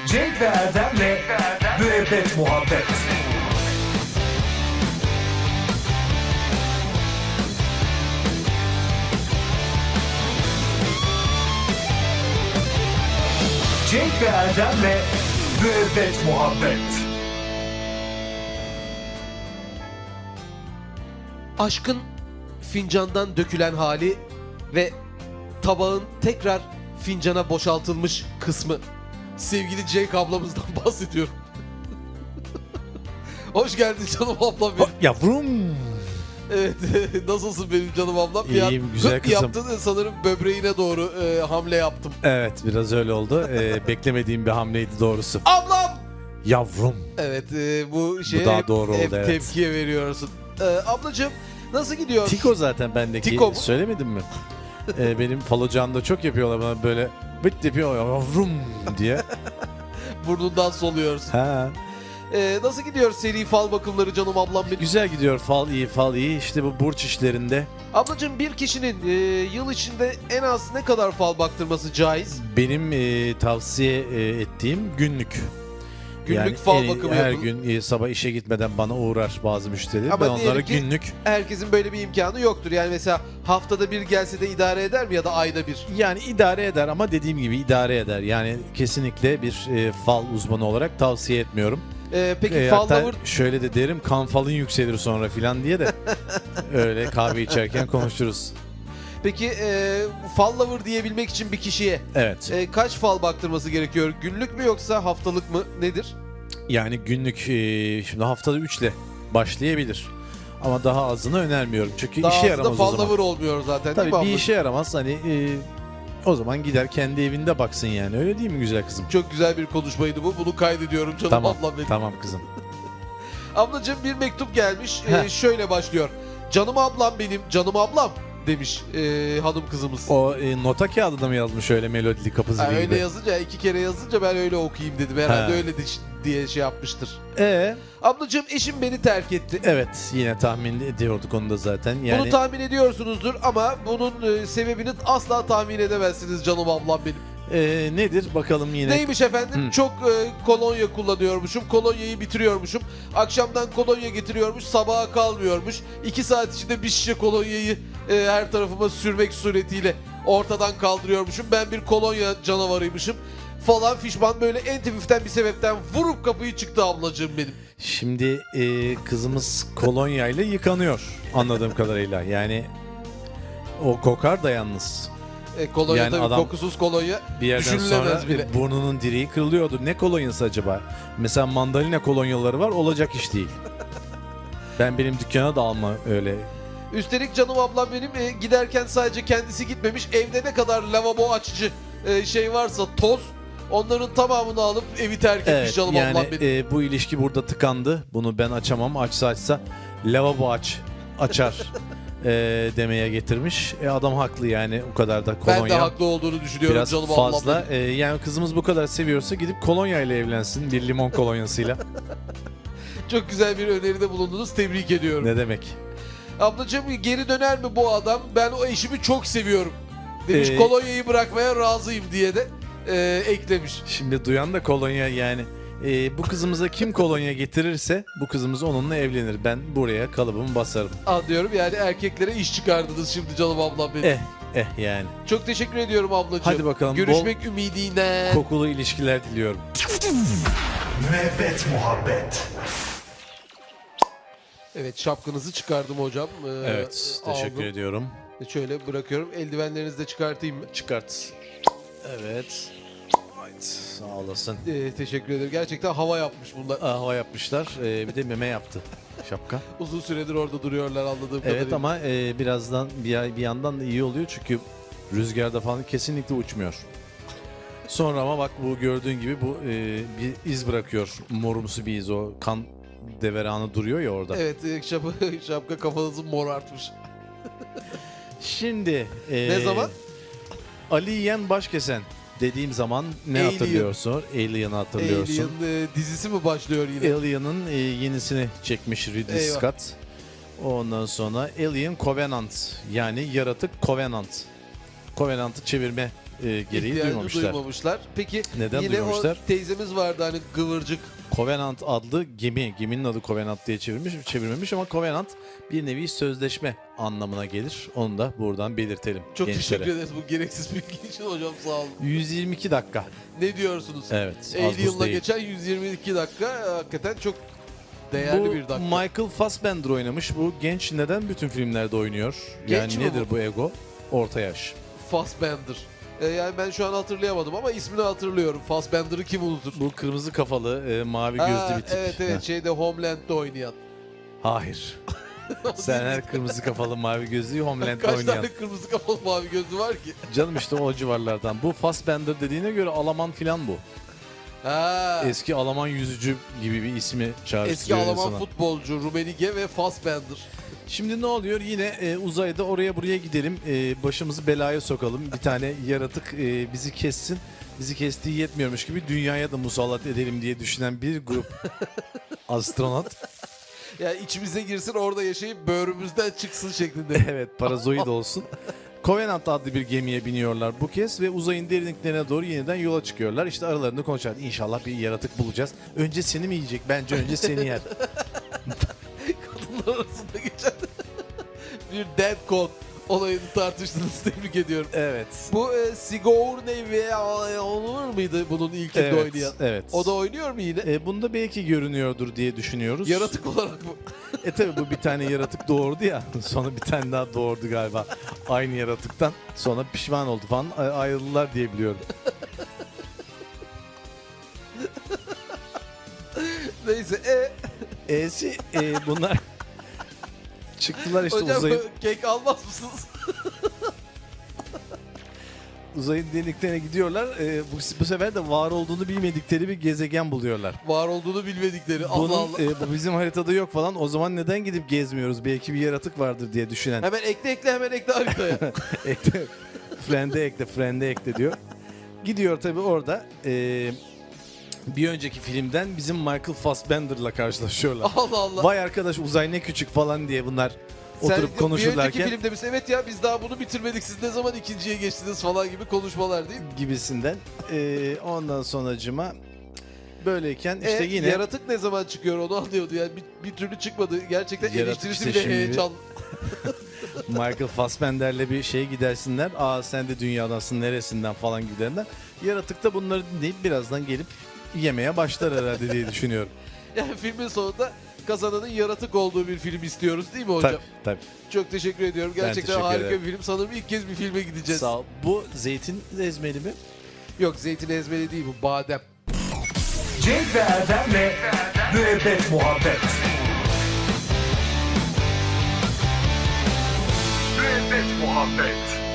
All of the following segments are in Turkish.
Cenk ve Erdem'le Müebbet Muhabbet. Cenk ve Erdem'le Müebbet Muhabbet. Aşkın fincandan dökülen hali ve tabağın tekrar fincana boşaltılmış kısmı. Sevgili Cenk ablamızdan bahsediyorum. Hoş geldin canım ablam benim. Yavrum. Evet, nasılsın benim canım ablam? İyiyim, güzel hık kızım. yaptın, sanırım böbreğine doğru hamle yaptım. Evet, biraz öyle oldu. Beklemediğim bir hamleydi doğrusu. Ablam! Yavrum. Evet, bu şeye daha hep, doğru oldu, hep evet. tepkiye veriyorsun. Ablacığım nasıl gidiyor? Tiko zaten bendeki. Tiko mu? Söylemedim mi? Benim falocağımda çok yapıyorlar bana böyle bıt yapıyor yavrum diye. Burnundan soluyoruz. Ha. Nasıl gidiyor seri fal bakımları canım ablam benim? Güzel gidiyor, fal iyi, fal iyi. İşte bu burç işlerinde Ablacığım bir kişinin yıl içinde en az ne kadar fal baktırması caiz? benim tavsiye ettiğim günlük. Günlük fal bakımı her yapın. gün sabah işe gitmeden bana uğrar bazı müşteriler. Ama Ben onlara diyelim ki günlük, herkesin böyle bir imkanı yoktur. Yani mesela haftada bir gelse de idare eder mi ya da ayda bir? yani idare eder ama dediğim gibi idare eder. Yani kesinlikle bir fal uzmanı olarak tavsiye etmiyorum. Peki fal Hatta lover şöyle de derim, kan falın yükselir sonra filan diye de öyle kahve içerken konuşuruz. Peki fal lover diyebilmek için bir kişiye Evet. kaç fal baktırması gerekiyor? Günlük mü yoksa haftalık mı? Nedir? Yani günlük şimdi haftada 3 ile başlayabilir. Ama daha azını önermiyorum. Çünkü Daha işe az da yaramaz o fal zaman. lover olmuyor zaten değil Tabii mi bir ablacığım? işe yaramaz. Hani o zaman gider kendi evinde baksın yani. Öyle değil mi güzel kızım? Çok güzel bir konuşmaydı bu. Bunu kaydediyorum canım Tamam. ablam benim. Tamam kızım. Ablacığım bir mektup gelmiş. Heh. Şöyle başlıyor. Canım ablam benim, canım ablam demiş hanım kızımız. O nota kağıdına mı yazmış öyle melodili kapı zili öyle gibi? yazınca, 2 kere yazınca ben öyle okuyayım dedim. Herhalde Ha. öyle diye şey yapmıştır. Ee, Ablacığım eşim beni terk etti. evet yine tahmin ediyorduk onu da zaten. Yani Bunu tahmin ediyorsunuzdur ama bunun sebebini asla tahmin edemezsiniz canım ablam benim. nedir bakalım yine. Neymiş efendim? Hı. Çok kolonya kullanıyormuşum. Kolonyayı bitiriyormuşum. Akşamdan kolonya getiriyormuş. Sabaha kalmıyormuş. 2 saat içinde bir şişe kolonyayı her tarafıma sürmek suretiyle ortadan kaldırıyormuşum. Ben bir kolonya canavarıymışım. Falan fişman, böyle en hafiften bir sebepten vurup kapıyı çıktı ablacığım benim. Şimdi kızımız kolonyayla yıkanıyor anladığım kadarıyla. Yani o kokar da yalnız. Kolonya Yani tabii, adam kokusuz kolonya Bir yerden düşünülemez sonra bile. burnunun direği kırılıyordu. Ne kolonyası acaba? Mesela mandalina kolonyaları var, olacak iş değil. Benim dükkana da alma öyle. Üstelik canım ablam benim giderken sadece kendisi gitmemiş. Evde ne kadar lavabo açıcı şey varsa, toz, onların tamamını alıp evi terk etmiş Evet, canım yani ablam benim. bu ilişki burada tıkandı. Bunu ben açamam. Açsa lavabo açar demeye getirmiş. Adam haklı yani, o kadar da kolonya. Ben de haklı olduğunu düşünüyorum Biraz canım fazla. ablam benim. Yani kızımız bu kadar seviyorsa gidip kolonya ile evlensin. Bir limon kolonyasıyla. Çok güzel bir öneride bulundunuz. Tebrik ediyorum. Ne demek? Ablacığım geri döner mi bu adam? Ben o eşimi çok seviyorum demiş. Ee, Kolonyayı bırakmaya razıyım diye de eklemiş. Şimdi duyan da kolonya yani. Bu kızımıza kim kolonya getirirse bu kızımız onunla evlenir. Ben buraya kalıbımı basarım. Anlıyorum, yani erkeklere iş çıkardınız şimdi canım ablam benim. Yani. Çok teşekkür ediyorum ablacığım. Hadi bakalım, Görüşmek ümidiyle. Kokulu ilişkiler diliyorum. Müebbet Muhabbet. Evet, şapkanızı çıkardım hocam. Evet, teşekkür aldım. ediyorum. Şöyle bırakıyorum. Eldivenlerinizi de çıkartayım mı? Çıkart. Evet. Right. Sağ olasın. Teşekkür ederim. Gerçekten hava yapmış bunlar. Hava yapmışlar. Bir de meme yaptı şapka. Uzun süredir orada duruyorlar anladığım kadarıyla. Evet ama birazdan bir yandan da iyi oluyor çünkü rüzgarda falan kesinlikle uçmuyor. Sonra ama bak, bu gördüğün gibi bu bir iz bırakıyor. Morumsu bir iz, o kan deveranı duruyor ya orada. Evet, şapka kafanızı morartmış. Şimdi Ne zaman? Ali Yen Başkesen dediğim zaman ne Alien. hatırlıyorsun? Alien'ı hatırlıyorsun. Alien dizisi mi başlıyor yine? Alien'ın yenisini çekmiş Ridley Eyvah. Scott. Ondan sonra Alien Covenant, yani yaratık Covenant. Covenant'ı çevirme gereği İhtiyacını duymamışlar. Peki Neden yine duymamışlar? o teyzemiz vardı hani kıvırcık. Covenant adlı gemi. Geminin adı Covenant diye çevirmemiş ama Covenant bir nevi sözleşme anlamına gelir. Onu da buradan belirtelim Çok gençlere. teşekkür ederiz bu gereksiz bilgi için hocam, sağ olun. 122 dakika. Ne diyorsunuz? Evet. az buz Alien'la değil. geçen 122 dakika hakikaten çok değerli Bu bir dakika. Michael Fassbender oynamış. Bu genç neden bütün filmlerde oynuyor? Genç Yani mi nedir bu ego? Orta yaş. Fassbender. Yani ben şu an hatırlayamadım ama ismini hatırlıyorum. Fassbender'ı kim unutur? Bu kırmızı kafalı, mavi Ha, gözlü bir tip. evet Ha. şeyde Homeland'de oynayan. Hayır. Sen her kırmızı kafalı mavi gözlüyü Homeland'de Kaç oynayan. tane kırmızı kafalı mavi gözlü var ki? Canım işte o civarlardan. Bu Fassbender dediğine göre Alman filan bu. Ha. Eski Alman yüzücü gibi bir ismi Eski çağrıştırıyor Alman insana. futbolcu Rummenigge ve Fassbender. Şimdi ne oluyor? Yine uzayda oraya buraya gidelim. Başımızı belaya sokalım. Bir tane yaratık bizi kessin. Bizi kestiği yetmiyormuş gibi dünyaya da musallat edelim diye düşünen bir grup astronot. Yani içimize girsin, orada yaşayıp böğrümüzden çıksın şeklinde. Evet, parazoid olsun. Covenant adlı bir gemiye biniyorlar bu kez ve uzayın derinliklerine doğru yeniden yola çıkıyorlar. İşte aralarında konuşuyorlar. İnşallah bir yaratık bulacağız. Önce seni mi yiyecek? Bence önce seni yer. Kadınlar arasında geçen bir dead code olayını tartıştınız. Tebrik ediyorum. Evet. Bu Sigourney Weaver mıydı bunun ilkinde Evet, oynayan? evet. O da oynuyor mu yine? Bunda belki görünüyordur diye düşünüyoruz. Yaratık olarak mı? Tabi bu bir tane yaratık doğurdu ya. Sonra bir tane daha doğurdu galiba. Aynı yaratıktan. Sonra pişman oldu falan. Ayrıldılar diye biliyorum. Neyse. Bunlar çıktılar işte Hocam uzayın, kek almaz mısınız? uzayın derinliklerine gidiyorlar. Bu sefer de var olduğunu bilmedikleri bir gezegen buluyorlar. Var olduğunu bilmedikleri. Allah Bunun, Allah. bu bizim haritada yok falan. O zaman neden gidip gezmiyoruz? Belki bir yaratık vardır diye düşünen. Hemen ekle hemen ekle haritaya. Ekle, friend'e ekle diyor. Gidiyor tabii orada. Bir önceki filmden bizim Michael Fassbender'la karşılaşıyorlar. Allah Allah. Vay arkadaş uzay ne küçük falan diye bunlar oturup Bir konuşurlarken önceki filmde misin? Evet ya biz daha bunu bitirmedik. Siz ne zaman ikinciye geçtiniz falan gibi konuşmalar değil mi? gibisinden. Ondan sonracıma böyleyken işte yine Yaratık ne zaman çıkıyor onu anlıyordu. Yani bir türlü çıkmadı. Gerçekten Yaratık eleştirisi işte bile şimdi heyecan. Michael Fassbender'le bir şeye gidersinler. Aa sen de dünyadansın neresinden falan giderler. Yaratık da bunları dinleyip birazdan gelip yemeye başlar herhalde diye düşünüyorum. Yani filmin sonunda kazananın yaratık olduğu bir film istiyoruz değil mi hocam? Tabii. Çok teşekkür ediyorum. Ben Gerçekten teşekkür harika ederim. bir film. Sanırım ilk kez bir filme gideceğiz. Sağ ol. Bu zeytin ezmeli mi? Yok zeytin ezmeli değil bu, badem. Cenk ve Erdem'le Müebbet Muhabbet. Müebbet Muhabbet.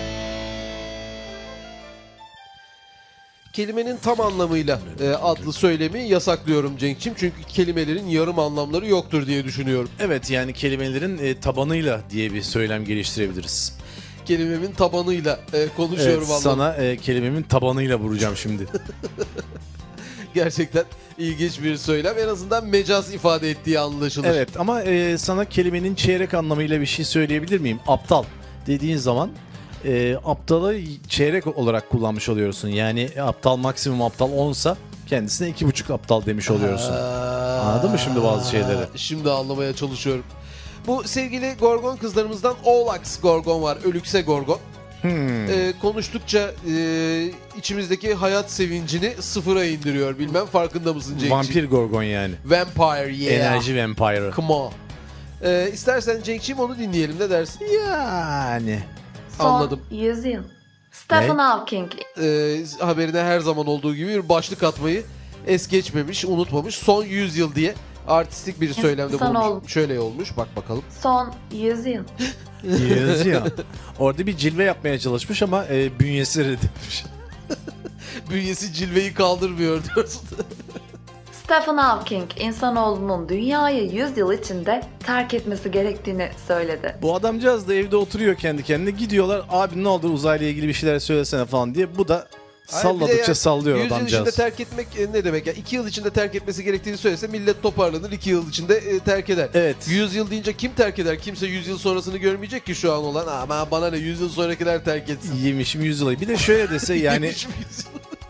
Kelimenin tam anlamıyla adlı söylemi yasaklıyorum Cenk'ciğim. Çünkü kelimelerin yarım anlamları yoktur diye düşünüyorum. Evet yani kelimelerin tabanıyla diye bir söylem geliştirebiliriz. Kelimemin tabanıyla konuşuyorum Evet, anlamı. sana kelimemin tabanıyla vuracağım şimdi. Gerçekten ilginç bir söylem. En azından mecaz ifade ettiği anlaşılır. Evet ama sana kelimenin çeyrek anlamıyla bir şey söyleyebilir miyim? Aptal dediğin zaman aptalı çeyrek olarak kullanmış oluyorsun. Yani aptal maksimum aptal 10'sa kendisine 2,5 aptal demiş oluyorsun. Anladın mı şimdi bazı şeyleri? Şimdi anlamaya çalışıyorum. Bu sevgili Gorgon kızlarımızdan Olax Gorgon var. Ölükse Gorgon. Konuştukça içimizdeki hayat sevincini sıfıra indiriyor. Bilmem farkında mısın Cenk'ciğim? Vampir gorgon yani. Vampire yeah. Enerji vampire. Come on. İstersen Cenk'ciğim onu dinleyelim, ne dersin? Yani. Son Anladım. 100 yıl. Stephen Hawking. Haberine her zaman olduğu gibi bir başlık atmayı es geçmemiş, unutmamış. Son 100 yıl diye artistik bir söylemde Son bulunmuş. oldu. Şöyle olmuş, bak bakalım. Son 100 yıl. Yazıyor. Orada bir cilve yapmaya çalışmış ama bünyesi reddetmiş. Bünyesi cilveyi kaldırmıyor diyorsun. Stephen Hawking insanoğlunun dünyayı 100 yıl içinde terk etmesi gerektiğini söyledi. Bu adamcağız da evde oturuyor kendi kendine. Gidiyorlar abi ne olur uzayla ilgili bir şeyler söylesene falan diye. Bu da Salladıkça sallıyor 100 yıl içinde adamcağız. terk etmek ne demek? Yani 2 yıl içinde terk etmesi gerektiğini söylese millet toparlanır, 2 yıl içinde terk eder. Evet. 100 yıl deyince kim terk eder? Kimse 100 yıl sonrasını görmeyecek ki şu an olan. Ama bana ne, 100 yıl sonrakiler terk etsin. Yemişim 100 yılı. Bir de şöyle dese yani Yemiş miyiz?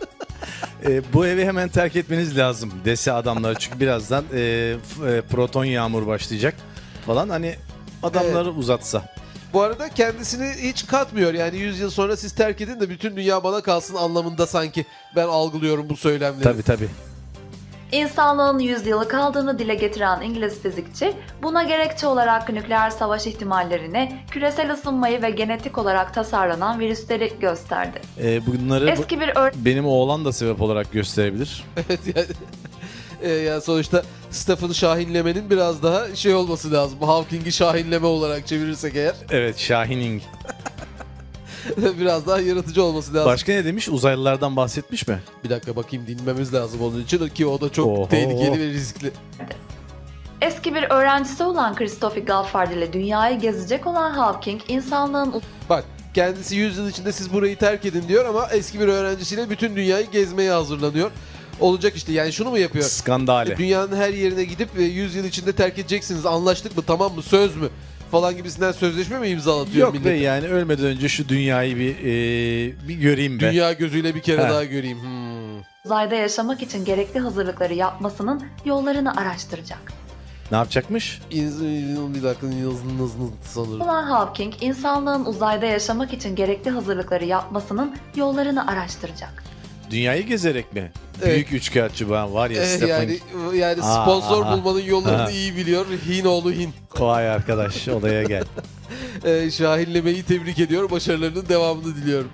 bu evi hemen terk etmeniz lazım dese adamlar. Çünkü birazdan proton yağmur başlayacak falan. Hani adamları uzatsa. Bu arada kendisini hiç katmıyor. Yani 100 yıl sonra siz terk edin de bütün dünya bana kalsın anlamında sanki ben algılıyorum bu söylemleri. Tabii tabii. İnsanlığın 100 yılı kaldığını dile getiren İngiliz fizikçi, buna gerekçe olarak nükleer savaş ihtimallerini, küresel ısınmayı ve genetik olarak tasarlanan virüsleri gösterdi. Bunları Eski bir benim oğlan da sebep olarak gösterebilir. Evet yani. Yani sonuçta Stephen Şahinleme'nin biraz daha şey olması lazım. Hawking'i Şahinleme olarak çevirirsek eğer Evet, Shining. biraz daha yaratıcı olması lazım. Başka ne demiş? Uzaylılardan bahsetmiş mi? Bir dakika bakayım, dinlememiz lazım onun için ki o da çok Oho. tehlikeli ve riskli. Eski bir öğrencisi olan Christopher Galfard ile dünyayı gezecek olan Hawking, insanlığın Bak, kendisi 100 yıl içinde siz burayı terk edin diyor ama eski bir öğrencisiyle bütün dünyayı gezmeye hazırlanıyor. Olacak işte, yani şunu mu yapıyor? Skandale. Dünyanın her yerine gidip 100 yıl içinde terk edeceksiniz, anlaştık mı, tamam mı, söz mü falan gibisinden sözleşme mi imzalatıyor Yok millete? be, yani ölmeden önce şu dünyayı bir göreyim be. Dünya gözüyle bir kere He. daha göreyim. uzayda yaşamak için gerekli hazırlıkları yapmasının yollarını araştıracak. Ne yapacakmış? Bir dakika, sanırım. Olan Hawking, insanlığın uzayda yaşamak için gerekli hazırlıkları yapmasının yollarını araştıracak. Dünyayı gezerek mi? Evet. Büyük üçkağıtçı var ya Stephen. Yani sponsor Aa, bulmanın yollarını aha. iyi biliyor. Hinoğlu Hin. Vay arkadaş, olaya gel. Şahinlemeyi tebrik ediyor. Başarılarının devamını diliyorum.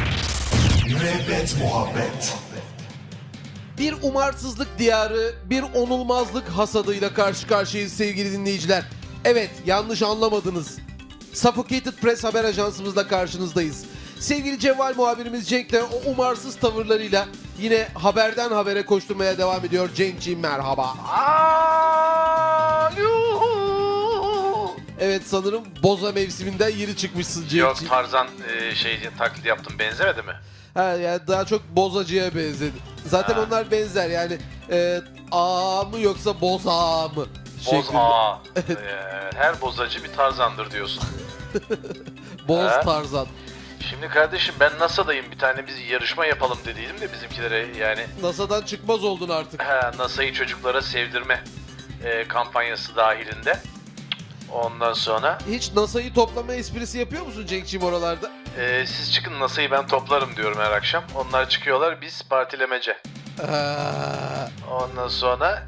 Müebbet muhabbet. Bir umarsızlık diyarı, bir onulmazlık hasadıyla karşı karşıyayız sevgili dinleyiciler. Evet, yanlış anlamadınız. Suffocated Press haber ajansımızla karşınızdayız. Sevgili Cevval muhabirimiz Cenk de o umarsız tavırlarıyla yine haberden habere koşturmaya devam ediyor. Cenk'ciğim merhaba. Evet, sanırım boza mevsiminden yeni çıkmışsın Cenk'ciğim. Yok, Tarzan taklit yaptım, benzemedi mi? Ha, yani daha çok bozacıya benzedi. Zaten Ha. onlar benzer yani A mı yoksa boza mı? Boz şeklinde. A. Her bozacı bir Tarzan'dır diyorsun. Boz Ha. Tarzan. Şimdi kardeşim, ben NASA'dayım, bir tane biz yarışma yapalım dediydim de bizimkilere, yani NASA'dan çıkmaz oldun artık. NASA'yı çocuklara sevdirme kampanyası dahilinde. Ondan sonra Hiç NASA'yı toplama esprisi yapıyor musun Cenk'ciğim oralarda? siz çıkın, NASA'yı ben toplarım diyorum her akşam. Onlar çıkıyorlar, biz partilemece. Ondan sonra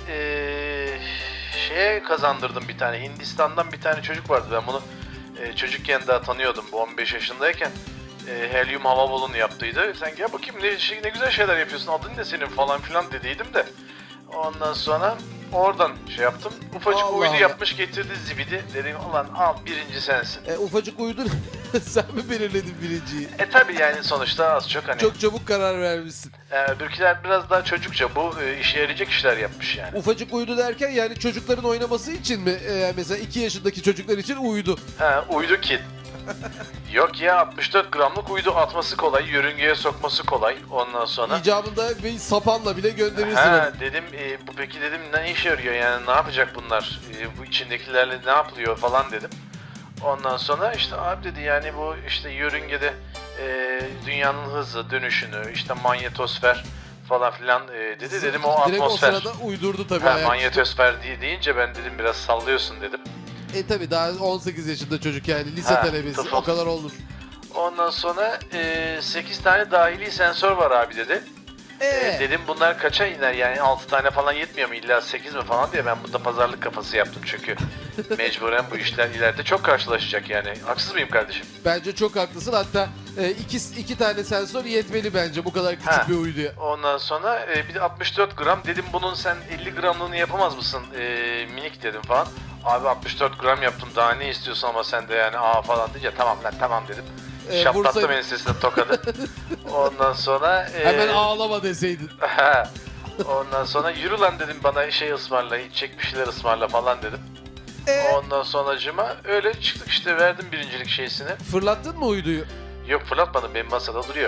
şeye kazandırdım bir tane. Hindistan'dan bir tane çocuk vardı. Ben bunu çocukken daha tanıyordum. Bu 15 yaşındayken helyum hava balonu yaptıydı. Sen gel bakayım, ne güzel şeyler yapıyorsun. Adın ne senin falan filan dediydim de. Ondan sonra oradan şey yaptım. Ufacık Allah uydu Allah. yapmış getirdi zibidi. Dedim ulan al, birinci sensin. Ufacık uydun. Sen mi belirledin birinciyi? Tabi yani sonuçta az çok hani. Çok çabuk karar vermişsin. Öbürküler biraz daha çocukça, bu işe yarayacak işler yapmış yani. Ufacık uydu derken yani çocukların oynaması için mi? Mesela 2 yaşındaki çocuklar için uydu. Uydu kit. Yok ya, 64 gramlık uydu, atması kolay, yörüngeye sokması kolay. Ondan sonra İcabında bir sapanla bile gönderirsin onu. dedim bu peki dedim ne işe yarıyor yani, ne yapacak bunlar, bu içindekilerle ne yapılıyor falan dedim. Ondan sonra işte abi dedi, yani bu işte yörüngede dünyanın hızı, dönüşünü, işte manyetosfer falan filan dedi. Dedim o Direkt atmosfer. o sırada uydurdu tabii. ayaküstü. Manyetosfer deyince ben dedim biraz sallıyorsun dedim. Tabii daha 18 yaşında çocuk yani lise Ha, talebesi, tıfıl. o kadar olur. Ondan sonra 8 tane dahili sensör var abi dedi. Dedim bunlar kaça iner, yani 6 tane falan yetmiyor mu, illa 8 mi falan diye. Ben burada pazarlık kafası yaptım çünkü mecburen bu işler ileride çok karşılaşacak yani. Haksız mıyım kardeşim? Bence çok haklısın, hatta iki tane sensör yetmeli bence bu kadar küçük Ha. bir uyduya. Ondan sonra bir de 64 gram dedim, bunun sen 50 gramlığını yapamaz mısın minik dedim falan. Abi 64 gram yaptım, daha ne istiyorsun ama sen de yani falan deyince tamam lan tamam dedim. Şaplattım Bursa- ensesine tokadı. Ondan sonra Hemen ağlama deseydin. ondan sonra yürü lan dedim, bana şey ısmarla, içecek bir şeyler ısmarla falan dedim. Ondan sonracıma öyle çıktık işte, verdim birincilik şeysini. Fırlattın mı uyduyu? Yok, fırlatmadım, benim masada duruyor.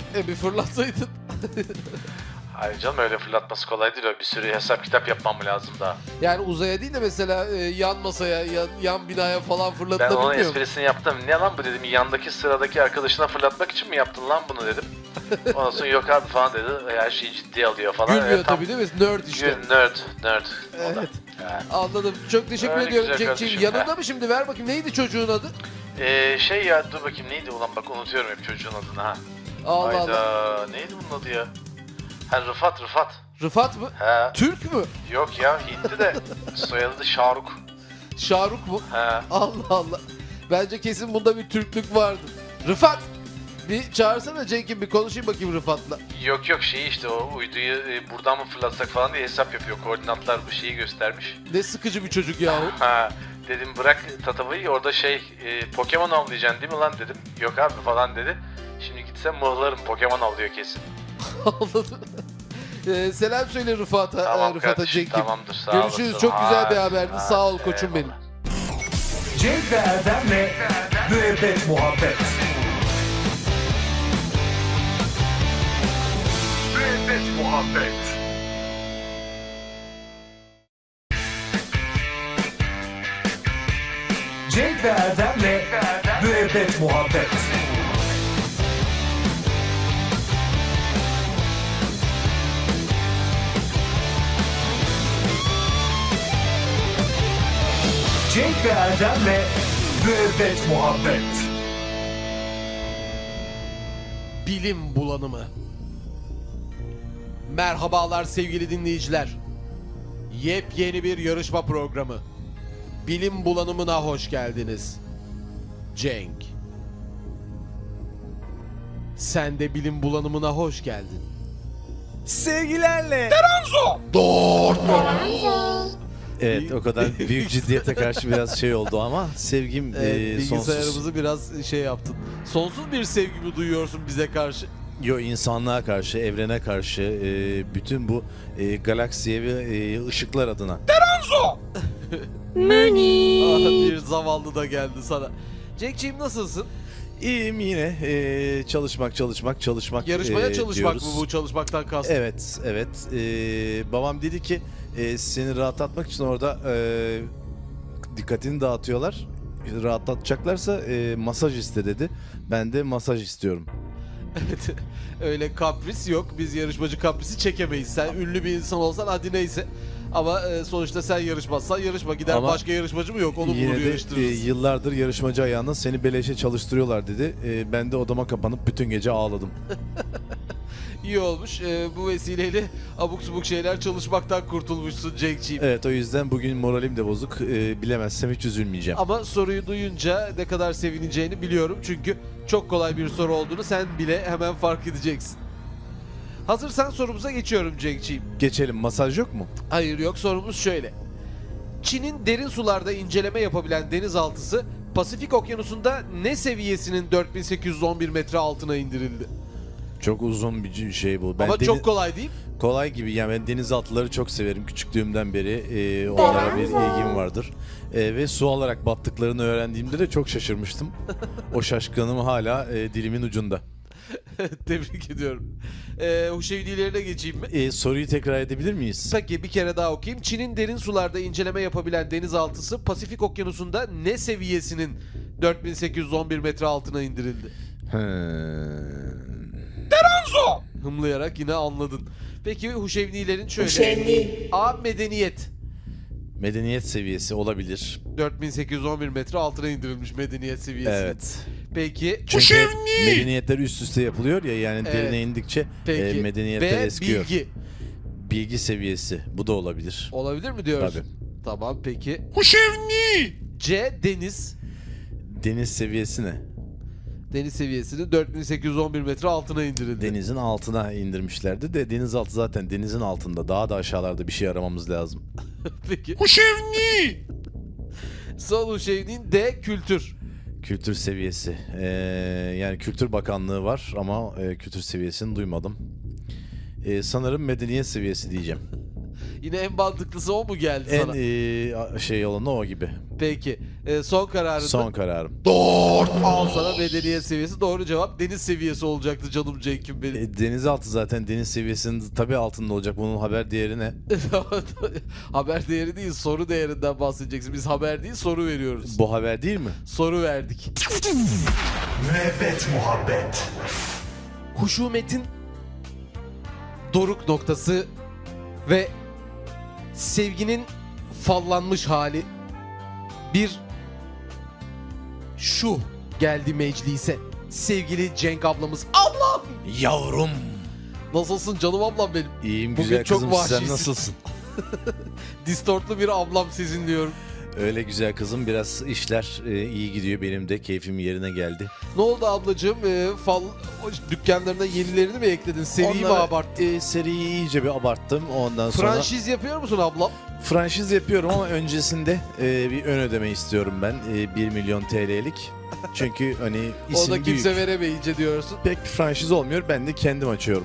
Bir fırlatsaydın. Hayır canım, öyle fırlatması kolay değil. Öyle bir sürü hesap kitap yapmam lazım daha. Yani uzaya değil de mesela yan masaya, yan binaya falan Ben fırlatılabiliyor onun mu? esprisini yaptım. Ne lan bu dedim, yandaki sıradaki arkadaşına fırlatmak için mi yaptın lan bunu dedim. Ondan sonra yok abi falan dedi. Her şeyi ciddiye alıyor falan. Gülmüyor tabii değil mi? Nerd işte. Nerd. O da. Evet. Yani. Anladım. Çok teşekkür Öyle ediyorum güzel Cenk'ciğim. kardeşim. Yanında mı şimdi? Ver bakayım. Neydi çocuğun adı? Şey ya, dur bakayım neydi ulan, bak unutuyorum hep çocuğun adını ha. Allah Hayda, Allah. neydi bunun adı ya? Ha, Rıfat. Rıfat mı? He. Türk mü? Yok ya, Hintli de soyadı da Şaruk. Şaruk mu? He. Allah Allah. Bence kesin bunda bir Türklük vardır. Rıfat! Bir çağırsana Cenk'im, bir konuşayım bakayım Rıfat'la. Yok şey işte, o uyduyu buradan mı fırlatsak falan diye hesap yapıyor. Koordinatlar bu şeyi göstermiş. Ne sıkıcı bir çocuk yahu. Ha, dedim bırak tatavayı, orada Pokemon avlayacaksın değil mi lan dedim. Yok abi falan dedi. Şimdi gitsem mıhlarım, Pokemon avlıyor kesin. Anladım. Selam söyle Rıfat'a. Tamam Rıfat'a kardeşim, Cenk'im. tamamdır, sağ Görüşürüz. olasın. Çok güzel bir Hadi, haberdi. hadi, Sağ ol koçum benim. eyvallah. Cenk ve Erdem'le Müebbet Muhabbet. Müebbet Muhabbet. Cenk ve Erdem'le Müebbet Muhabbet. Cenk ve Erdem'le Müebbet Muhabbet. Bilim bulanımı. Merhabalar sevgili dinleyiciler. Yepyeni bir yarışma programı. Bilim bulanımına hoş geldiniz. Cenk. Sen de bilim bulanımına hoş geldin. Sevgilerle. Evet, o kadar büyük ciddiyete karşı biraz şey oldu ama sevgim sonsuz. Bilgisayarımızı biraz şey yaptın. Sonsuz bir sevgi mi duyuyorsun bize karşı? Yo, insanlığa karşı, evrene karşı, bütün bu galaksiye ve ışıklar adına. Bir zavallı da geldi sana. Cenk'ciğim nasılsın? İyiyim yine. Çalışmak. Yarışmaya çalışmak diyoruz. mı bu çalışmaktan kastın? Evet. Babam dedi ki seni rahatlatmak için orada dikkatini dağıtıyorlar. Rahatlatacaklarsa masaj iste dedi. Ben de masaj istiyorum. Evet. Öyle kapris yok. Biz yarışmacı kaprisi çekemeyiz. Sen ünlü bir insan olsan hadi neyse. Ama sonuçta sen yarışmazsan yarışma. Gider Ama başka yarışmacı mı yok? Onu Yine bulur de yarıştırırız. yıllardır yarışmacı ayağında seni beleşe çalıştırıyorlar dedi. Ben de odama kapanıp bütün gece ağladım. İyi olmuş. Bu vesileyle abuk subuk şeyler çalışmaktan kurtulmuşsun Cenk'ciğim. Evet, o yüzden bugün moralim de bozuk. Bilemezsem hiç üzülmeyeceğim. Ama soruyu duyunca ne kadar sevineceğini biliyorum. Çünkü çok kolay bir soru olduğunu sen bile hemen fark edeceksin. Hazırsan sorumuza geçiyorum Cenk'ciğim. Geçelim. Masaj yok mu? Hayır yok, sorumuz şöyle. Çin'in derin sularda inceleme yapabilen denizaltısı Pasifik Okyanusu'nda ne seviyesinin 4811 metre altına indirildi? Çok uzun bir şey bu. Ama çok kolay değil mi? kolay gibi. Yani ben denizaltıları çok severim. Küçüklüğümden beri onlara bir ilgim vardır. Ve su alarak battıklarını öğrendiğimde de çok şaşırmıştım. O şaşkınlığım hala dilimin ucunda. Tebrik ediyorum. Huşevnilerine geçeyim mi? Soruyu tekrar edebilir miyiz? Peki bir kere daha okuyayım. Çin'in derin sularda inceleme yapabilen denizaltısı Pasifik Okyanusu'nda ne seviyesinin 4811 metre altına indirildi? Hımlayarak yine anladın. Peki Huşevnilerin şöyle. A. Medeniyet. Medeniyet seviyesi olabilir. 4811 metre altına indirilmiş medeniyet seviyesi. Evet. Peki. Çünkü medeniyetler üst üste yapılıyor ya, yani Evet. derine indikçe Peki. medeniyetler B. eskiyor. Bilgi. Bilgi seviyesi. Bu da olabilir. Olabilir mi diyorsun? Tabii. Tamam peki. C. Deniz. Deniz seviyesi ne? Deniz seviyesini 4811 metre altına indirildi. Denizin altına indirmişlerdi de denizaltı zaten denizin altında. Daha da aşağılarda bir şey aramamız lazım. Peki. Son Huşevni'nin D. Kültür. Kültür seviyesi. Yani Kültür Bakanlığı var ama kültür seviyesini duymadım. Sanırım medeniyet seviyesi diyeceğim. Yine en mantıklısı o mu geldi En sana? şey olanı o gibi. Peki. Son kararın mı? Son kararım. Al sana medeniyet seviyesi. Doğru cevap deniz seviyesi olacaktı canım Cenk'im benim. Denizaltı zaten deniz seviyesinin tabii altında olacak. Bunun haber değeri ne? Haber değeri değil, soru değerinden bahsedeceksin. Biz haber değil, soru veriyoruz. Bu haber değil mi? Soru verdik. Müebbet muhabbet. Huşumetin doruk noktası ve sevginin fallanmış hali bir şu geldi meclise. Sevgili Cenk ablamız. Ablam! Yavrum. Nasılsın canım ablam benim? İyiyim Bugün güzel çok kızım, sen vahşisin. nasılsın? Distortlu bir ablam sizin diyorum. Öyle güzel kızım, biraz işler iyi gidiyor, benim de keyfim yerine geldi. Ne oldu ablacığım? Fal dükkanlarına yenilerini mi ekledin? Seriyi mi Onları, abarttın? seriyi iyice bir abarttım, ondan sonra... Franşiz yapıyor musun ablam? Franşiz yapıyorum ama öncesinde bir ön ödeme istiyorum ben, 1 milyon TL'lik. Çünkü hani O isim da kimse büyük. veremeyince diyorsun. Pek bir franşiz olmuyor, ben de kendim açıyorum.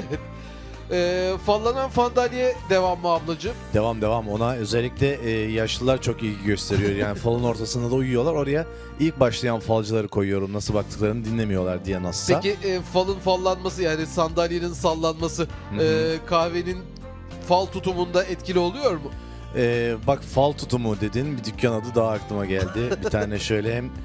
Fallanan Fandalye devam mı ablacığım? Devam, ona özellikle yaşlılar çok ilgi gösteriyor. Yani falın ortasında da uyuyorlar, oraya ilk başlayan falcıları koyuyorum, nasıl baktıklarını dinlemiyorlar diye nasılsa. Peki falın fallanması, yani sandalyenin sallanması kahvenin fal tutumunda etkili oluyor mu? Bak, fal tutumu dedin, bir dükkan adı daha aklıma geldi. Bir tane şöyle hem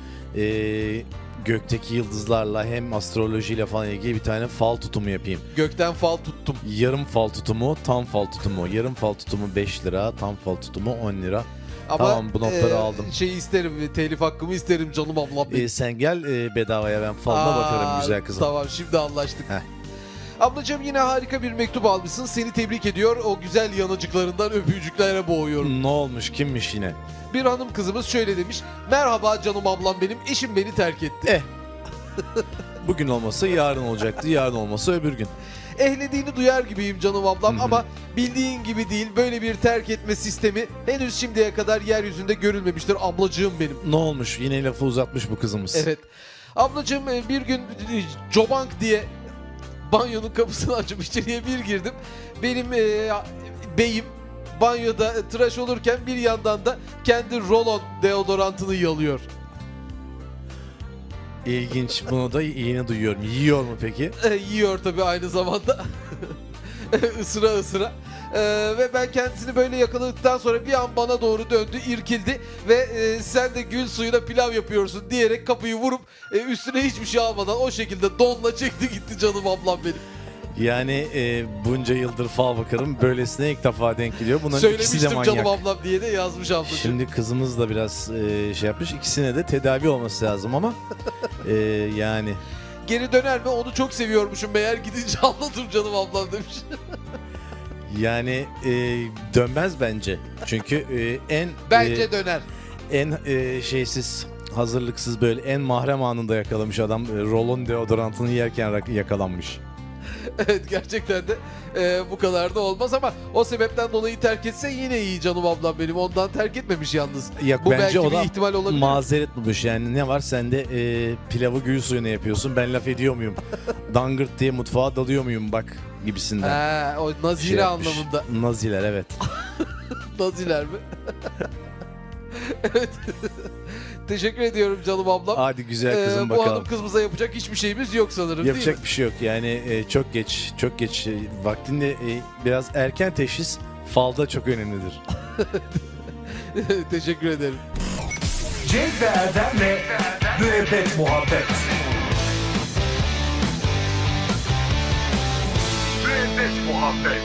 gökteki yıldızlarla hem astrolojiyle falan ilgili bir tane fal tutumu yapayım. Gökten fal tuttum. Yarım fal tutumu, tam fal tutumu. Yarım fal tutumu 5 lira, tam fal tutumu 10 lira. Ama Tamam, bu notları aldım. Şey isterim, telif hakkımı isterim canım ablam benim. Sen gel bedavaya, ben falına bakarım güzel kızım. Tamam, şimdi anlaştık. Heh. Ablacığım, yine harika bir mektup almışsın. Seni tebrik ediyor. O güzel yanıcıklarından öpücüklere boğuyorum. Ne olmuş, kimmiş yine? Bir hanım kızımız şöyle demiş. Merhaba canım ablam benim. Eşim beni terk etti. Bugün olmasa yarın olacaktı, yarın olmasa öbür gün. Ehlediğini duyar gibiyim canım ablam ama bildiğin gibi değil. Böyle bir terk etme sistemi henüz şimdiye kadar yeryüzünde görülmemiştir ablacığım benim. Ne olmuş, yine lafı uzatmış bu kızımız. Evet. Ablacığım, bir gün Jobank diye banyonun kapısını açıp içeriye bir girdim. Benim beyim banyoda tıraş olurken bir yandan da kendi rolon deodorantını yalıyor. İlginç, bunu da yeni duyuyorum. Yiyor mu peki? Yiyor tabii aynı zamanda. Isıra ısıra. Ve ben kendisini böyle yakaladıktan sonra bir an bana doğru döndü, irkildi ve sen de gül suyuna pilav yapıyorsun diyerek kapıyı vurup üstüne hiçbir şey almadan o şekilde donla çekti gitti canım ablam benim. Yani bunca yıldır fal bakarım, böylesine ilk defa denk geliyor. Bunların ikisi de Söylemiştim manyak. canım ablam diye de yazmış ablacığım. Şimdi kızımız da biraz şey yapmış. İkisine de tedavi olması lazım ama yani Geri döner mi? Onu çok seviyormuşum meğer, gidince anlatır canım ablam demiş. yani dönmez bence. Çünkü Bence döner. en şeysiz, hazırlıksız, böyle en mahrem anında yakalamış adam. Rolon deodorantını yerken yakalanmış. Evet, gerçekten de bu kadar da olmaz ama o sebepten dolayı terk etse yine iyi canım ablam benim. Ondan terk etmemiş yalnız. Yok, Bu bence belki o bir da ihtimal olabilir. mazeret bulmuş. Yani ne var sende, pilavı gül suyuna yapıyorsun, ben laf ediyor muyum? Dangırt diye mutfağa dalıyor muyum bak gibisinden. O nazire Şey yapmış. anlamında. Naziler, evet. Naziler mi? Evet. Teşekkür ediyorum canım ablam. Hadi güzel kızım Bu bakalım. hanım kızımıza yapacak hiçbir şeyimiz yok sanırım, değil mi? Yapacak bir şey yok yani, çok geç vaktinde, biraz erken teşhis falda çok önemlidir. Teşekkür ederim. Cenk ve Erdem'le Müebbet Muhabbet. Müebbet Muhabbet.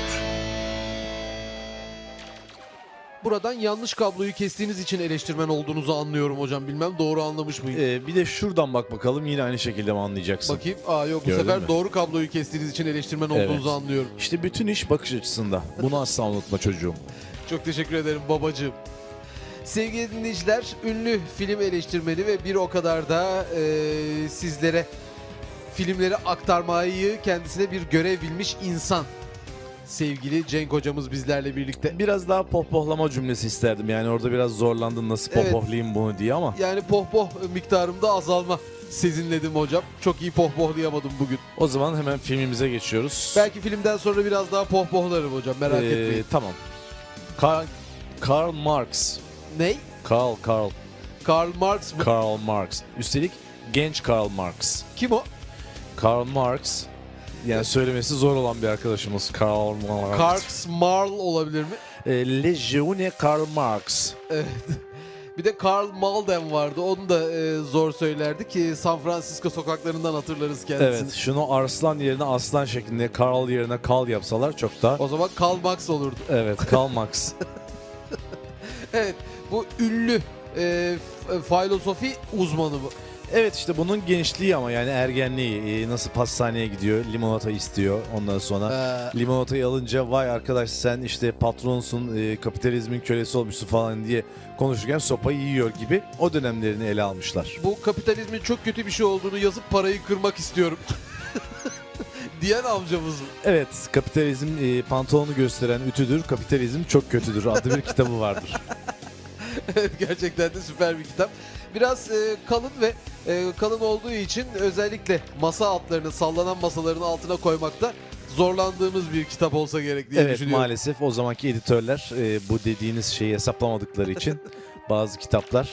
Buradan yanlış kabloyu kestiğiniz için eleştirmen olduğunuzu anlıyorum hocam. Bilmem doğru anlamış mıyım? Bir de şuradan bak bakalım, yine aynı şekilde mi anlayacaksın? Bakayım. Yok, bu Gördün sefer mü? doğru kabloyu kestiğiniz için eleştirmen Evet. olduğunuzu anlıyorum. İşte bütün iş bakış açısında. Bunu asla unutma çocuğum. Çok teşekkür ederim babacığım. Sevgili dinleyiciler, ünlü film eleştirmeni ve bir o kadar da sizlere filmleri aktarmayı kendisine bir görev bilmiş insan. Sevgili Cenk hocamız bizlerle birlikte. Biraz daha pohpohlama cümlesi isterdim. Yani orada biraz zorlandın, nasıl Evet. pohpohlayayım bunu diye ama. Yani pohpoh miktarımda azalma sezinledim hocam. Çok iyi pohpohlayamadım bugün. O zaman hemen filmimize geçiyoruz. Belki filmden sonra biraz daha pohpohlarım hocam, merak etmeyin. Tamam. Karl Marx. Ney? Karl Karl Marx mı? Karl Marx. Üstelik genç Karl Marx. Kim o? Karl Marx. Yani söylemesi zor olan bir arkadaşımız. Karl Marx. Karl Marl olabilir mi? Le Jeune Karl Marx. Evet. Bir de Karl Malden vardı. Onu da zor söylerdik. San Francisco sokaklarından hatırlarız kendisini. Evet, şunu arslan yerine aslan şeklinde, Karl yerine kal yapsalar çok daha... O zaman Karl Marx olurdu. Evet, Karl Marx. Evet. Bu ünlü filozofi uzmanı bu. Evet, işte bunun gençliği ama yani ergenliği. Nasıl pastaneye gidiyor, limonata istiyor. Ondan sonra limonatayı alınca vay arkadaş sen işte patronsun, kapitalizmin kölesi olmuşsun falan diye konuşurken sopayı yiyor gibi o dönemlerini ele almışlar. Bu kapitalizmin çok kötü bir şey olduğunu yazıp parayı kırmak istiyorum. Diyen amcamız mı? Evet, kapitalizm pantolonu gösteren ütüdür, kapitalizm çok kötüdür adlı bir kitabı vardır. Evet, gerçekten de süper bir kitap. Biraz kalın ve kalın olduğu için özellikle masa altlarını, sallanan masaların altına koymakta zorlandığımız bir kitap olsa gerek diye Evet, düşünüyorum. maalesef o zamanki editörler bu dediğiniz şeyi hesaplamadıkları için bazı kitaplar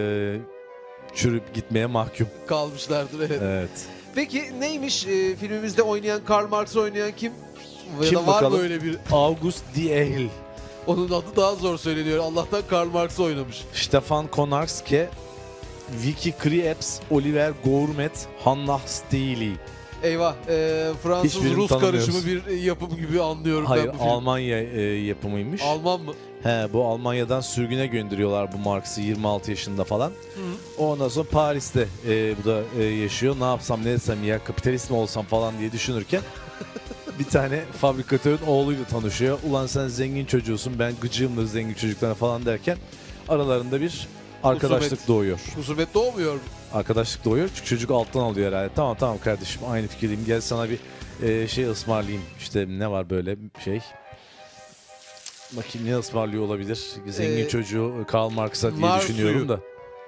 çürüp gitmeye mahkum. Kalmışlardır, evet. Evet. Peki neymiş filmimizde oynayan, Karl Marx'ı oynayan kim? Ya Kim da var bakalım? mı öyle bir? August Diehl, Onun adı daha zor söyleniyor. Allah'tan Karl Marx'ı oynamış. Stefan Konarske, Vicky Krieps, Oliver Gourmet, Hannah Steely. Eyvah, Hiçbirini Fransız-Rus tanımıyoruz. karışımı bir yapım gibi anlıyorum Hayır, ben bu filmi. Almanya yapımıymış. Alman mı? He, bu Almanya'dan sürgüne gönderiyorlar bu Marx'ı 26 yaşında falan. Ondan sonra Paris'te bu da yaşıyor. Ne yapsam ne etsem ya kapitalist mi olsam falan diye düşünürken bir tane fabrikatörün oğluyla tanışıyor. Ulan sen zengin çocuğusun, ben gıcığımdır zengin çocuklarına falan derken aralarında bir arkadaşlık Husumet. doğuyor. Husumet doğmuyor mu? Arkadaşlık doğuyor çünkü çocuk alttan alıyor herhalde. Tamam kardeşim aynı fikirdeyim, gel sana bir şey ısmarlayayım. İşte ne var böyle şey. Bakayım ne ısmarlıyor olabilir? Zengin çocuğu Karl Marx'a diye nar düşünüyorum suyu. da.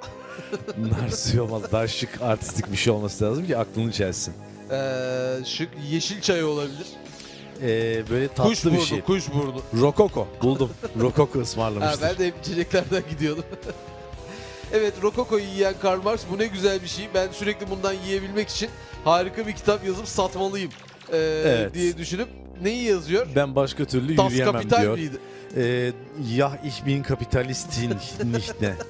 Nar suyu olmaz. Daha şık artistik bir şey olması lazım ki aklını çelsin. Şık yeşil çay olabilir. Böyle tatlı Kuş bir burnu, şey. kuş burnu. Rokoko. Buldum. Rokoko Ha, ısmarlamıştır. ben de hep içeceklerden gidiyordum. Evet, Rokoko'yu yiyen Karl Marx, bu ne güzel bir şey. Ben sürekli bundan yiyebilmek için harika bir kitap yazıp satmalıyım Evet. diye düşünüp neyi yazıyor? Ben başka türlü Das yürüyemem Kapital diyor. miydi? Ya ich bin Kapitalistin nicht ne?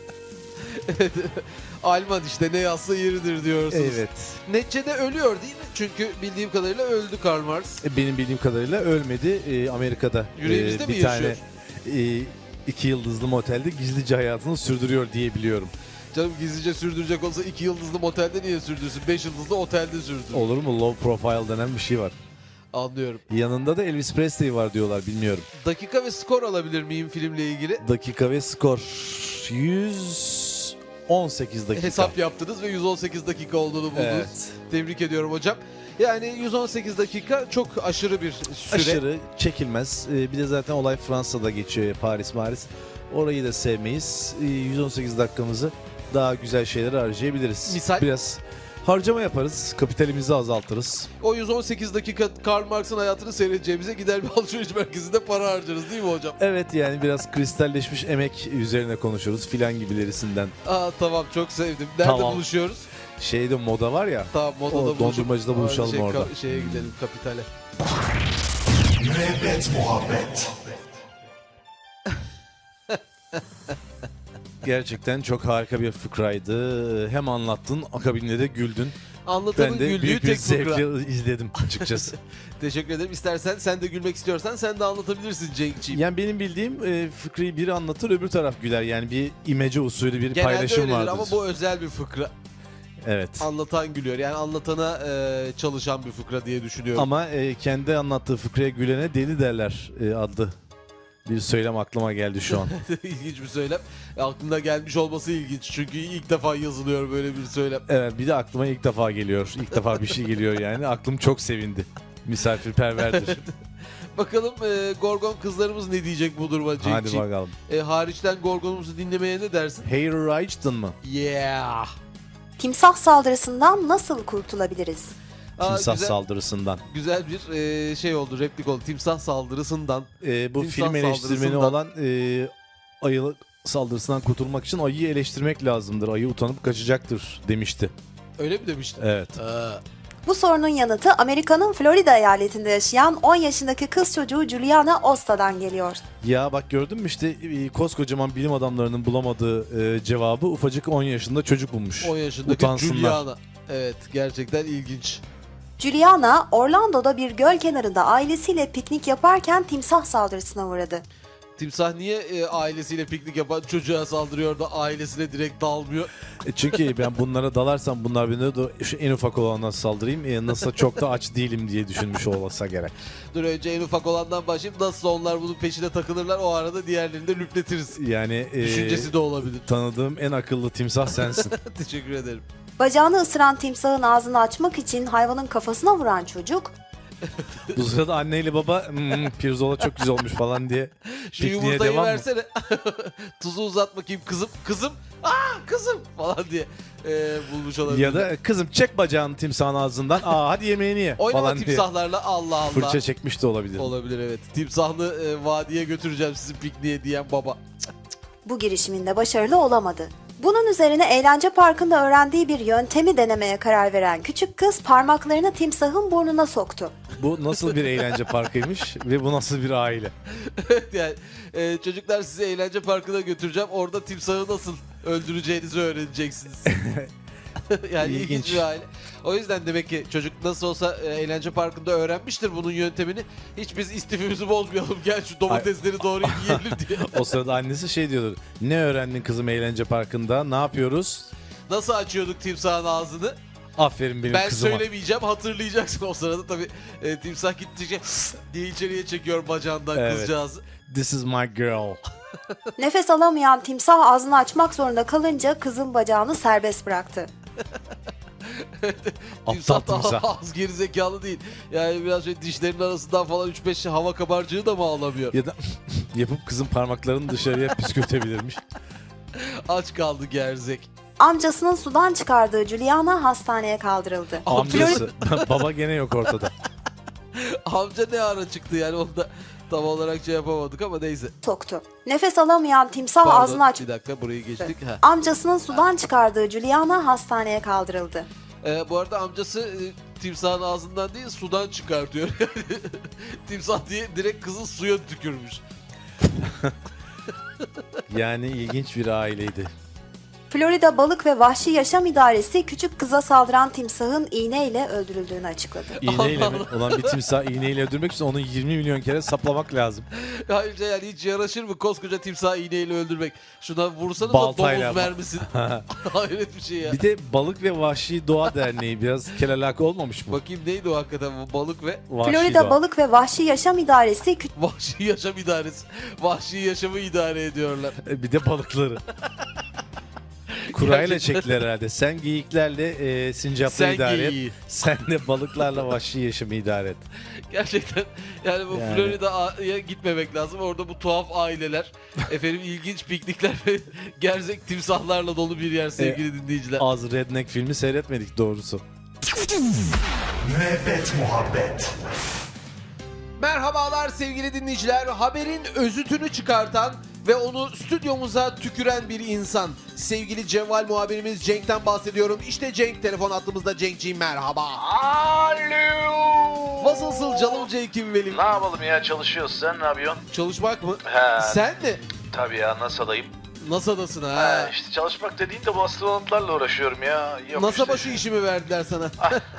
Alman işte, ne yazsa yeridir diyorsunuz. Evet. Neticede ölüyor değil mi? Çünkü bildiğim kadarıyla öldü Karl Marx. Benim bildiğim kadarıyla ölmedi. Amerika'da Yüreğimizde mi bir tane yaşıyor? 2 yıldızlı motelde gizlice hayatını sürdürüyor diye biliyorum. Canım, gizlice sürdürecek olsa 2 yıldızlı motelde niye sürdürsün? 5 yıldızlı otelde sürdür. Olur mu? Low profile denen bir şey var. Anlıyorum. Yanında da Elvis Presley var diyorlar, bilmiyorum. Dakika ve skor alabilir miyim filmle ilgili? Dakika ve skor 118 dakika. Hesap yaptınız ve 118 dakika olduğunu buldunuz. Evet. Tebrik ediyorum hocam. Yani 118 dakika çok aşırı bir süre. Aşırı çekilmez. Bir de zaten olay Fransa'da geçiyor, Paris. Orayı da sevmeyiz. 118 dakikamızı daha güzel şeylere harcayabiliriz. Misal? Biraz harcama yaparız, kapitalimizi azaltırız. O 118 dakika Karl Marx'ın hayatını seyredeceğimize gider bir alışveriş merkezinde para harcarız değil mi hocam? Evet, yani biraz kristalleşmiş emek üzerine konuşuruz filan gibilerisinden. Aa, tamam, çok sevdim. Nerede Tamam. buluşuyoruz? Şeyde moda var ya. Tamam, modada O buluşup dondurmacıda buluşalım orada. Şeye gidelim, Kapital'e. Müebbet muhabbet. Gerçekten çok harika bir fıkraydı. Hem anlattın, akabinde de güldün. Anlatanın Ben de güldüğü büyük bir tek fıkra. zevkle izledim açıkçası. Teşekkür ederim. İstersen sen de gülmek istiyorsan sen de anlatabilirsin Cenk'ciğim. Yani benim bildiğim fıkrayı biri anlatır, öbür taraf güler. Yani bir imece usulü bir Genelde paylaşım öyledir vardır. ama bu özel bir fıkra. Evet. Anlatan gülüyor. Yani anlatana çalışan bir fıkra diye düşünüyorum. Ama kendi anlattığı fıkraya gülene deli derler adlı bir söylem aklıma geldi şu an. İlginç bir söylem. Aklımda gelmiş olması ilginç. Çünkü ilk defa yazılıyor böyle bir söylem. Evet, bir de aklıma ilk defa geliyor. İlk defa bir şey geliyor yani. Aklım çok sevindi. Misafirperverdir. Bakalım Gorgon kızlarımız ne diyecek bu duruma Hadi Cenk'ciğim. bakalım. Hariçten Gorgon'umuzu dinlemeye ne dersin? Hair Right'ın mı? Yeah. Timsah saldırısından nasıl kurtulabiliriz? Timsah güzel, saldırısından. güzel bir şey oldu, replik oldu. Timsah saldırısından. Bu Timsah film eleştirmeni saldırısından. olan ayı saldırısından kurtulmak için ayıyı eleştirmek lazımdır. Ayı utanıp kaçacaktır demişti. Öyle mi demiştin? Evet. Bu sorunun yanıtı Amerika'nın Florida eyaletinde yaşayan 10 yaşındaki kız çocuğu Juliana Osta'dan geliyor. Ya bak gördün mü işte koskocaman bilim adamlarının bulamadığı cevabı ufacık 10 yaşında çocuk bulmuş. 10 yaşındaki Utansınlar. Juliana. Evet, gerçekten ilginç. Juliana, Orlando'da bir göl kenarında ailesiyle piknik yaparken timsah saldırısına uğradı. Timsah niye ailesiyle piknik yapan çocuğa saldırıyor da ailesine direkt dalmıyor? Çünkü ben bunlara dalarsam bunlar beni de şu en ufak olana saldırayım. Nasılsa çok da aç değilim diye düşünmüş olsa gerek. Dur önce en ufak olandan başlayayım. Nasılsa onlar bunun peşine takılırlar. O arada diğerlerini de lüpletiriz. Yani Düşüncesi de olabilir. tanıdığım en akıllı timsah sensin. Teşekkür ederim. Bacağını ısıran timsahın ağzını açmak için hayvanın kafasına vuran çocuk, Bu sırada anneyle baba pirzola çok güzel olmuş falan diye Şu pikniğe yumurtayı devam mı? versene. Tuzu uzat bakayım kızım. Kızım. Kızım falan diye bulmuş olabilir. Ya da kızım çek bacağını timsahın ağzından. Hadi yemeğini ye Oynama falan diye timsahlarla, Allah Allah. fırça çekmiş de olabilir. Olabilir, evet. Timsahlı vadiye götüreceğim sizi pikniğe diyen baba. bu girişiminde başarılı olamadı. Bunun üzerine eğlence parkında öğrendiği bir yöntemi denemeye karar veren küçük kız parmaklarını timsahın burnuna soktu. Bu nasıl bir eğlence parkıymış ve bu nasıl bir aile? Evet, yani çocuklar sizi eğlence parkına götüreceğim. Orada timsahı nasıl öldüreceğinizi öğreneceksiniz. Yani ilginç İlginç. bir aile. O yüzden demek ki çocuk nasıl olsa eğlence parkında öğrenmiştir bunun yöntemini. Hiç biz istifimizi bozmayalım. Gel şu domatesleri doğrayıp yiyelim diye. O sırada annesi şey diyordur. Ne öğrendin kızım eğlence parkında? Ne yapıyoruz? Nasıl açıyorduk timsahın ağzını? Aferin benim Ben kızıma. söylemeyeceğim, hatırlayacaksın o sırada. Tabii timsah gittikçe diye içeriye çekiyor bacağından Evet. kızcağızı. This is my girl. Nefes alamayan timsah ağzını açmak zorunda kalınca kızın bacağını serbest bıraktı. Aptal Timsah da timsah. az gerizekalı değil. Yani biraz şöyle dişlerinin arasından falan 3-5 hava kabarcığı da mı alamıyor? Ya da yapıp kızın parmaklarını dışarıya püskürtebilirmiş. Aç kaldı gerzek. Amcasının sudan çıkardığı Juliana hastaneye kaldırıldı. Amcası. Baba gene yok ortada. Amca ne ara çıktı yani, onu da tam olarak şey yapamadık ama neyse. Soktu. Nefes alamayan timsah Pardon, ağzını aç. bir dakika burayı geçtik. Ha. Amcasının sudan çıkardığı Juliana hastaneye kaldırıldı. Bu arada amcası timsahın ağzından değil sudan çıkartıyor. Yani timsah diye direkt kızın suya tükürmüş. Yani ilginç bir aileydi. Florida Balık ve Vahşi Yaşam İdaresi küçük kıza saldıran timsahın iğneyle öldürüldüğünü açıkladı. İğneyle mi? Ulan bir timsah iğneyle öldürmek için onu 20 milyon kere saplamak lazım. Ayrıca yani hiç yaraşır mı koskoca timsahı iğneyle öldürmek? Şuna vursanız da Baltayla domuz mermisi. Hayret bir şey ya. Bir de Balık ve Vahşi Doğa Derneği biraz kelalaka olmamış mı? Bakayım neydi o hakikaten bu balık ve Vahşi Florida Doğa. Balık ve Vahşi Yaşam İdaresi Vahşi Yaşam İdaresi. Vahşi yaşamı idare ediyorlar. Bir de balıkları. Kurayla Gerçekten. çektiler herhalde. Sen geyiklerle sincapları Sen idare et. geyiği. Sen de balıklarla vahşi yaşamı idare et. Gerçekten yani bu Yani. Florida'ya gitmemek lazım. Orada bu tuhaf aileler, efendim ilginç piknikler ve gerzek timsahlarla dolu bir yer sevgili dinleyiciler. Az redneck filmi seyretmedik doğrusu. Müebbet muhabbet. Merhabalar sevgili dinleyiciler. Haberin özütünü çıkartan ve onu stüdyomuza tüküren bir insan. Sevgili Cevval muhabirimiz Cenk'ten bahsediyorum. İşte Cenk telefon attığımızda. Cenk'ciğim merhaba. Alo. Nasılsın canım Cenk'im benim? Ne yapalım ya, çalışıyoruz, sen ne yapıyorsun? Çalışmak mı? He. Sen mi? Tabii ya, NASA'dayım. NASA'dasın ha. Ha, işte çalışmak dediğin de bu astronotlarla uğraşıyorum ya. Yok NASA işte. başı işimi verdiler sana.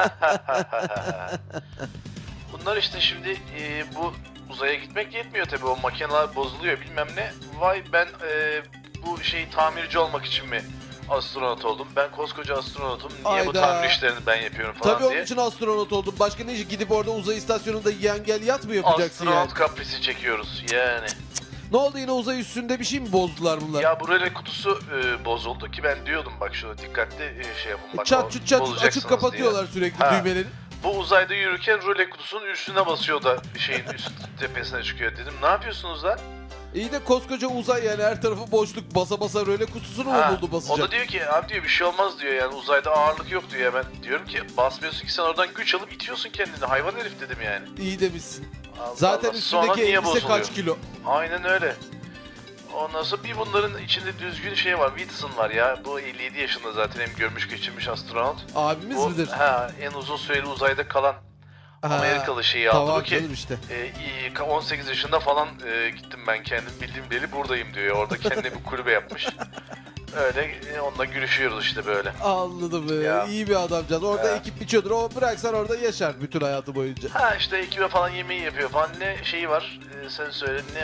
Bunlar işte şimdi bu uzaya gitmek yetmiyor tabii, o makineler bozuluyor bilmem ne. Vay ben bu tamirci olmak için mi astronot oldum? Ben koskoca astronotum, niye bu Ayda. tamir işlerini ben yapıyorum falan Tabii onun diye. için astronot oldum. Başka ne işi? Gidip orada uzay istasyonunda yiyen gel yat mı yapacaksın Astronot yani? kaprisi çekiyoruz yani. Ne oldu, yine uzay üstünde bir şey mi bozdular bunlar? Ya bu relay kutusu bozuldu ki ben diyordum bak şurada dikkatli şey yapın bak. Çat çut çat çut bozacaksınız açıp kapatıyorlar diye. sürekli Ha. düğmeleri. Bu uzayda yürürken röle kutusunun üstüne basıyor da şeyin üst tepesine çıkıyor dedim. Ne yapıyorsunuz lan? İyi de koskoca uzay yani her tarafı boşluk, basa basa röle kutusunu mu buldu O basacak? da diyor ki abi diyor bir şey olmaz diyor, yani uzayda ağırlık yok diyor. Ben diyorum ki basmıyorsun ki, sen oradan güç alıp itiyorsun kendini, hayvan herif dedim yani. İyi demişsin. Allah Zaten Allah. Sonra üstündeki niye elbise bozuluyor? kaç kilo? Aynen öyle. Ondan sonra bir bunların içinde düzgün şey var, Whitson var ya. Bu 57 yaşında zaten, hem görmüş geçirmiş astronot. Abimiz Bu, midir? en uzun süreli uzayda kalan Ha, Amerikalı şeyi aldı. tamam Bu ki canım işte. 18 yaşında falan gittim ben, kendim bildiğim beri buradayım diyor. Orada kendine bir kulübe yapmış. Öyle onunla gülüşüyoruz işte böyle. Anladım. Ya. İyi bir adamcağız. Orada ekip biçiyordur. O bıraksan orada yaşar bütün hayatı boyunca. Ha işte ekibe falan yemeği yapıyor falan, ne şeyi var, sen söyle ne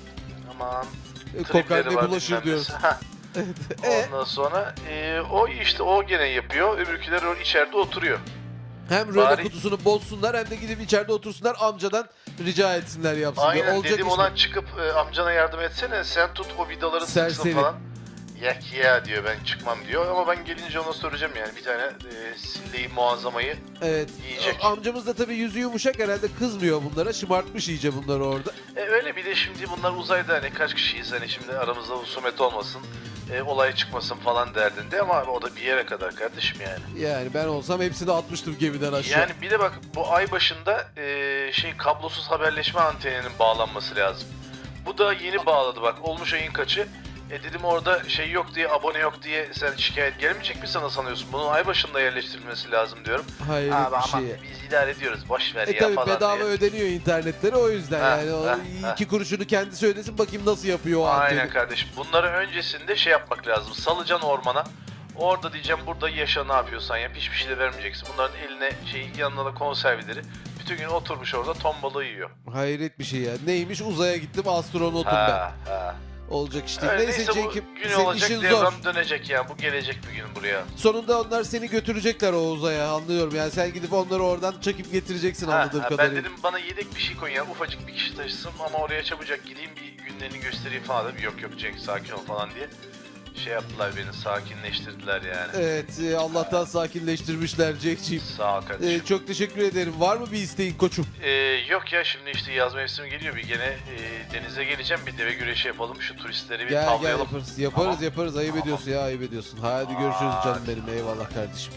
aman Kokaine tripleri var, bulaşır bilmem diyorsun. nesi. Ha. Ondan sonra o işte o gene yapıyor, öbürküler içeride oturuyor. Hem röle Bari- kutusunu bozsunlar hem de gidip içeride otursunlar, amcadan rica etsinler yapsın diye. Aynen Olacak dedim iş mi? ona, çıkıp amcana yardım etsene, sen tut o vidaları Serseri. sıksın falan. Yak ya diyor, ben çıkmam diyor, ama ben gelince ona soracağım yani, bir tane silleyi muazzamayı Evet. yiyecek. Amcamız da tabii yüzü yumuşak, herhalde kızmıyor bunlara. Şımartmış iyice bunları orada. Öyle, bir de şimdi bunlar uzayda, hani kaç kişiyiz, hani şimdi aramızda husumet olmasın, olay çıkmasın falan derdinde, ama o da bir yere kadar kardeşim yani. Yani ben olsam hepsini atmıştım gemiden aşağı. Yani bir de bak, bu ay başında kablosuz haberleşme anteninin bağlanması lazım. Bu da yeni bağladı bak, olmuş ayın kaçı. Dedim orada şey yok diye, abone yok diye sen şikayet gelmeyecek mi sana sanıyorsun? Bunun ay başında yerleştirilmesi lazım diyorum. Hayret Abi bir ama şey. biz idare ediyoruz, boş ver ya Tabii falan bedava diye. ödeniyor internetleri, o yüzden Ha, yani. O ha, iki kuruşunu kendisi ödesin, bakayım nasıl yapıyor o Aynen anteni. kardeşim. Bunları öncesinde şey yapmak lazım. Salacaksın ormana. Orada diyeceğim, burada yaşa, ne yapıyorsan yap. Hiçbir şey de vermeyeceksin. Bunların eline yanına da konserveleri. Bütün gün oturmuş orada ton balığı yiyor. Hayret bir şey ya. Neymiş, uzaya gittim, astronotum ben. Ha. Olacak işte. Öyle, Neyse neyse bu Cenk'im, gün senin olacak, işin devran zor. dönecek ya. Bu gelecek bir gün buraya. Sonunda onlar seni götürecekler o uzaya, anlıyorum. Yani sen gidip onları oradan çekip getireceksin anladığım Ben kadarıyla. dedim bana yedek bir şey koyun ya. Ufacık bir kişi taşısın ama oraya çabucak gideyim, bir günlerini göstereyim falan dedim. Yok Cenk, sakin ol falan diye. Şey yaptılar, beni sakinleştirdiler yani. Evet, Allah'tan sakinleştirmişler Cenk'ciğim. Sağ ol kardeşim. Çok teşekkür ederim. Var mı bir isteğin koçum? Yok ya, şimdi işte yaz mevsimi geliyor, bir gene denize geleceğim, bir deve güreşi yapalım, şu turistleri bir Gel tavlayalım. yaparız. Ayıp ediyorsun ya, ayıp ediyorsun. Hadi görüşürüz canım benim, eyvallah kardeşim.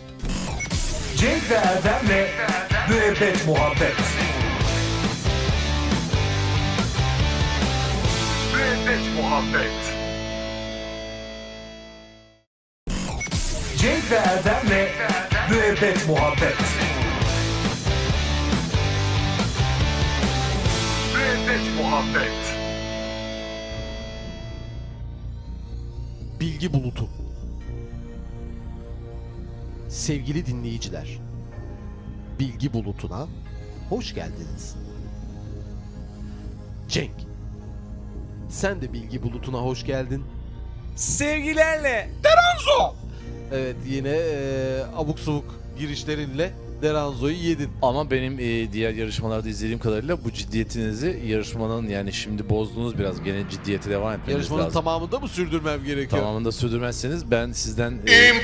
Cenk ve Erdem'le Müebbet Muhabbet. Müebbet Muhabbet. Cenk ve Erdem'le Müebbet Muhabbet. Müebbet Muhabbet. Bilgi bulutu. Sevgili dinleyiciler, bilgi bulutuna hoş geldiniz. Cenk, sen de bilgi bulutuna hoş geldin. Sevgilerle. Evet, yine abuk subuk girişlerinle Deranzo'yu yedin. Ama benim diğer yarışmalarda izlediğim kadarıyla bu ciddiyetinizi yarışmanın, yani şimdi bozdunuz biraz, gene ciddiyete devam etmeniz Yarışmanın lazım. tamamında mı sürdürmem gerekiyor? Tamamında sürdürmezseniz ben sizden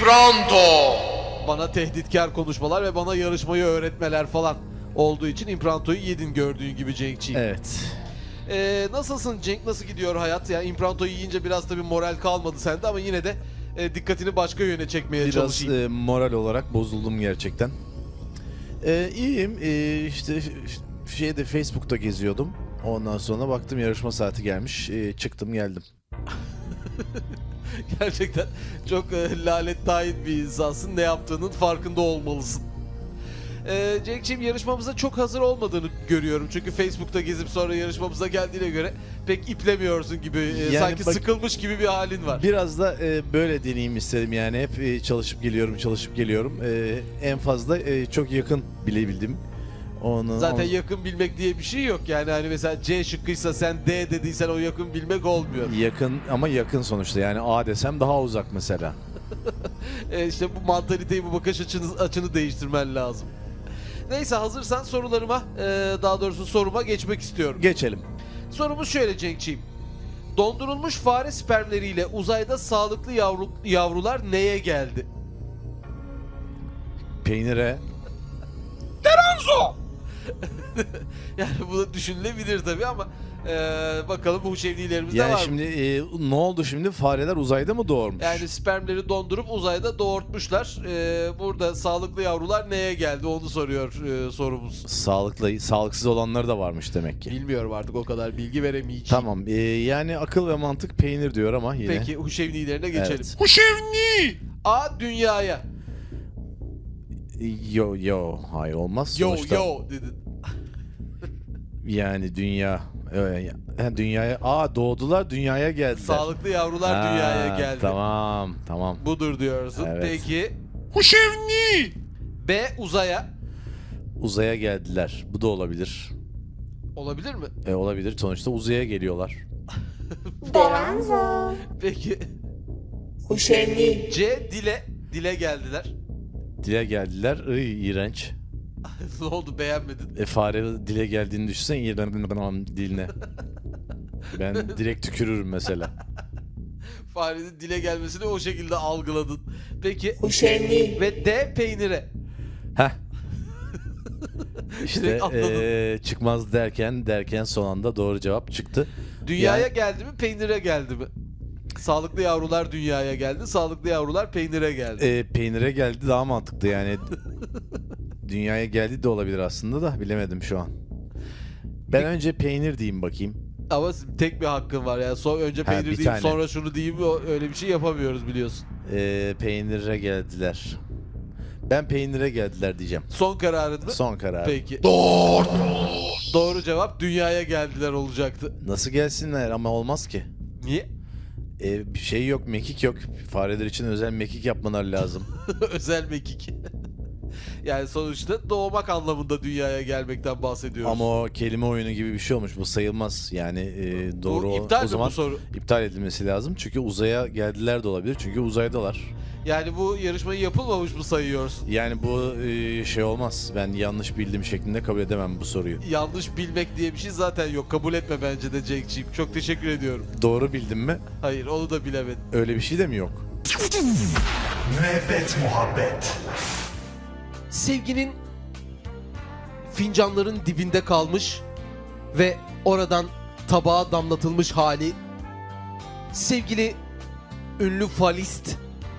Bana tehditkar konuşmalar ve bana yarışmayı öğretmeler falan olduğu için İmpranto'yu yedin gördüğün gibi Cenk'ciğim. evet. Nasılsın Cenk? Nasıl gidiyor hayat? Yani İmpranto'yu yiyince biraz tabii moral kalmadı sende, ama yine de dikkatini başka yöne çekmeye Biraz çalışayım. moral olarak bozuldum gerçekten. İyiyim. İşte şeyde Facebook'ta geziyordum. Ondan sonra baktım yarışma saati gelmiş. Çıktım geldim. Gerçekten çok lalet dair bir insansın. Ne yaptığının farkında olmalısın. Cenk'ciğim, yarışmamıza çok hazır olmadığını görüyorum. Çünkü Facebook'ta gezip sonra yarışmamıza geldiğine göre pek iplemiyorsun gibi. Yani Sanki bak- sıkılmış gibi bir halin var. Biraz da böyle deneyim istedim yani. Hep çalışıp geliyorum. En fazla çok yakın bilebildim. Zaten yakın bilmek diye bir şey yok. Yani hani mesela C şıkkıysa sen D dediysen o yakın bilmek olmuyor. yakın, ama yakın sonuçta. Yani A desem daha uzak mesela. İşte bu mantaliteyi, bu bakış açını değiştirmen lazım. Neyse, hazırsan sorularıma, daha doğrusu soruma geçmek istiyorum. Geçelim. Sorumuz şöyle Cenk'ciğim. Dondurulmuş fare spermleriyle uzayda sağlıklı yavrular neye geldi? Peynire. Yani bu da düşünülebilir tabii ama bakalım bu huşevnilerimiz de Yani var mı? şimdi ne oldu şimdi? Fareler uzayda mı doğurmuş? Yani spermleri dondurup uzayda doğurtmuşlar. Burada sağlıklı yavrular neye geldi onu soruyor sorumuz. Sağlıksız olanlar da varmış demek ki. Bilmiyorum artık o kadar bilgi veremeyeceğim. Tamam. Yani akıl ve mantık peynir diyor ama yine. Peki huşevnilerine geçelim. Evet. Huşevni! A. Dünyaya. Yo. Hayır olmaz. Yo Sonuçta yo dedin. Yani dünya. Dünyaya. Doğdular dünyaya geldiler. Sağlıklı yavrular dünyaya geldi. Tamam. Budur diyorsun. Evet. Peki. Huşevni! B. Uzaya. Uzaya geldiler. Bu da olabilir. Olabilir mi? Olabilir. Sonuçta uzaya geliyorlar. Peki. Huşevni. C. Dile geldiler. Dile geldiler. İğrenç. Ne oldu beğenmedin? Fare dile geldiğini düşünsen diline. Ben direkt tükürürüm mesela. Farenin dile gelmesini o şekilde algıladın. Peki. Huşevni. Ve D. Peynire. Heh. İşte Direkt atladın. çıkmaz derken son anda doğru cevap çıktı. Dünyaya Yani- geldi mi, peynire geldi mi? Sağlıklı yavrular dünyaya geldi, sağlıklı yavrular peynire geldi. Peynire geldi daha mantıklı yani. Dünyaya geldi de olabilir aslında da bilemedim şu an. Ben önce peynir diyeyim bakayım. Ama tek bir hakkın var yani. Önce Ha, peynir bir diyeyim, tane. sonra şunu diyeyim, öyle bir şey yapamıyoruz biliyorsun. Peynire geldiler. Ben peynire geldiler diyeceğim. Son kararın mı? Son karar. Peki. Doğru cevap dünyaya geldiler olacaktı. Nasıl gelsinler ama olmaz ki. Niye? Bir şey yok, mekik yok. Fareler için özel mekik yapmaları lazım. Özel mekik. Yani sonuçta doğmak anlamında dünyaya gelmekten bahsediyoruz. Ama o kelime oyunu gibi bir şey olmuş. Bu sayılmaz. Yani doğru Bu iptal o mi zaman bu soru? iptal edilmesi lazım. Çünkü uzaya geldiler de olabilir. Çünkü uzaydalar. Yani bu yarışmayı yapılmamış mı sayıyorsun? Yani bu şey olmaz. Ben yanlış bildiğim şeklinde kabul edemem bu soruyu. Yanlış bilmek diye bir şey zaten yok. Kabul etme bence de Cenk'ciğim. Çok teşekkür ediyorum. Doğru bildim mi? Hayır, onu da bilemedim. Öyle bir şey de mi yok? Müebbet muhabbet. Sevginin fincanların dibinde kalmış ve oradan tabağa damlatılmış hali. Sevgili ünlü falist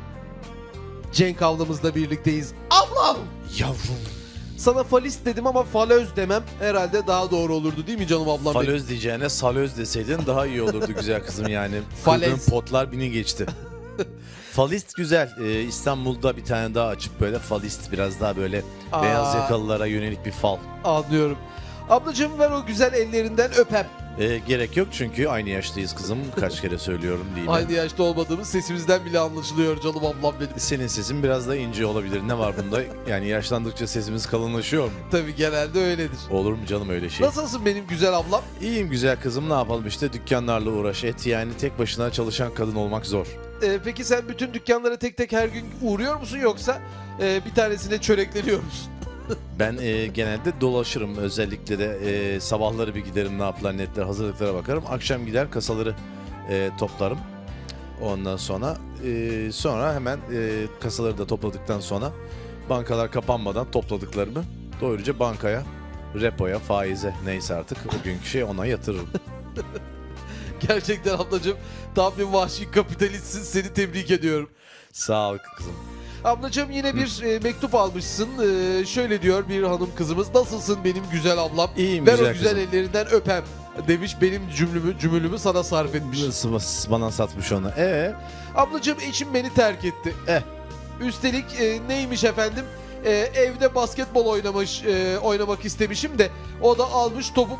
Cenk ablamızla birlikteyiz. Ablam! Yavrum. Sana falist dedim ama falöz demem herhalde daha doğru olurdu değil mi canım ablam? benim? Falöz diyeceğine salöz deseydin daha iyi olurdu güzel kızım yani. Falez. Kırdığın potlar bini geçti. Falist güzel. İstanbul'da bir tane daha açıp böyle falist biraz daha böyle beyaz yakalılara yönelik bir fal. Anlıyorum. Ablacığım ver o güzel ellerinden öpem. Gerek yok çünkü aynı yaştayız kızım. Kaç kere söylüyorum değil mi? Aynı yaşta olmadığımız sesimizden bile anlaşılıyor canım ablam benim. Senin sesin biraz da ince olabilir. Ne var bunda? Yani yaşlandıkça sesimiz kalınlaşıyor mu? Tabii genelde öyledir. Olur mu canım öyle şey? Nasılsın benim güzel ablam? İyiyim güzel kızım, ne yapalım işte dükkanlarla uğraş et. Yani tek başına çalışan kadın olmak zor. Peki sen bütün dükkanlara tek tek her gün uğruyor musun yoksa bir tanesine çörekleniyor musun? Ben genelde dolaşırım, özellikle de sabahları bir giderim, ne yapılan netler, hazırlıklara bakarım. Akşam gider kasaları toplarım. Ondan sonra hemen kasaları da topladıktan sonra bankalar kapanmadan topladıklarımı doğruca bankaya, repoya, faize neyse artık o günkü şey ona yatırırım. Gerçekten ablacığım tam bir vahşi kapitalistsin, seni tebrik ediyorum. Sağ ol kızım. Ablacığım yine bir mektup almışsın. Şöyle diyor bir hanım kızımız. Nasılsın benim güzel ablam? İyiyim Ver güzel o güzel kızım. ellerinden öpem demiş, benim cümlümü sana sarf etmiş. Bana satmış onu. Ablacığım eşim beni terk etti. Üstelik neymiş efendim? Evde basketbol oynamak istemişim de o da almış topu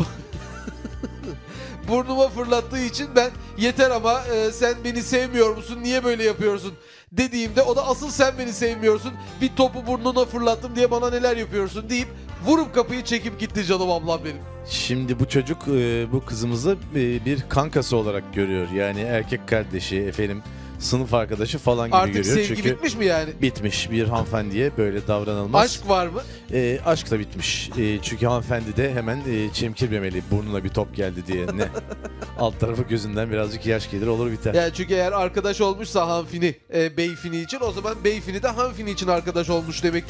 burnuma fırlattığı için ben yeter ama sen beni sevmiyor musun, niye böyle yapıyorsun dediğimde o da asıl sen beni sevmiyorsun, bir topu burnuna fırlattım diye bana neler yapıyorsun deyip vurup kapıyı çekip gitti canım ablam benim. Şimdi bu çocuk bu kızımızı bir kankası olarak görüyor. Yani erkek kardeşi, efendim sınıf arkadaşı falan gibi Artık görüyor. sevgi Çünkü bitmiş mi yani? bitmiş, bir hanımefendiye böyle davranılmaz. Aşk var mı? Aşk da bitmiş. Çünkü hanımefendi de hemen çemkirmemeli burnuna bir top geldi diye. Ne? Alt tarafı gözünden birazcık yaş gelir, olur biter. Yani çünkü eğer arkadaş olmuşsa hanfini beyfini için, o zaman beyfini de hanfini için arkadaş olmuş demektir.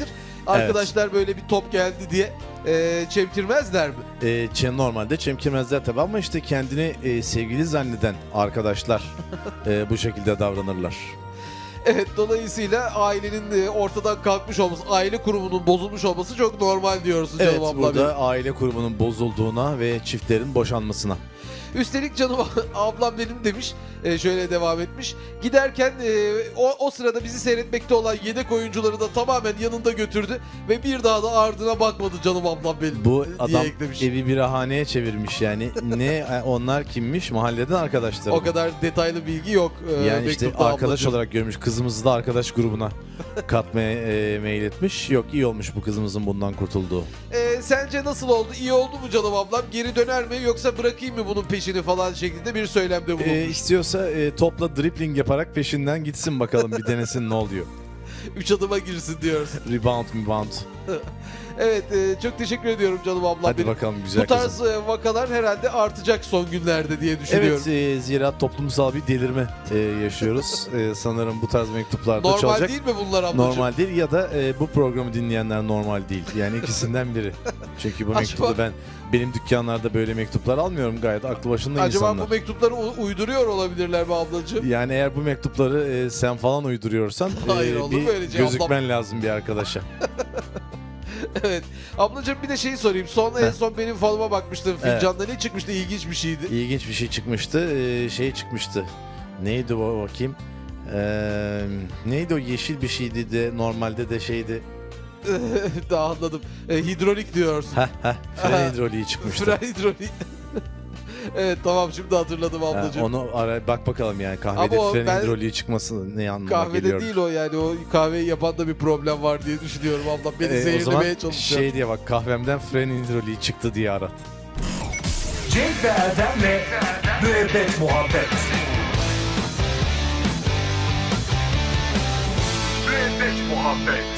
Arkadaşlar böyle bir top geldi diye çemkirmezler mi? Normalde çemkirmezler tabii ama işte kendini sevgili zanneden arkadaşlar bu şekilde davranırlar. Evet, dolayısıyla ailenin ortadan kalkmış olması, aile kurumunun bozulmuş olması çok normal diyorsun canım Evet, abla. burada aile kurumunun bozulduğuna ve çiftlerin boşanmasına. Üstelik canım ablam benim demiş, şöyle devam etmiş. Giderken o sırada bizi seyretmekte olan yedek oyuncuları da tamamen yanında götürdü ve bir daha da ardına bakmadı canım ablam benim. Bu diye adam eklemiş. evi birahaneye çevirmiş yani. Onlar kimmiş? Mahalleden arkadaşları. O kadar detaylı bilgi yok. Yani işte mektupta arkadaş ablacığım. olarak görmüş. Kızımızı da arkadaş grubuna katmaya meyletmiş. Yok, iyi olmuş bu kızımızın bundan kurtulduğu. Sence nasıl oldu? İyi oldu mu canım ablam? Geri döner mi yoksa bırakayım mı bunun peşini falan şeklinde bir söylemde bulunmuş. İstiyorsa topla dribbling yaparak peşinden gitsin bakalım, bir denesin ne oluyor. 3 adıma girsin diyorsun. Rebound. Evet, çok teşekkür ediyorum canım ablam Hadi benim. bakalım, güzel Bu tarz kızım. vakalar herhalde artacak son günlerde diye düşünüyorum. Evet, zira toplumsal bir delirme yaşıyoruz. Sanırım bu tarz mektuplarda Normal çalacak. değil mi bunlar ablacığım? Normal değil ya da bu programı dinleyenler normal değil. Yani ikisinden biri. Çünkü bu Acaba- mektubu benim dükkanlarda böyle mektuplar almıyorum, gayet aklı başında Acaba insanlar. bu mektupları uyduruyor olabilirler mi ablacığım? Yani eğer bu mektupları sen falan uyduruyorsan Hayır, olur mu öyle bir şey? gözükmen lazım bir arkadaşa. Evet. Ablacığım bir de şeyi sorayım. En son benim falıma bakmıştım. Fincanda ne çıkmıştı? İlginç bir şeydi. İlginç bir şey çıkmıştı. Şey çıkmıştı. Neydi o, bakayım. Neydi o, yeşil bir şeydi de normalde de şeydi. Daha anladım. Hidrolik diyorsun. Fren hidroliği çıkmıştı. Fren hidrolik. Evet, tamam, şimdi hatırladım ablacığım. Onu bak bakalım yani kahvede Ama o fren ben- hidroliği çıkması ne anlama Kahvede geliyor? değil o, yani o kahveyi yapan da bir problem var diye düşünüyorum ablam. Beni O zaman zehirlemeye çalışıyor. şey diye bak, kahvemden fren hidroliği çıktı diye arat. Cenk ve Erdem'le Müebbet Muhabbet. Müebbet Muhabbet.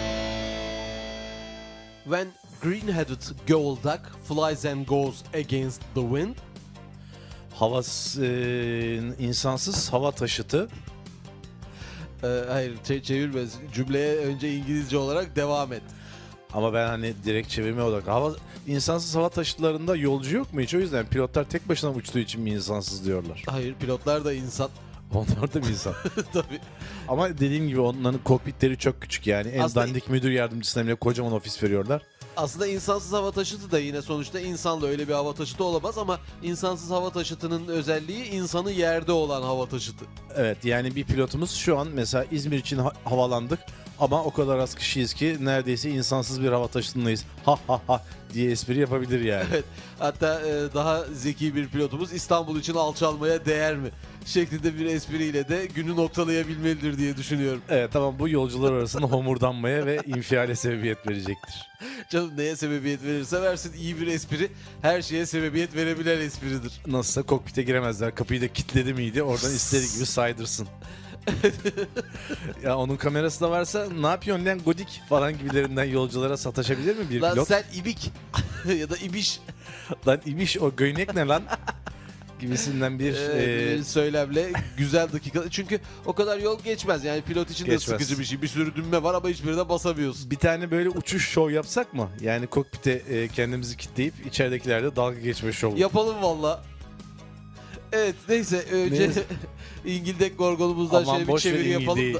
When green-headed gold-duck flies and goes against the wind, İnsansız hava taşıtı. Hayır, çevirmez. Cümleye önce İngilizce olarak devam et. Ama ben hani direkt çevirme olarak. İnsansız hava taşıtlarında yolcu yok mu hiç? O yüzden pilotlar tek başına uçtuğu için mi insansız diyorlar? Hayır, pilotlar da insan. Onlar da mı insan? Tabii. Ama dediğim gibi onların kokpitleri çok küçük yani. En Aslında- dandik müdür yardımcısına bile kocaman ofis veriyorlar. Aslında insansız hava taşıtı da yine sonuçta insanla öyle bir hava taşıtı olamaz ama insansız hava taşıtının özelliği insanı yerde olan hava taşıtı. Evet, yani bir pilotumuz şu an mesela İzmir için havalandık ama o kadar az kişiyiz ki neredeyse insansız bir hava taşıtındayız. Ha ha ha diye espri yapabilir yani. Evet. Hatta daha zeki bir pilotumuz İstanbul için alçalmaya değer mi şeklinde bir espriyle de günü noktalayabilmelidir diye düşünüyorum. Evet, tamam, bu yolcular arasında homurdanmaya ve infiale sebebiyet verecektir. Canım neye sebebiyet verirse versin, iyi bir espri her şeye sebebiyet verebilen espridir. Nasılsa kokpite giremezler. Kapıyı da kilitledi miydi? Oradan istediği gibi saydırsın. Ya onun kamerası da varsa ne yapıyorsun lan godik falan gibilerinden yolculara sataşabilir mi bir Lan pilot? sen ibik ya da ibiş Lan ibiş, o göynek ne lan? Gibisinden bir söylemle güzel dakika. Çünkü o kadar yol geçmez. Yani pilot için de Geçmez. sıkıcı bir şey. Bir sürü düğme var ama hiçbirine basamıyorsun. bir tane böyle uçuş şov yapsak mı? Yani kokpite kendimizi kilitleyip içeridekilerle dalga geçme şovu. Yapalım valla. Evet, neyse önce Neyse. İngildek gorgonumuzdan Aman şöyle bir boş ver çeviri yapalım İngildeği. da.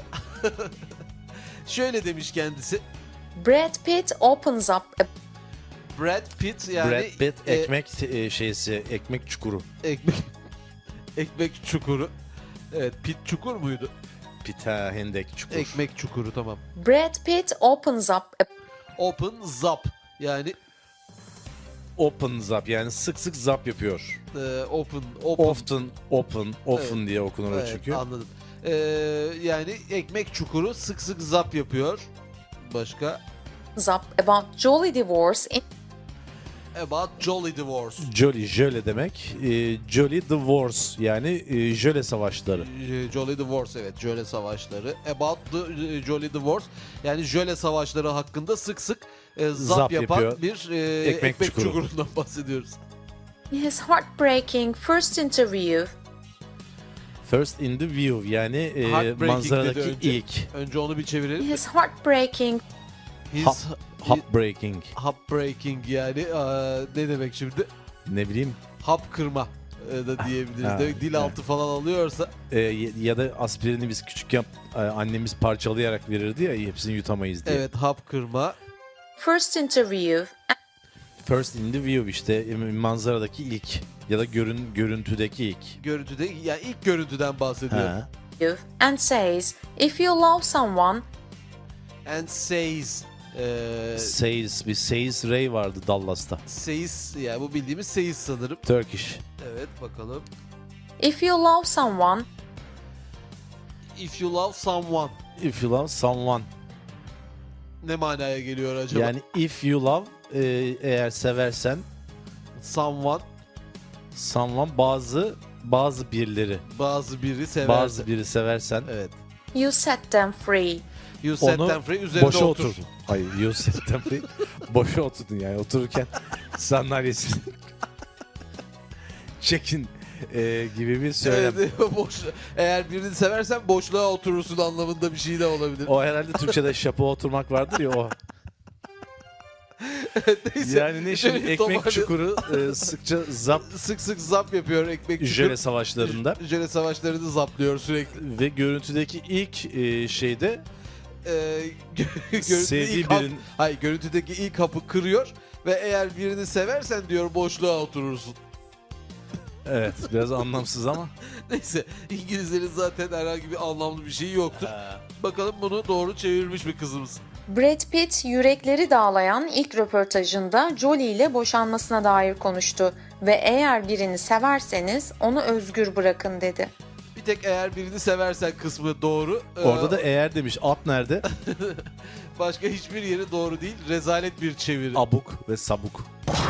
Şöyle demiş kendisi. Brad Pitt opens up a Brad Pitt yani Brad Pitt ekmek ekmek çukuru. ekmek çukuru. Evet, Pitt çukur muydu? Pita hendek çukur. Ekmek çukuru, tamam. Brad Pitt opens up a Open zap yani Open zap, yani sık sık zap yapıyor. open Often diye okunur o Evet, çünkü. anladım. Yani ekmek çukuru sık sık zap yapıyor. Başka? up about Jolly Divorce in About Jolly Divorce. Jolly, jöle demek. Jolly Divorce, yani jöle savaşları. Jolly Divorce, evet, jöle savaşları. About the Jolly Divorce, yani jöle savaşları hakkında sık sık zap yapan yapıyor. bir Ekmek ekmek çukuru. çukurundan bahsediyoruz. his heartbreaking first interview. First in the view, yani Heartbreaking manzaradaki dedi önce. ilk. Önce onu bir çevirelim. His heartbreaking His Heartbreaking. hop breaking yani ne demek şimdi? Ne bileyim. Hap kırma da diyebiliriz. Ha, Demek dil altı falan alıyorsa. Ya da aspirini biz küçükken annemiz parçalayarak verirdi ya hepsini yutamayız diye. Evet, hap kırma. First interview First in the view işte manzaradaki ilk ya da görüntüdeki ilk. Görüntüde, yani ilk görüntüden bahsediyorum. Ha. and says, if you love someone, And says. Says Ray vardı Dallas'ta. Says, yani bu bildiğimiz says sanırım. Turkish. Evet, bakalım. if you love someone, If you love someone. If you love someone. Ne manaya geliyor acaba? Yani if you love eğer seversen Someone, bazı birileri. bazı biri severse. Bazı biri seversen. Evet. you set them free. You set Onu them free, üzerine boşa otur. otur. Hayır, you set them free. Boşa oturdun yani otururken sandalyesini çekin gibi bir söylem. Evet, eğer birini seversen boşluğa oturursun anlamında bir şey de olabilir. O herhalde Türkçe'de şapa oturmak vardır ya o. Neyse, Yani ne şimdi şöyle ekmek toparlayalım. çukuru sıkça zap Sık sık zap yapıyor ekmek çukuru. jöle savaşlarında. Jöle savaşlarını zaplıyor sürekli. Ve görüntüdeki ilk şeyde Görüntüdeki sevdiği ilk hap, birin hayır, görüntüdeki ilk hapı kırıyor ve eğer birini seversen diyor boşluğa oturursun. evet biraz anlamsız ama Neyse, İngilizlerin zaten herhangi bir anlamlı bir şeyi yoktur. Bakalım bunu doğru çevirmiş mi kızımız? Brad Pitt yürekleri dağlayan ilk röportajında Jolie ile boşanmasına dair konuştu ve eğer birini severseniz onu özgür bırakın dedi. Bir tek eğer birini seversen kısmı doğru. orada da eğer demiş at nerede? Başka hiçbir yeri doğru değil. Rezalet bir çeviri. Abuk ve sabuk.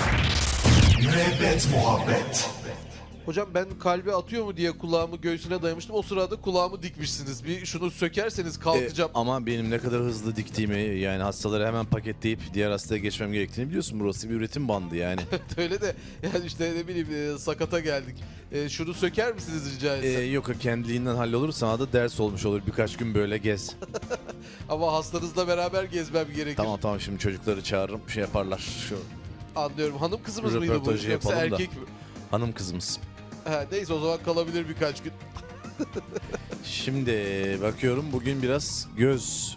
Müebbet muhabbet. Hocam ben kalbi atıyor mu diye kulağımı göğsüne dayamıştım. O sırada kulağımı dikmişsiniz. Bir şunu sökerseniz kalkacağım. Ama benim ne kadar hızlı diktiğimi yani hastaları hemen paketleyip diğer hastaya geçmem gerektiğini biliyorsun. Burası bir üretim bandı yani. Öyle de yani işte ne bileyim sakata geldik. Şunu söker misiniz rica etsem? Yok kendiliğinden hallolur sana da ders olmuş olur. Birkaç gün böyle gez. Ama hastanızla beraber gezmem gerekir. Tamam şimdi çocukları çağırırım şey yaparlar. Şu Anlıyorum. Hanım kızımız mıydı bu? röportajı Yoksa yapalım da. erkek mi? Hanım kızımız. Ha, neyse o zaman kalabilir birkaç gün. Şimdi bakıyorum bugün biraz göz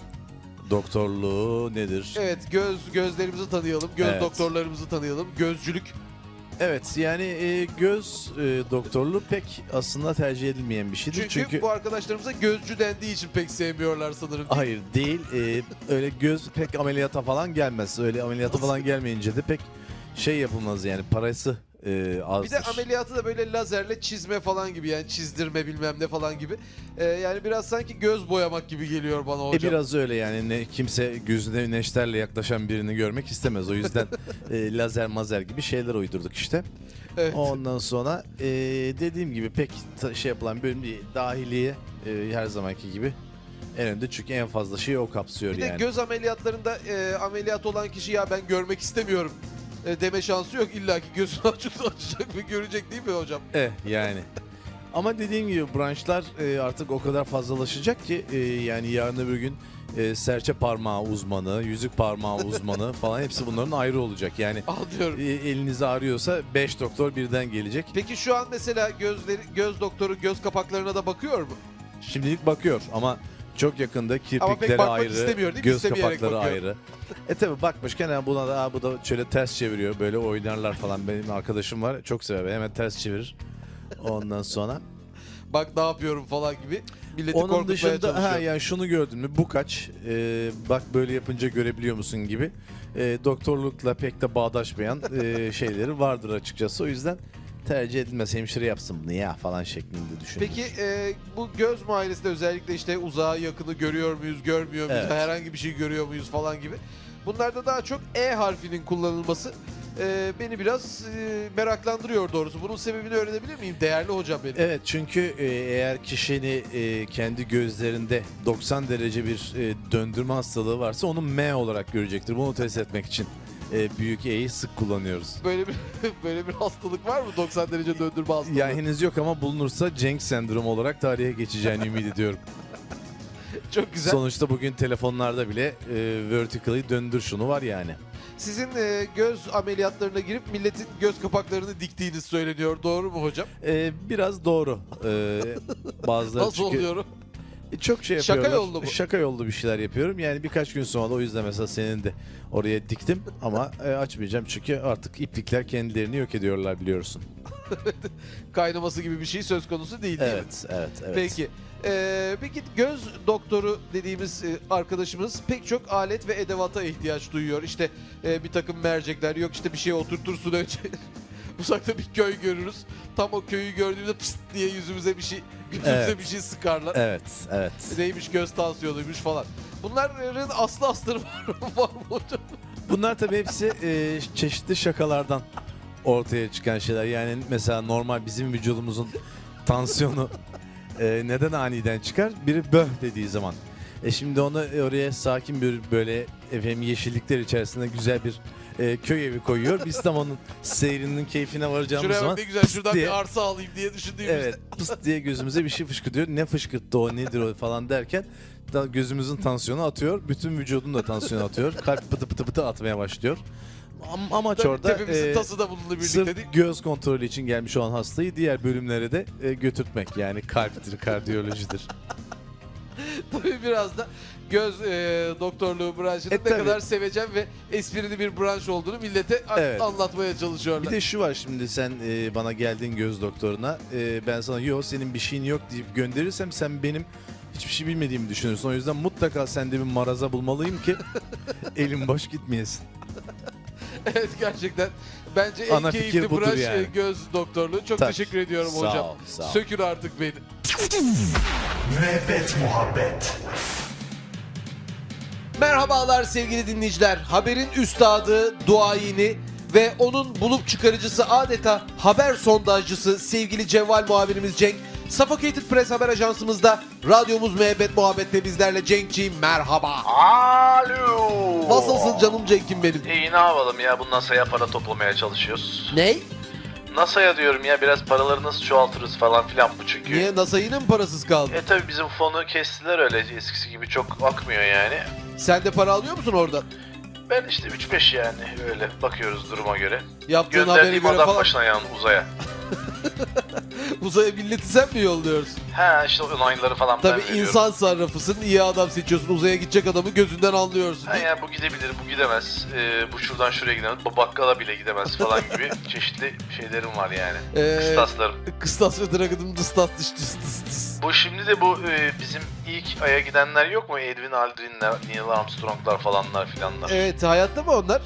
doktorluğu nedir? Evet, gözlerimizi tanıyalım. Göz Evet. doktorlarımızı tanıyalım. Gözcülük. Evet yani göz doktorluğu pek aslında tercih edilmeyen bir şeydir. Çünkü bu arkadaşlarımıza gözcü dendiği için pek sevmiyorlar sanırım. Hayır değil. Öyle göz pek ameliyata falan gelmez. Öyle ameliyata falan gelmeyince de pek şey yapılmaz yani parası azdır. Bir de ameliyatı da böyle lazerle çizme falan gibi, yani çizdirme bilmem ne falan gibi. Yani biraz sanki göz boyamak gibi geliyor bana hocam. Biraz öyle yani kimse gözüne neşterle yaklaşan birini görmek istemez. O yüzden lazer mazer gibi şeyler uydurduk işte. Evet. Ondan sonra dediğim gibi pek şey yapılan bölüm değil. Dahiliye her zamanki gibi en önde çünkü en fazla şeyi o kapsıyor Bir yani. de göz ameliyatlarında ameliyat olan kişi ya ben görmek istemiyorum deme şansı yok. İlla ki gözünü açacak ve görecek değil mi hocam? Yani. Ama dediğim gibi branşlar artık o kadar fazlalaşacak ki yani yarın öbür gün serçe parmağı uzmanı, yüzük parmağı uzmanı falan hepsi bunların ayrı olacak. Yani Anlıyorum. eliniz ağrıyorsa 5 doktor birden gelecek. Peki şu an mesela göz doktoru göz kapaklarına da bakıyor mu? Şimdilik bakıyor ama çok yakında Ama pek kirpikleri bakmak istemiyor ayrı, değil mi? göz İstemeyerek kapakları bakıyor. ayrı. Tabi bakmışken buna da bu da şöyle ters çeviriyor böyle oynarlar falan. Benim arkadaşım var çok sever hemen ters çevirir. Ondan sonra. Bak ne yapıyorum falan gibi. Milleti Onun korkutmaya dışında çalışıyor. yani şunu gördün mü bu kaç bak böyle yapınca görebiliyor musun gibi doktorlukla pek de bağdaşmayan şeyleri vardır açıkçası. O yüzden tercih edilmez hemşire yapsın bunu ya falan şeklinde düşünüyorum. Peki bu göz muayenesinde özellikle işte uzağa yakını görüyor muyuz, görmüyor muyuz, Evet. herhangi bir şey görüyor muyuz falan gibi. Bunlarda daha çok E harfinin kullanılması beni biraz meraklandırıyor doğrusu. Bunun sebebini öğrenebilir miyim değerli hocam benim? Evet çünkü eğer kişinin kendi gözlerinde 90 derece bir döndürme hastalığı varsa onu M olarak görecektir. Bunu test etmek için büyük E'yi sık kullanıyoruz. Böyle bir hastalık var mı 90 derece döndürme hastalığı? Yani henüz yok ama bulunursa Cenk sendromu olarak tarihe geçeceğini ümit ediyorum. Çok güzel. Sonuçta bugün telefonlarda bile vertically döndür şunu var yani. Sizin göz ameliyatlarına girip milletin göz kapaklarını diktiğiniz söyleniyor. Doğru mu hocam? Biraz doğru. Bazıları Nasıl çünkü oluyor? çok şey Şaka yapıyorlar. yollu mu? Şaka yollu bir şeyler yapıyorum. Yani birkaç gün sonra da o yüzden mesela senin de oraya diktim ama açmayacağım çünkü artık iplikler kendilerini yok ediyorlar biliyorsun. Kaynaması gibi bir şey söz konusu değil değil mi? Evet. Peki. Peki göz doktoru dediğimiz arkadaşımız pek çok alet ve edevata ihtiyaç duyuyor. İşte bir takım mercekler, yok işte bir şey oturtursun önce. Uzakta bir köy görürüz. Tam o köyü gördüğümüzde pıst diye yüzümüze bir şey, gözümüze bir şey sıkarlar. Evet. Neymiş, göz tansiyonuymuş falan. Bunların aslı astarı var mı hocam? Bunlar tabii hepsi çeşitli şakalardan ortaya çıkan şeyler. Yani mesela normal bizim vücudumuzun tansiyonu neden aniden çıkar? Biri böh dediği zaman. Şimdi onu oraya sakin bir böyle yeşillikler içerisinde güzel bir köy evi koyuyor. Biz tam onun seyrinin keyfine varacağımız Şuraya zaman bak ne güzel, şuradan diye, bir arsa alayım diye düşündüğümüzde. evet, pıst diye gözümüze bir şey fışkırtıyor. Ne fışkırttı o, nedir o falan derken gözümüzün tansiyonu atıyor. Bütün vücudun da tansiyonu atıyor. Kalp pıtı pıtı pıtı atmaya başlıyor. Amaç Tabii orada tepemizin tası da bununla birlikte sırf değil. göz kontrolü için gelmiş olan hastayı diğer bölümlere de götürtmek. Yani kalptir, kardiyolojidir. Tabii biraz da göz doktorluğu branşının ne tabii. kadar sevecen ve esprili bir branş olduğunu millete Evet. anlatmaya çalışıyorlar. Bir de şu var, şimdi sen bana geldin göz doktoruna. Ben sana yok senin bir şeyin yok deyip gönderirsem sen benim hiçbir şey bilmediğimi düşünürsün. O yüzden mutlaka sende bir maraza bulmalıyım ki elim boş gitmeyesin. Evet, gerçekten bence en Ana fikir keyifli budur branş yani. göz doktorluğu. Çok Tabii. teşekkür ediyorum Sağ hocam. ol, sağ ol. Sökür artık beni. Müebbet Muhabbet. Merhabalar sevgili dinleyiciler. Haberin üstadı, duayeni ve onun bulup çıkarıcısı, adeta haber sondajcısı sevgili Cevval muhabirimiz Cenk. Suffocated Press haber ajansımızda, radyomuz Müebbet Muhabbet'te bizlerle. Cenk'ciğim merhaba. Alo. Nasılsın canım Cenk'im benim? İyi, ne yapalım ya, bu NASA'ya para toplamaya çalışıyoruz. Ne? NASA'ya diyorum ya, biraz paraları nasıl çoğaltırız falan filan bu çünkü. Niye, NASA yine mi parasız kaldı? Tabi bizim fonu kestiler, öyle eskisi gibi çok akmıyor yani. Sen de para alıyor musun oradan? Ben işte 3-5 yani, öyle bakıyoruz duruma göre. Yaptığın habere Gönderdiğim göre adam falan başına yani uzaya. uzaya milleti sen mi yolluyorsun? He işte onayları falan ben Tabii veriyorum. insan sarrafısın, iyi adam seçiyorsun, uzaya gidecek adamı gözünden anlıyorsun. Ha yani bu gidebilir, bu gidemez, bu şuradan şuraya gidemez, bu bakkala bile gidemez falan gibi çeşitli şeylerim var yani. Kıstaslarım. Kıstas ve Dragon'ın dıstas dış dış dış dış. Bu şimdi de bu bizim ilk Ay'a gidenler yok mu? Edwin Aldrin'ler, Neil Armstrong'lar falanlar filanlar. Evet, hayatta mı onlar?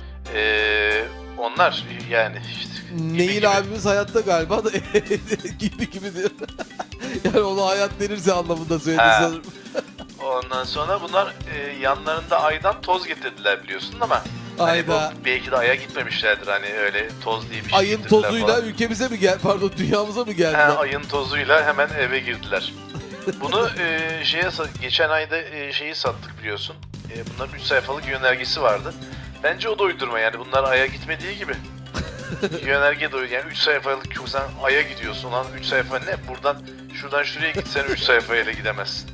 Onlar yani işte. Neil abimiz hayatta galiba da gibi diyor. Yani ona hayat verirse anlamında söyledi Ha. sanırım. Ondan sonra bunlar yanlarında Ay'dan toz getirdiler biliyorsun ama hani Ayda. bu belki de Ay'a gitmemişlerdir, hani öyle toz diye bir şey Ayın getirdiler tozuyla falan. ülkemize mi gel, pardon dünyamıza mı geldiler? Ayın tozuyla hemen eve girdiler. Bunu geçen ayda şeyi sattık biliyorsun. Bunların 3 sayfalık yönergesi vardı. Bence o da uydurma yani, bunlar Ay'a gitmediği gibi. Yönerge de yani 3 sayfalık, çünkü sen Ay'a gidiyorsun lan, 3 sayfa ne? Şuradan şuraya gitsen 3 sayfayla gidemezsin.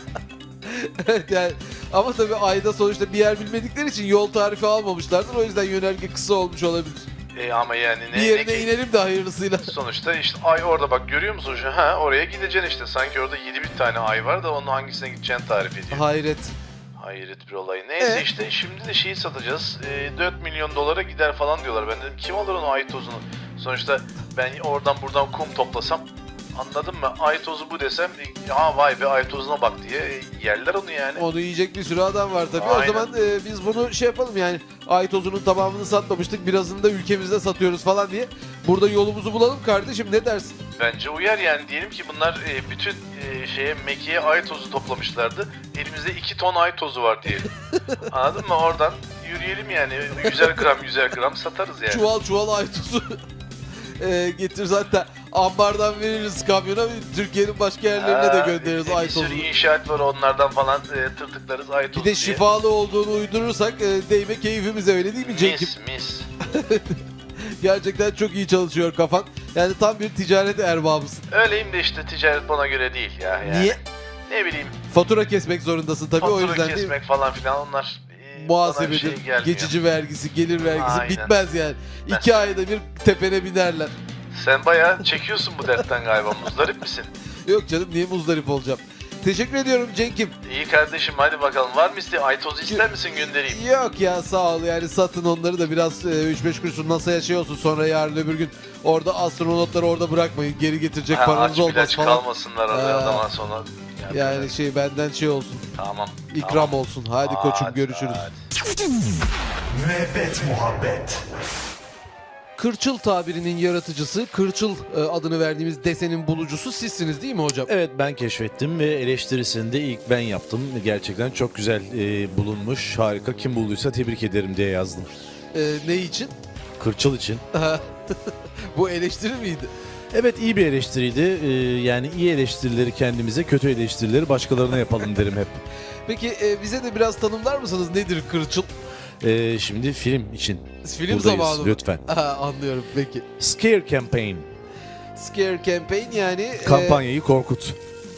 Evet yani, ama tabii ayda sonuçta bir yer bilmedikleri için yol tarifi almamışlardır. O yüzden yönerge kısa olmuş olabilir. Ama yani Bir yerine inelim de hayırlısıyla. Sonuçta işte Ay orada, bak görüyor musun şu? Oraya gideceksin işte. Sanki orada 7 bin tane Ay var da onun hangisine gideceğini tarif ediyor. Hayret. Hayret bir olay. Neyse işte şimdi de şeyi satacağız. 4 milyon dolara gider falan diyorlar. Ben dedim kim alır onu, ay tozunu? Sonuçta ben oradan buradan kum toplasam, anladın mı? Ay tozu bu desem, vay be ay tozuna bak diye yerler onu yani. Onu yiyecek bir sürü adam var tabii. Aynen. O zaman biz bunu şey yapalım yani, ay tozunun tamamını satmamıştık, birazını da ülkemizde satıyoruz falan diye. Burada yolumuzu bulalım kardeşim, ne dersin? Bence uyar yani, diyelim ki bunlar bütün Mekke'ye ay tozu toplamışlardı. Elimizde 2 ton ay tozu var diyelim. Anladın mı? Oradan yürüyelim yani. 100'er gram satarız yani. Çuval ay tozu getiririz, hatta ambardan veririz kamyona, Türkiye'nin başka yerlerine de göndeririz ay Bir sürü tozunu. inşaat var, onlardan falan tırtıklarız ay tozu Bir de diye. şifalı olduğunu uydurursak değme keyfimize, öyle değil mi Cenk'im? Mis. Gerçekten çok iyi çalışıyor kafan. Yani tam bir ticaret erbabısın. Öyleyim de işte ticaret bana göre değil ya. Yani. Niye? ne bileyim Fatura kesmek zorundasın tabii, o fatura yüzden değil mi? kesmek falan filan onlar bana bir Muhasebedir, şey gelmiyor. geçici vergisi, gelir vergisi Aynen. bitmez yani. 2 ayda bir tepene binerler. Sen bayağı çekiyorsun bu dertten galiba. Muzdarip misin? Yok canım, niye muzdarip olacağım? Teşekkür ediyorum Cenk'im. İyi kardeşim, hadi bakalım. Var mı Aytoz ister misin, göndereyim? Yok ya, sağ ol, yani satın onları da biraz 3-5 kuruşun NASA'ya şey olsun, sonra yarın öbür gün orada astronotları orada bırakmayın, geri getirecek paranız aç olmaz bilaç falan. kalmasınlar oraya, ondan sonra. Yani şey, benden şey olsun, Tamam. ikram tamam. olsun. Hadi koçum, Hadi, görüşürüz. hadi. Müebbet muhabbet. Kırçıl tabirinin yaratıcısı, kırçıl adını verdiğimiz desenin bulucusu sizsiniz değil mi hocam? Evet, ben keşfettim ve eleştirisini de ilk ben yaptım. Gerçekten çok güzel bulunmuş, harika. Kim bulduysa tebrik ederim diye yazdım. Ne için? Kırçıl için. Bu eleştiri miydi? Evet, iyi bir eleştiriydi. Yani iyi eleştirileri kendimize, kötü eleştirileri başkalarına yapalım derim hep. Peki bize de biraz tanımlar mısınız? Nedir kırçıl? Şimdi film için Film buradayız, zamanı mı? lütfen. Aha, anlıyorum peki. Scare Campaign. Scare Campaign yani... Kampanyayı korkut.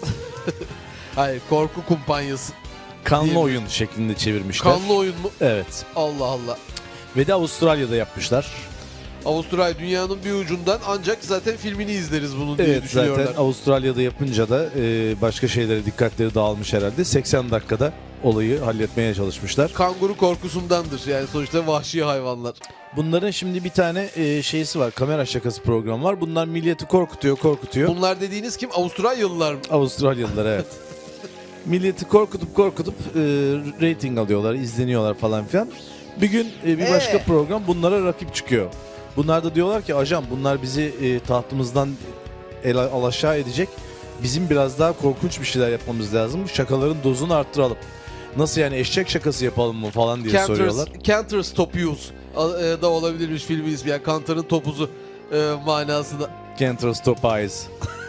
Hayır, korku kumpanyası. Kanlı Değil mi? oyun şeklinde çevirmişler. Kanlı oyun mu? Evet. Allah Allah. Ve de Avustralya'da yapmışlar. Avustralya dünyanın bir ucundan, ancak zaten filmini izleriz bunun diye Evet, düşünüyorlar. zaten Avustralya'da yapınca da başka şeylere dikkatleri dağılmış herhalde. 80 dakikada olayı halletmeye çalışmışlar. Kanguru korkusundandır yani, sonuçta vahşi hayvanlar. Bunların şimdi bir tane şeysi var, kamera şakası programı var. Bunlar milleti korkutuyor. Bunlar dediğiniz kim? Avustralyalılar mı? Avustralyalılar, evet. Milleti korkutup rating alıyorlar, izleniyorlar falan filan. Bir gün bir başka program bunlara rakip çıkıyor. Bunlar da diyorlar ki, ajan bunlar bizi tahtımızdan alaşağı edecek. Bizim biraz daha korkunç bir şeyler yapmamız lazım. Şakaların dozunu arttıralım. Nasıl yani, eşek şakası yapalım mı falan diye soruyorlar. Cantor's Topuz da olabilirmiş filmin ismi. Yani Kantar'ın topuzu manasında. Cantor's Top Eyes.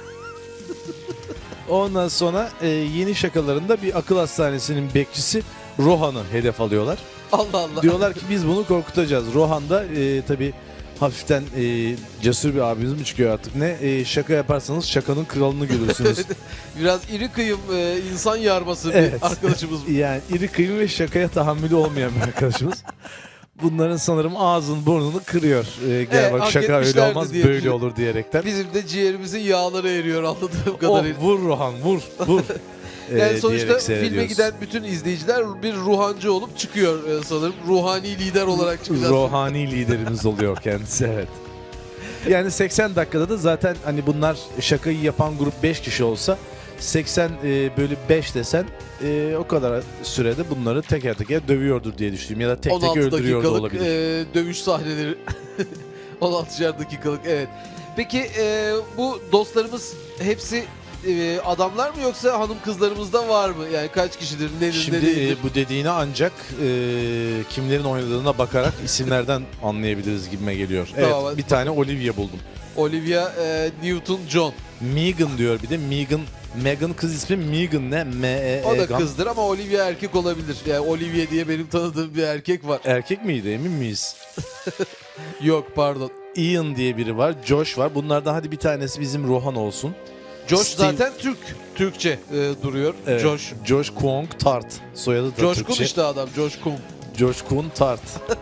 Ondan sonra yeni şakalarında bir akıl hastanesinin bekçisi Rohan'ı hedef alıyorlar. Allah Allah. Diyorlar ki biz bunu korkutacağız. Rohan da tabii hafiften cesur bir abimiz mi çıkıyor artık ne? Şaka yaparsanız şakanın kralını görürsünüz. Biraz iri kıyım insan yarması Evet. bir arkadaşımız. Yani iri kıyım ve şakaya tahammülü olmayan bir arkadaşımız. Bunların sanırım ağzını burnunu kırıyor. Gel bak, hak şaka öyle etmişlerdi olmaz diye böyle düşünüyorum. olur diyerekten. Bizim de ciğerimizin yağları eriyor anladığım Oh, kadarıyla. vur Rohan vur. Yani sonuçta diyerek filme seyrediyoruz. giden bütün izleyiciler bir ruhancı olup çıkıyor sanırım. Ruhani lider olarak çıkıyor. Ruhani liderimiz oluyor kendisi, evet. Yani 80 dakikada da zaten hani bunlar şakayı yapan grup 5 kişi olsa 80 bölü 5 desen o kadar sürede bunları teker teker dövüyordur diye düşünüyorum. Ya da tek tek 16 öldürüyor da dakikalık olabilir. dövüş sahneleri. 16'şer dakikalık, evet. Peki bu dostlarımız hepsi adamlar mı, yoksa hanım kızlarımız da var mı? Yani kaç kişidir, nedir, ne Şimdi değildir? bu dediğini ancak kimlerin oynadığına bakarak isimlerden anlayabiliriz gibime geliyor. Evet, Tamam. bir tane Olivia buldum. Olivia Newton-John. Megan diyor bir de. Megan kız ismi Megan ne? O da kızdır ama Olivia erkek olabilir. Yani Olivia diye benim tanıdığım bir erkek var. Erkek miydi, emin miyiz? Yok, pardon. Ian diye biri var. Josh var. Bunlardan hadi bir tanesi bizim Rohan olsun. Josh Steve- zaten Türkçe duruyor. Evet, Josh. Josh Kwong Tart. Soyadı da Josh Kuhn Türkçe. işte adam. Josh Kuhn. Josh Kuhn Tart.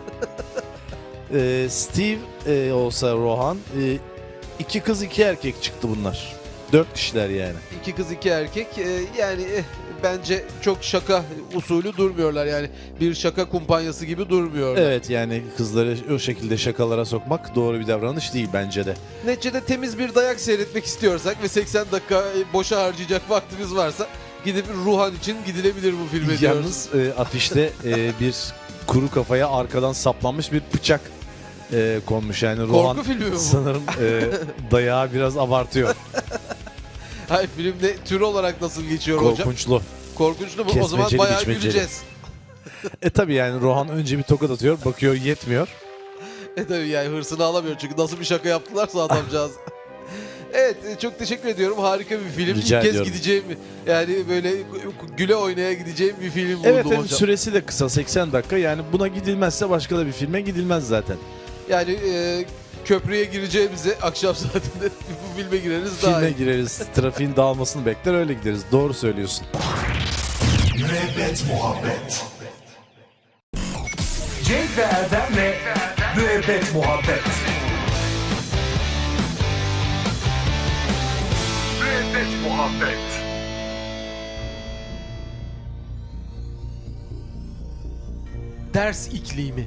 Steve olsa Rohan. 2 kız 2 erkek çıktı bunlar. 4 kişiler yani. 2 kız 2 erkek. Yani bence çok şaka usulü durmuyorlar. Yani bir şaka kumpanyası gibi durmuyorlar. Evet, yani kızları o şekilde şakalara sokmak doğru bir davranış değil bence de. Neticede temiz bir dayak seyretmek istiyorsak ve 80 dakika boşa harcayacak vaktimiz varsa gidip Ruhan için gidilebilir bu filme diyoruz. Yalnız afişte bir kuru kafaya arkadan saplanmış bir bıçak konmuş. Yani Rohan Korku filmi mi bu? sanırım dayağı biraz abartıyor. Hayır, filmde tür olarak nasıl geçiyor hocam? Korkunçlu. Korkunçlu mu? O Kesmeceli, zaman bayağı biçmeceli. güleceğiz. Tabii yani Rohan önce bir tokat atıyor, bakıyor yetmiyor. Tabii yani hırsını alamıyor çünkü nasıl bir şaka yaptılarsa adamcağız. Evet, çok teşekkür ediyorum. Harika bir film. Rica İlk kez ediyorum. gideceğim, yani böyle güle oynaya gideceğim bir film buldum Evet, hem hocam. süresi de kısa, 80 dakika. Yani buna gidilmezse başka da bir filme gidilmez zaten. Yani köprüye gireceğimizi akşam saatinde bu filme gireriz daha Filme iyi. gireriz, trafiğin dağılmasını bekler öyle gideriz. Doğru söylüyorsun. Müebbet Muhabbet. Cenk ve Erdem'le Müebbet Muhabbet. Müebbet Muhabbet. Ders iklimi.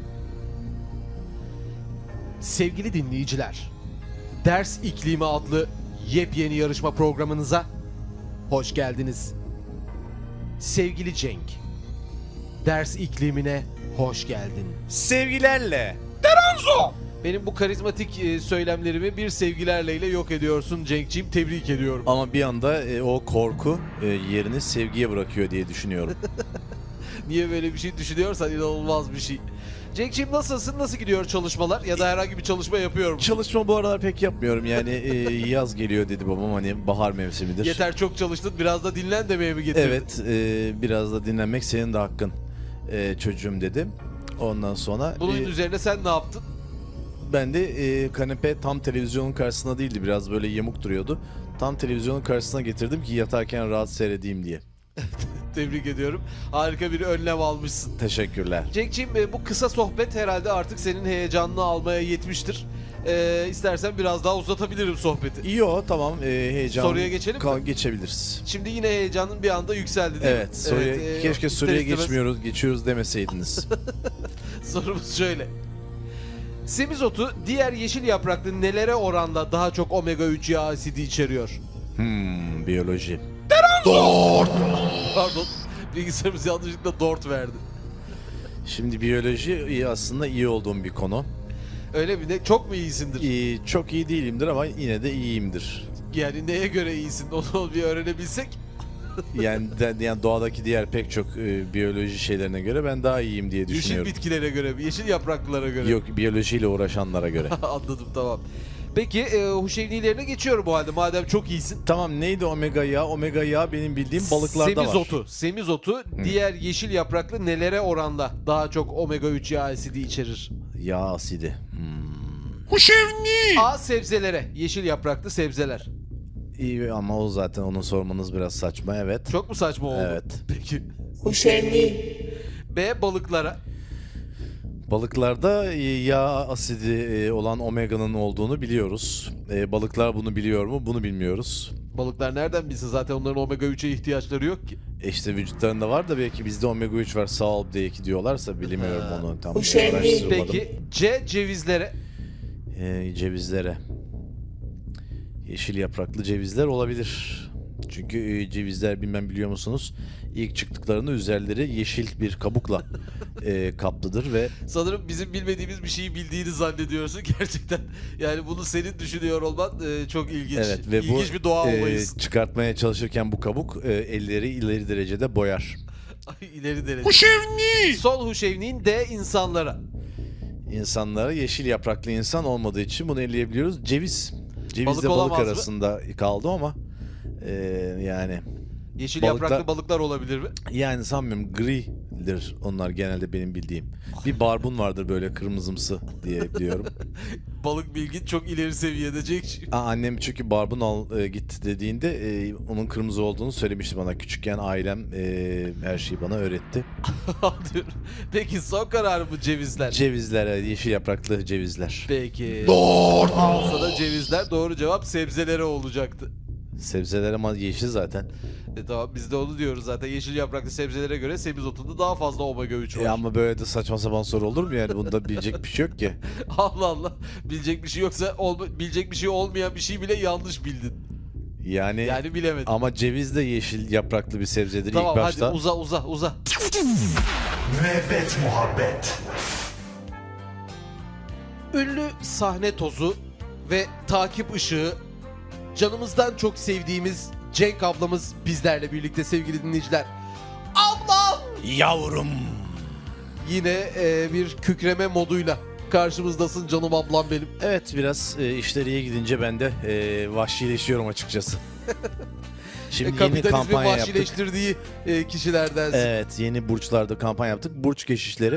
Sevgili dinleyiciler, Ders İklimi adlı yepyeni yarışma programınıza hoş geldiniz. Sevgili Cenk, ders iklimine hoş geldin. Sevgilerle. Benim bu karizmatik söylemlerimi bir sevgilerle ile yok ediyorsun Cenk'ciğim. Tebrik ediyorum. Ama bir anda o korku yerini sevgiye bırakıyor diye düşünüyorum. Niye böyle bir şey düşünüyorsan inanılmaz bir şey. Cenk'ciğim nasılsın? Nasıl gidiyor çalışmalar? Ya da herhangi bir çalışma yapıyor musun? Çalışma bu aralar pek yapmıyorum. Yani yaz geliyor dedi babam, hani bahar mevsimidir. Yeter çok çalıştın, biraz da dinlen demeye mi getirdin? Evet, biraz da dinlenmek senin de hakkın çocuğum dedi. Ondan sonra Bunun üzerine sen ne yaptın? ben de kanepe tam televizyonun karşısında değildi, biraz böyle yamuk duruyordu. Tam televizyonun karşısına getirdim ki yatarken rahat seyredeyim diye. Tebrik ediyorum. Harika bir önlem almışsın. Teşekkürler. Cenk'ciğim bu kısa sohbet herhalde artık senin heyecanını almaya yetmiştir. İstersen biraz daha uzatabilirim sohbeti. İyi o, tamam, heyecan. Soruya geçelim mi? Geçebiliriz. Şimdi yine heyecanın bir anda yükseldi değil mi? Evet, soruya, keşke ister soruya istemez geçiyoruz demeseydiniz. Sorumuz şöyle. Semizotu diğer yeşil yapraklı nelere oranla daha çok omega 3 yağ asidi içeriyor? Biyoloji. Pardon. Bilgisayarımız yanlışlıkla dort verdi. Şimdi biyoloji aslında iyi olduğum bir konu. Öyle mi? Çok mu iyisindir? Çok iyi değilimdir ama yine de iyiyimdir. Yani neye göre iyisin? Onu bir öğrenebilsek. Yani doğadaki diğer pek çok biyoloji şeylerine göre ben daha iyiyim diye Yeşil düşünüyorum. bitkilere göre mi? Yeşil yapraklılara göre mi? Yok, biyolojiyle uğraşanlara göre. Anladım, tamam. Peki huşevnilerine geçiyorum bu halde madem çok iyisin. Tamam, neydi omega yağı? Omega yağı benim bildiğim balıklarda Semizotu. var. Semizotu diğer yeşil yapraklı nelere oranla daha çok omega 3 yağ asidi içerir? Yağ asidi. A. Sebzelere. Yeşil yapraklı sebzeler. İyi ama o zaten onu sormanız biraz saçma, evet. Çok mu saçma oldu? Evet. Peki. B. Balıklara. Balıklarda yağ asidi olan omega'nın olduğunu biliyoruz. Balıklar bunu biliyor mu? Bunu bilmiyoruz. Balıklar nereden bilsin? Zaten onların omega 3'e ihtiyaçları yok ki. İşte vücutlarında var da belki bizde omega 3 var, sağ ol belki diyorlarsa bilmiyorum onu tam araştırmadım. Peki C. Cevizlere. Cevizlere. Yeşil yapraklı cevizler olabilir. Çünkü cevizler, bilmem biliyor musunuz, ilk çıktıklarında üzerleri yeşil bir kabukla kaplıdır ve Sanırım bizim bilmediğimiz bir şeyi bildiğini zannediyorsun gerçekten. Yani bunu senin düşünüyor olman çok ilginç. evet, ve İlginç bu bir doğa olmayız. çıkartmaya çalışırken bu kabuk elleri ileri derecede boyar. İleri derece. Sol huşevniğin D. insanlara. İnsanlara yeşil yapraklı insan olmadığı için bunu elleyebiliyoruz. Cevizle balık olamaz mı? arasında kaldım ama yani Yeşil Balıklar- yapraklı balıklar olabilir mi? yani sanmıyorum, gridir onlar genelde benim bildiğim. Bir barbun vardır böyle kırmızımsı diye biliyorum. Balık bilgin çok ileri seviyede Cenk'ciğim. Annem çünkü barbun al git dediğinde onun kırmızı olduğunu söylemişti bana. Küçükken ailem her şeyi bana öğretti. Anlıyorum. Peki son karar mı cevizler? Cevizler, yeşil yapraklı cevizler. Peki. Doğru. Alsa da cevizler, doğru cevap sebzelere olacaktı. Sebzeler ama yeşil zaten. Tamam, biz de onu diyoruz zaten. Yeşil yapraklı sebzelere göre semizotunda daha fazla omega 3 var. Ama böyle de saçma sapan soru olur mu yani? Bunda bilecek bir şey yok ki. Allah Allah. Bilecek bir şey yoksa bilecek bir şey olmayan bir şey bile yanlış bildin. Yani bilemedin. ama ceviz de yeşil yapraklı bir sebzedir Tamam, ilk başta. hadi uza. Müebbet Muhabbet. Ünlü sahne tozu ve takip ışığı, canımızdan çok sevdiğimiz Cenk ablamız bizlerle birlikte sevgili dinleyiciler. Ablam! Yavrum. Yine bir kükreme moduyla karşımızdasın canım ablam benim. Evet, biraz işler iyi gidince ben de vahşileşiyorum açıkçası. Şimdi yeni Kapitalizmin kampanya yaptık. vahşileştirdiği kişilerdensin. Evet, yeni burçlarda kampanya yaptık. Burç keşişleri.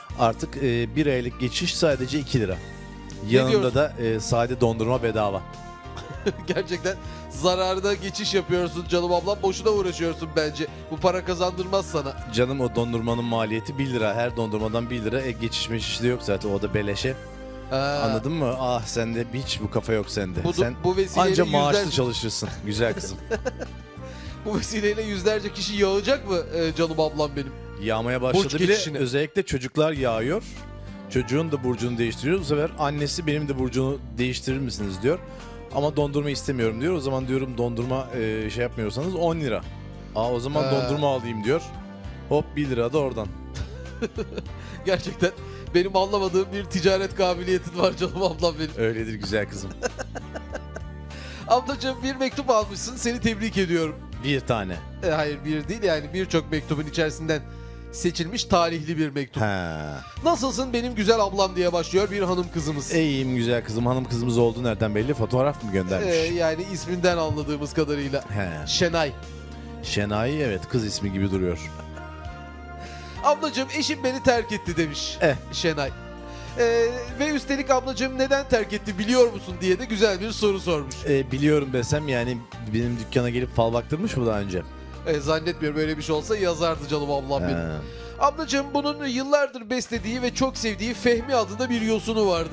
Artık 1 aylık geçiş sadece 2 lira. Yanında diyorsun? da sade dondurma bedava. Gerçekten zararına geçiş yapıyorsun canım ablam. Boşuna uğraşıyorsun bence. Bu para kazandırmaz sana. Canım o dondurmanın maliyeti 1 lira. Her dondurmadan 1 lira. Geçiş meşiş de yok zaten. O da beleşe. Ha. Anladın mı? Ah sende hiç bu kafa yok sende. Bu, Sen bu vesileyle anca maaşlı yüzlerce, çalışırsın. Güzel kızım. bu vesileyle yüzlerce kişi yağacak mı canım ablam benim? Yağmaya Burç başladı bile. geçişine. Özellikle çocuklar yağıyor. Çocuğun da burcunu değiştiriyor. Bu sefer annesi benim de burcunu değiştirir misiniz diyor. Ama dondurma istemiyorum diyor. O zaman diyorum dondurma şey yapmıyorsanız 10 lira. O zaman dondurma alayım diyor. Hop 1 lira da oradan. Gerçekten benim anlamadığım bir ticaret kabiliyetin var canım ablam benim. Öyledir güzel kızım. Ablacığım bir mektup almışsın. Seni tebrik ediyorum. Bir tane. Hayır bir değil yani birçok mektubun içerisinden seçilmiş talihli bir mektup. Ha. Nasılsın benim güzel ablam diye başlıyor bir hanım kızımız. İyiyim güzel kızım. Hanım kızımız oldu nereden belli? Fotoğraf mı göndermiş? Yani isminden anladığımız kadarıyla. He. Şenay. Şenay evet kız ismi gibi duruyor. Ablacığım eşim beni terk etti demiş Şenay. Ve üstelik ablacığım neden terk etti biliyor musun diye de güzel bir soru sormuş. Biliyorum desem yani benim dükkana gelip fal baktırmış mı daha önce? Zannetmiyorum böyle bir şey olsa yazardı canım ablam benim. Ablacığım bunun yıllardır beslediği ve çok sevdiği Fehmi adında bir yosunu vardı.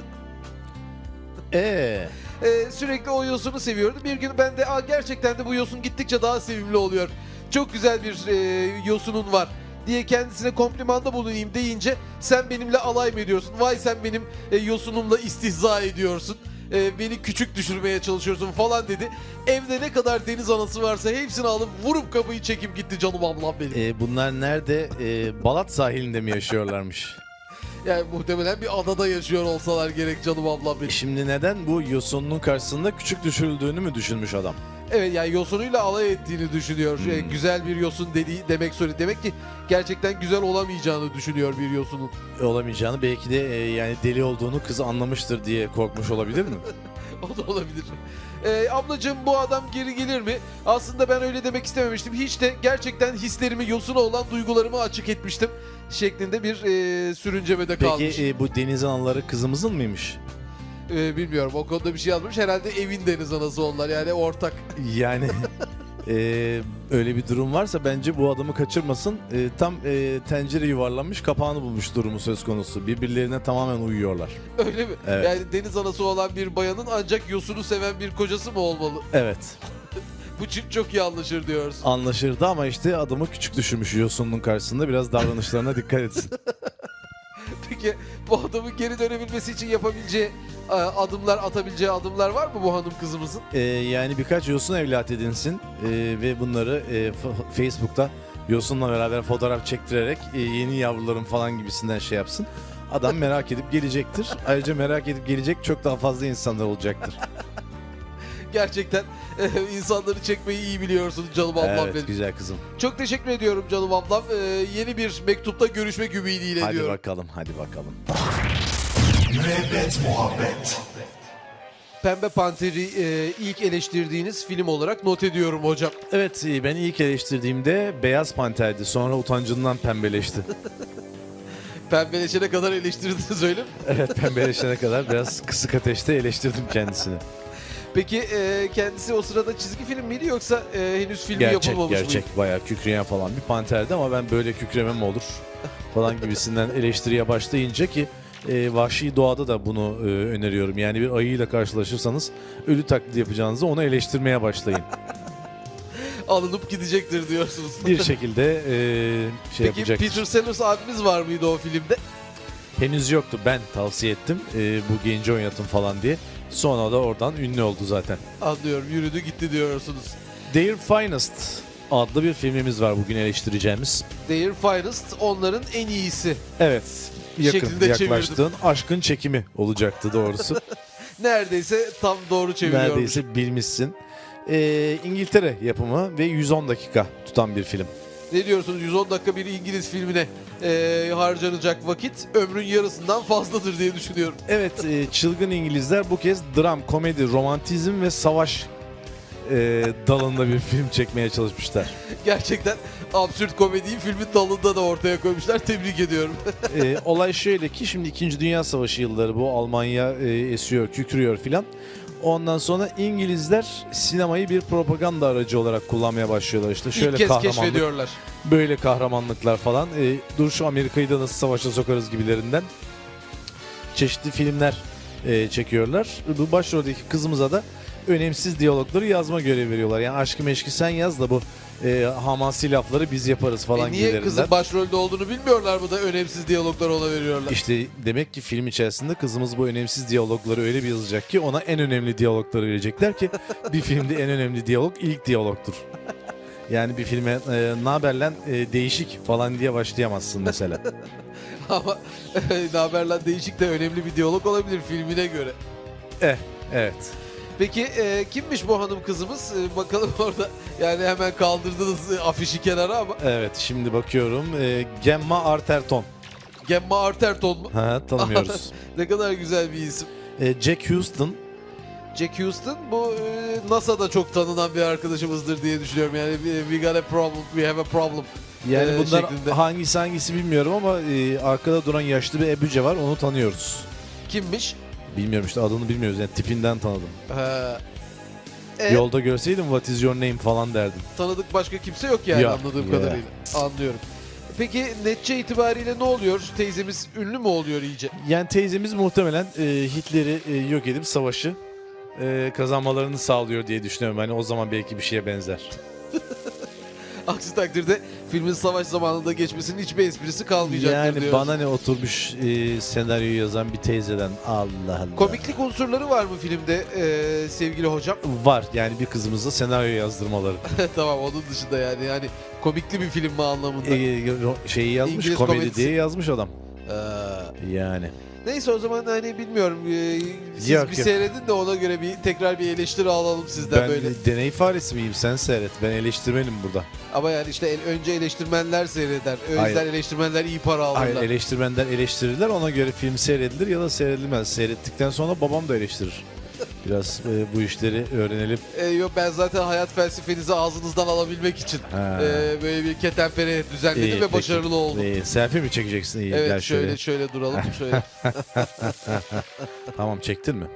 Sürekli o yosunu seviyordu. Bir gün ben de gerçekten de bu yosun gittikçe daha sevimli oluyor. Çok güzel bir yosunun var diye kendisine komplimanda bulunayım deyince sen benimle alay mı ediyorsun? Vay sen benim yosunumla istihza ediyorsun. Beni küçük düşürmeye çalışıyorsun falan dedi. Evde ne kadar deniz anası varsa hepsini alıp vurup kapıyı çekip gitti canım ablam benim. Bunlar nerede? Balat sahilinde mi yaşıyorlarmış? Yani muhtemelen bir adada yaşıyor olsalar gerek canım ablam benim. Şimdi neden bu yosunun karşısında küçük düşürüldüğünü mü düşünmüş adam? Evet yani yosunuyla alay ettiğini düşünüyor. Güzel bir yosun dediği demek söyledi. Demek ki gerçekten güzel olamayacağını düşünüyor bir yosunun. Olamayacağını belki de yani deli olduğunu kız anlamıştır diye korkmuş olabilir mi? O da olabilir. Ablacığım bu adam geri gelir mi? Aslında ben öyle demek istememiştim. Hiç de gerçekten hislerimi yosuna olan duygularımı açık etmiştim. Şeklinde bir sürüncemede kalmış. Peki bu deniz anaları kızımızın mıymış? Bilmiyorum o konuda bir şey yazmış. Herhalde evin deniz anası onlar yani ortak. Yani öyle bir durum varsa bence bu adamı kaçırmasın. Tam tencere yuvarlanmış kapağını bulmuş durumu söz konusu. Birbirlerine tamamen uyuyorlar. Öyle mi? Evet. Yani deniz anası olan bir bayanın ancak yosunu seven bir kocası mı olmalı? Evet. Bu çift çok iyi anlaşır diyorsun. Anlaşırdı ama işte adamı küçük düşürmüş yosunun karşısında. Biraz davranışlarına dikkat etsin. Peki bu adamın geri dönebilmesi için yapabileceği adımlar, atabileceği adımlar var mı bu hanım kızımızın? Yani birkaç yosun evlat edinsin ve bunları Facebook'ta yosunla beraber fotoğraf çektirerek yeni yavrularım falan gibisinden şey yapsın. Adam merak edip gelecektir. Ayrıca merak edip gelecek çok daha fazla insanlar olacaktır. Gerçekten insanları çekmeyi iyi biliyorsunuz canım ablam Evet benim. güzel kızım. Çok teşekkür ediyorum canım ablam. Yeni bir mektupta görüşmek ümidiyle Hadi diyorum. bakalım hadi bakalım. Müebbet muhabbet. Pembe Panter'i ilk eleştirdiğiniz film olarak not ediyorum hocam. Evet ben ilk eleştirdiğimde Beyaz Panter'di. Sonra utancından pembeleşti. Pembeleşene kadar eleştirdiniz öyle mi? Evet pembeleşene kadar biraz kısık ateşte eleştirdim kendisini. Peki kendisi o sırada çizgi film miydi yoksa henüz filmi yapılmamış mıydı? Gerçek bayağı kükreyen falan bir panterdi ama ben böyle kükremem olur falan gibisinden eleştiriye başlayınca ki vahşi doğada da bunu öneriyorum. Yani bir ayıyla karşılaşırsanız ölü taklidi yapacağınızı onu eleştirmeye başlayın. Alınıp gidecektir diyorsunuz. Bir şekilde şey Peki yapacaktır. Peter Sellers abimiz var mıydı o filmde? Henüz yoktu. Ben tavsiye ettim bu genci oynatın falan diye. Sonra da oradan ünlü oldu zaten. Anlıyorum yürüdü gitti diyorsunuz. Their Finest adlı bir filmimiz var bugün eleştireceğimiz. Their Finest onların en iyisi. Evet. Yakın Şeklinde yaklaştığın aşkın çekimi olacaktı doğrusu. Neredeyse tam doğru çeviriyormuş. Neredeyse bilmişsin. İngiltere yapımı ve 110 dakika tutan bir film. Ne diyorsunuz 110 dakika bir İngiliz filmine harcanacak vakit ömrün yarısından fazladır diye düşünüyorum. Evet çılgın İngilizler bu kez dram, komedi, romantizm ve savaş dalında bir film çekmeye çalışmışlar. Gerçekten absürt komediyi filmin dalında da ortaya koymuşlar. Tebrik ediyorum. Olay şöyle ki şimdi 2. Dünya Savaşı yılları, bu Almanya esiyor, kükrüyor filan. Ondan sonra İngilizler sinemayı bir propaganda aracı olarak kullanmaya başlıyorlar. İşte şöyle İlk kez kahramanlık, keşfediyorlar. böyle kahramanlıklar falan. Dur şu Amerika'yı da nasıl savaşa sokarız gibilerinden çeşitli filmler çekiyorlar. Bu başroldeki kızımıza da önemsiz diyalogları yazma görevi veriyorlar. Yani aşkı meşki sen yaz da bu hamasi lafları biz yaparız falan Niye gibilerinden. kızın başrolde olduğunu bilmiyorlar mı da önemsiz diyaloglar ona veriyorlar? İşte demek ki film içerisinde kızımız bu önemsiz diyalogları öyle bir yazacak ki ona en önemli diyalogları verecekler ki bir filmde en önemli diyalog ilk diyalogtur. Yani bir filme naber lan değişik falan diye başlayamazsın mesela. Ama naber lan değişik de önemli bir diyalog olabilir filmine göre. Evet. Peki kimmiş bu hanım kızımız? Bakalım orada, yani hemen kaldırdınız afişi kenara ama. Evet, şimdi bakıyorum. Gemma Arterton. Gemma Arterton mu? Ha, tanımıyoruz. Ne kadar güzel bir isim. Jack Houston. Jack Houston bu NASA'da çok tanınan bir arkadaşımızdır diye düşünüyorum. Yani we got a problem, we have a problem. Yani bunlar şeklinde. hangisi bilmiyorum ama arkada duran yaşlı bir ebüce var, onu tanıyoruz. Kimmiş? Bilmiyorum işte, adını bilmiyoruz, yani tipinden tanıdım. Ha. Yolda görseydim what is your name falan derdim. Tanıdık başka kimse yok yani, Yok, anladığım yeah. kadarıyla. Anlıyorum. Peki netçe itibariyle ne oluyor? Teyzemiz ünlü mü oluyor iyice? Yani teyzemiz muhtemelen Hitler'i yok edip savaşı kazanmalarını sağlıyor diye düşünüyorum. Hani o zaman belki bir şeye benzer. Aksi takdirde filmin savaş zamanında geçmesinin hiçbir esprisi kalmayacaktır Yani diyoruz. bana ne oturmuş senaryoyu yazan bir teyzeden, Allah Allah. Komiklik unsurları var mı filmde sevgili hocam? Var yani, bir kızımızla senaryo yazdırmaları. Tamam, onun dışında yani komikli bir film mi anlamında? Şeyi yazmış, İngiliz komedi komedisi diye yazmış adam. Yani. Neyse, o zaman hani bilmiyorum, siz Yok. seyredin de ona göre tekrar bir eleştiri alalım sizden Ben böyle. deney faresi miyim? Sen seyret. Ben eleştirmenim burada. Ama yani işte önce eleştirmenler seyreder. O yüzden Hayır. eleştirmenler iyi para alırlar. Hayır, eleştirmenler eleştirirler, ona göre film seyredilir ya da seyredilmez. Seyrettikten sonra babam da eleştirir. Biraz bu işleri öğrenelim. Yok, ben zaten hayat felsefenizi ağzınızdan alabilmek için böyle bir ketenpere düzenledim İyi, ve peki. başarılı oldum. Selfie mi çekeceksin? İyi, Evet, gel şöyle duralım şöyle. Tamam, çektin mi?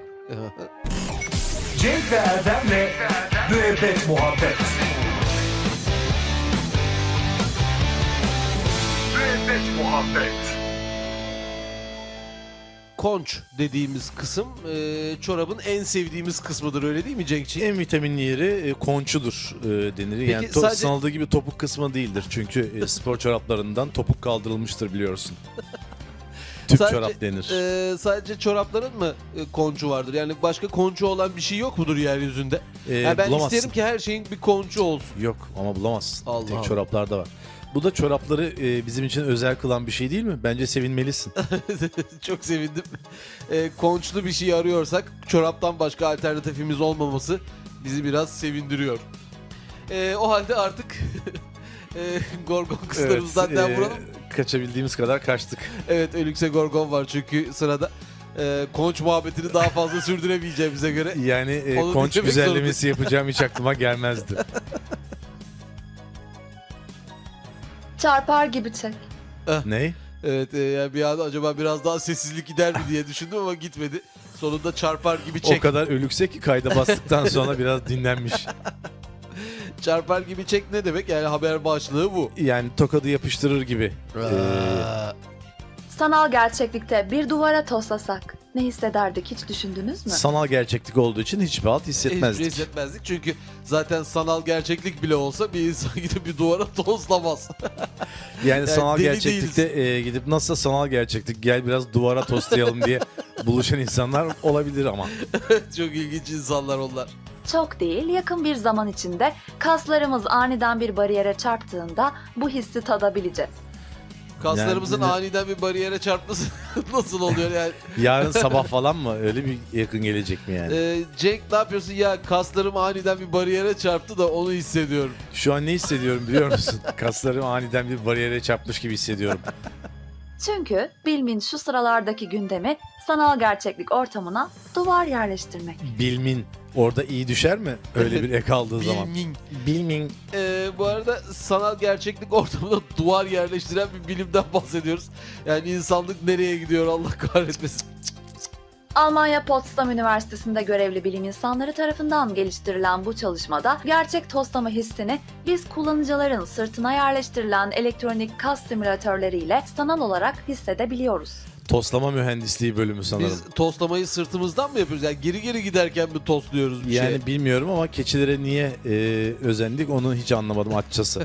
Cenk ve Erdem'le Müebbet Muhabbet. Müebbet Muhabbet. Konç dediğimiz kısım çorabın en sevdiğimiz kısmıdır, öyle değil mi Cenkçiğim? En vitaminli yeri konçudur denir. Peki, Yani sadece- sanıldığı gibi topuk kısmı değildir. Çünkü spor çoraplarından topuk kaldırılmıştır, biliyorsun. Tüp çorap denir. Sadece çorapların mı konçu vardır? Yani başka konçu olan bir şey yok mudur yeryüzünde? Yani ben bulamazsın. isterim ki her şeyin bir konçu olsun. Yok ama bulamazsın. Allah Tek Allah. çoraplarda var. Bu da çorapları bizim için özel kılan bir şey değil mi? Bence sevinmelisin. Çok sevindim. Konçlu bir şey arıyorsak çoraptan başka alternatifimiz olmaması bizi biraz sevindiriyor. O halde artık Gorgon kızlarımızdan Evet, den vuralım. kaçabildiğimiz kadar kaçtık. Evet, Ölükse Gorgon var çünkü sırada. Konç muhabbetini daha fazla sürdüremeyeceğimize göre. Yani Onu konç dinlemek güzellemesi yapacağım hiç aklıma gelmezdi. Çarpar gibi çek. Ne? Evet, yani bir an acaba biraz daha sessizlik gider mi diye düşündüm ama gitmedi. Sonunda çarpar gibi çek. O kadar ölükse ki kayda bastıktan sonra biraz dinlenmiş. Çarpar gibi çek ne demek? Yani haber başlığı bu. Yani tokadı yapıştırır gibi. Sanal gerçeklikte bir duvara toslasak ne hissederdik, hiç düşündünüz mü? Sanal gerçeklik olduğu için hiçbir halt hissetmezdik. Hiçbir hissetmezdik çünkü zaten sanal gerçeklik bile olsa bir insan gidip bir duvara tozlamaz. Yani sanal deli gerçeklikte gidip nasıl sanal gerçeklik, gel biraz duvara tostlayalım diye buluşan insanlar olabilir ama. Çok ilginç insanlar onlar. Çok değil, yakın bir zaman içinde kaslarımız aniden bir bariyere çarptığında bu hissi tadabileceğiz. Kaslarımızın Yani- aniden bir bariyere çarpması nasıl oluyor yani? Yarın sabah falan mı? Öyle bir yakın gelecek mi yani? Cenk, ne yapıyorsun? Ya kaslarım aniden bir bariyere çarptı da onu hissediyorum. Şu an ne hissediyorum biliyor musun? Kaslarım aniden bir bariyere çarpmış gibi hissediyorum. Çünkü Bilmin şu sıralardaki gündemi sanal gerçeklik ortamına duvar yerleştirmek. Bilmin orada iyi düşer mi? Öyle bir ek aldığı zaman. Bilmin. Bu arada sanal gerçeklik ortamına duvar yerleştiren bir bilimden bahsediyoruz. Yani insanlık nereye gidiyor Allah kahretmesin. Almanya Potsdam Üniversitesi'nde görevli bilim insanları tarafından geliştirilen bu çalışmada gerçek tostlama hissini biz kullanıcıların sırtına yerleştirilen elektronik kas simülatörleriyle sanal olarak hissedebiliyoruz. Toslama mühendisliği bölümü sanırım. Biz toslamayı sırtımızdan mı yapıyoruz? Yani geri geri giderken mi tosluyoruz bir Yani şey? bilmiyorum ama keçilere niye özendik onu hiç anlamadım açıkçası.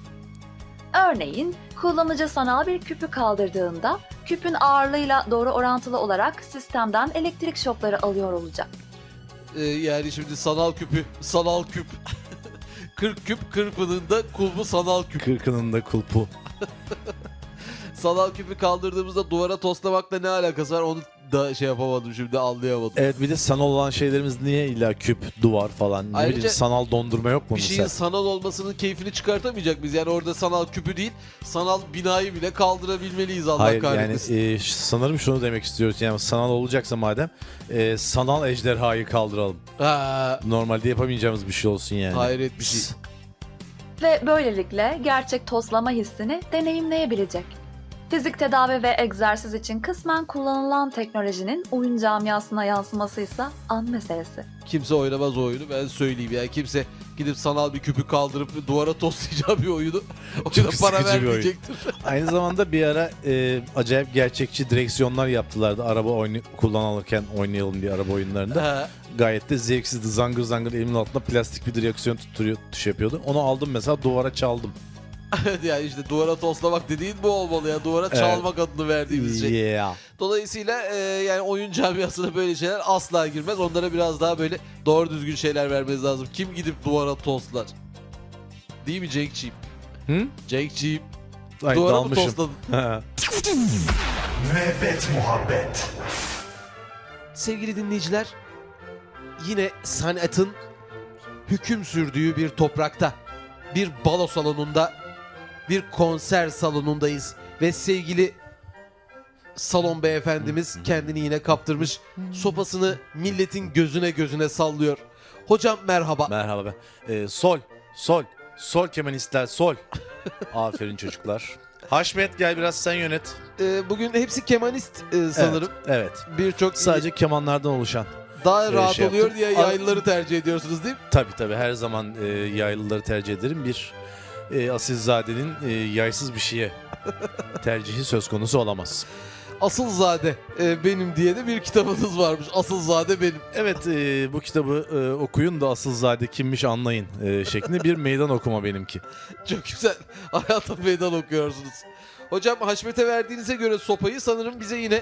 Örneğin kullanıcı sanal bir küpü kaldırdığında küpün ağırlığıyla doğru orantılı olarak sistemden elektrik şokları alıyor olacak. Yani şimdi sanal küp. 40 küp, 40'ının da kulbu sanal küp. Kırkının da kulpu. Sanal küpü kaldırdığımızda duvara toslamakla ne alakası var onu da şey yapamadım şimdi anlayamadım. Evet bir de sanal olan şeylerimiz niye illa küp, duvar falan? Ne Ayrıca bileyim sanal dondurma yok mu Bir şeyin mesela? sanal olmasının keyfini çıkartamayacak mıyız? Yani orada sanal küpü değil, sanal binayı bile kaldırabilmeliyiz Allah Hayır kahretmesin. yani sanırım şunu demek istiyoruz. Yani sanal olacaksa madem sanal ejderhayı kaldıralım. Ha, Normalde yapamayacağımız bir şey olsun yani. hayret bir şey. Ve böylelikle gerçek toslama hissini deneyimleyebilecek. Fizik tedavi ve egzersiz için kısmen kullanılan teknolojinin oyun camiasına yansıması ise an meselesi. Kimse oynamaz o oyunu ben söyleyeyim. Yani kimse gidip sanal bir küpü kaldırıp duvara toslayacağı bir oyunu oyuna para sıkıcı bir oyun. vermeyecektir. Aynı zamanda bir ara acayip gerçekçi direksiyonlar yaptılardı. Araba kullanılırken oynayalım diye araba oyunlarında. Ha, Gayet de zevksizdi. Zangır zangır elimin altında plastik bir direksiyon tuş yapıyordu. Onu aldım mesela duvara çaldım. evet yani işte duvara toslamak dediğin bu olmalı ya. Duvara Evet. çalmak adını verdiğimiz şey. Yeah. Dolayısıyla yani oyun camiasına böyle şeyler asla girmez. Onlara biraz daha böyle doğru düzgün şeyler vermeniz lazım. Kim gidip duvara toslar? Değil mi Cenk'ciğim? Hı? Cenk'ciğim. Ay, Duvara mı dalmışım. tosladın? Müebbet muhabbet. Sevgili dinleyiciler, yine sanatın hüküm sürdüğü bir toprakta, bir balo salonunda, bir konser salonundayız ve sevgili salon beyefendimiz kendini yine kaptırmış, sopasını milletin gözüne sallıyor. Hocam merhaba. Merhaba ben. Sol kemanistler sol. Aferin çocuklar. Haşmet gel biraz sen yönet. Bugün hepsi kemanist sanırım. Evet. Birçok Sadece kemanlardan oluşan. daha rahat şey oluyor yaptım. diye yaylıları tercih ediyorsunuz değil mi? Tabii her zaman yaylıları tercih ederim. Bir asilzadenin yaysız bir şeye tercihi söz konusu olamaz. Asılzade benim diye de bir kitabınız varmış. Asılzade benim. Evet bu kitabı okuyun da asilzade kimmiş anlayın şeklinde bir meydan okuma benimki. Çok güzel. Hayata meydan okuyorsunuz. Hocam Haşmet'e verdiğinize göre sopayı sanırım bize yine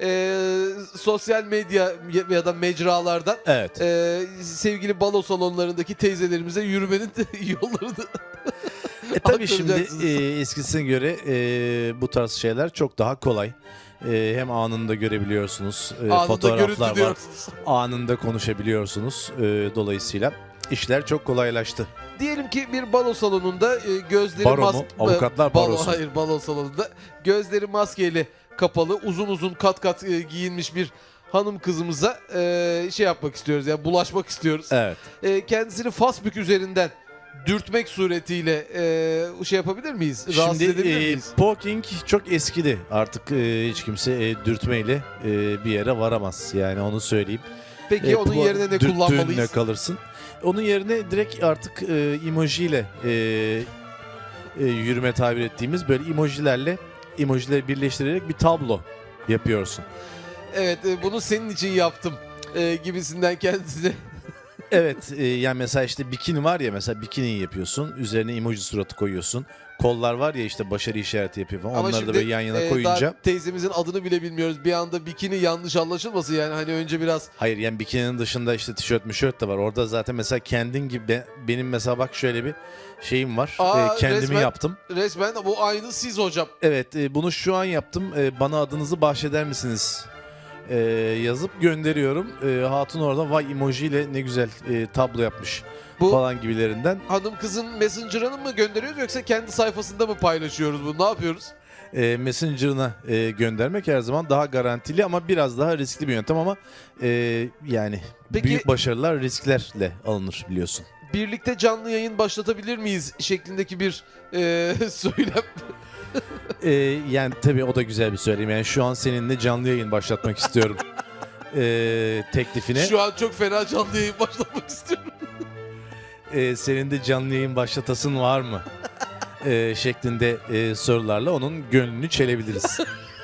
sosyal medya ya da mecralardan Evet. sevgili balo salonlarındaki teyzelerimize yürümenin yollarını Tabii şimdi aktaracaksınız. eskisine göre bu tarz şeyler çok daha kolay. Hem anında görebiliyorsunuz. Anında Fotoğraflar görüntü var. diyorsunuz. Anında konuşabiliyorsunuz. Dolayısıyla işler çok kolaylaştı. Diyelim ki bir balo salonunda gözleri Baro mu? Avukatlar barosu. Hayır, balo salonunda gözleri maskeyle kapalı, uzun kat kat giyinmiş bir hanım kızımıza şey yapmak istiyoruz. Yani bulaşmak istiyoruz. Evet. Kendisini Facebook üzerinden dürtmek suretiyle şey yapabilir miyiz? Rahatsız Şimdi edebilir miyiz? poking çok eskidi. Artık hiç kimse dürtmeyle bir yere varamaz. Yani onu söyleyeyim. Peki onun yerine ne dürttüğünle kullanmalıyız? kalırsın. Onun yerine direkt artık emojiyle yürüme tabir ettiğimiz böyle emojileri birleştirerek bir tablo yapıyorsun. Evet, bunu senin için yaptım gibisinden kendisine. Evet yani mesela işte bikini var ya, mesela bikini yapıyorsun. Üzerine emoji suratı koyuyorsun. Kollar var ya işte başarı işareti yapıyor falan. Ama Onları şimdi da böyle yan yana koyunca. daha teyzemizin adını bile bilmiyoruz. Bir anda bikini yanlış anlaşılmasın yani. Hani önce biraz Hayır yani bikininin dışında işte tişört de var. Orada zaten mesela kendin gibi benim mesela bak şöyle bir şeyim var. Kendimi yaptım. resmen bu aynı siz hocam. Evet bunu şu an yaptım. Bana adınızı bahşeder misiniz? Yazıp gönderiyorum. Hatun orada vay emojiyle ne güzel tablo yapmış Bu falan gibilerinden. hanım kızın Messenger'ını mı gönderiyoruz yoksa kendi sayfasında mı paylaşıyoruz bunu? Ne yapıyoruz? Messenger'ına göndermek her zaman daha garantili ama biraz daha riskli bir yöntem ama yani Peki- büyük başarılar risklerle alınır biliyorsun. Birlikte canlı yayın başlatabilir miyiz şeklindeki bir söylem. Yani tabii o da güzel bir söylem. Yani şu an seninle canlı yayın başlatmak istiyorum teklifine. Şu an çok fena canlı yayın başlatmak istiyorum. Senin de canlı yayın başlatasın var mı? Şeklinde sorularla onun gönlünü çelebiliriz.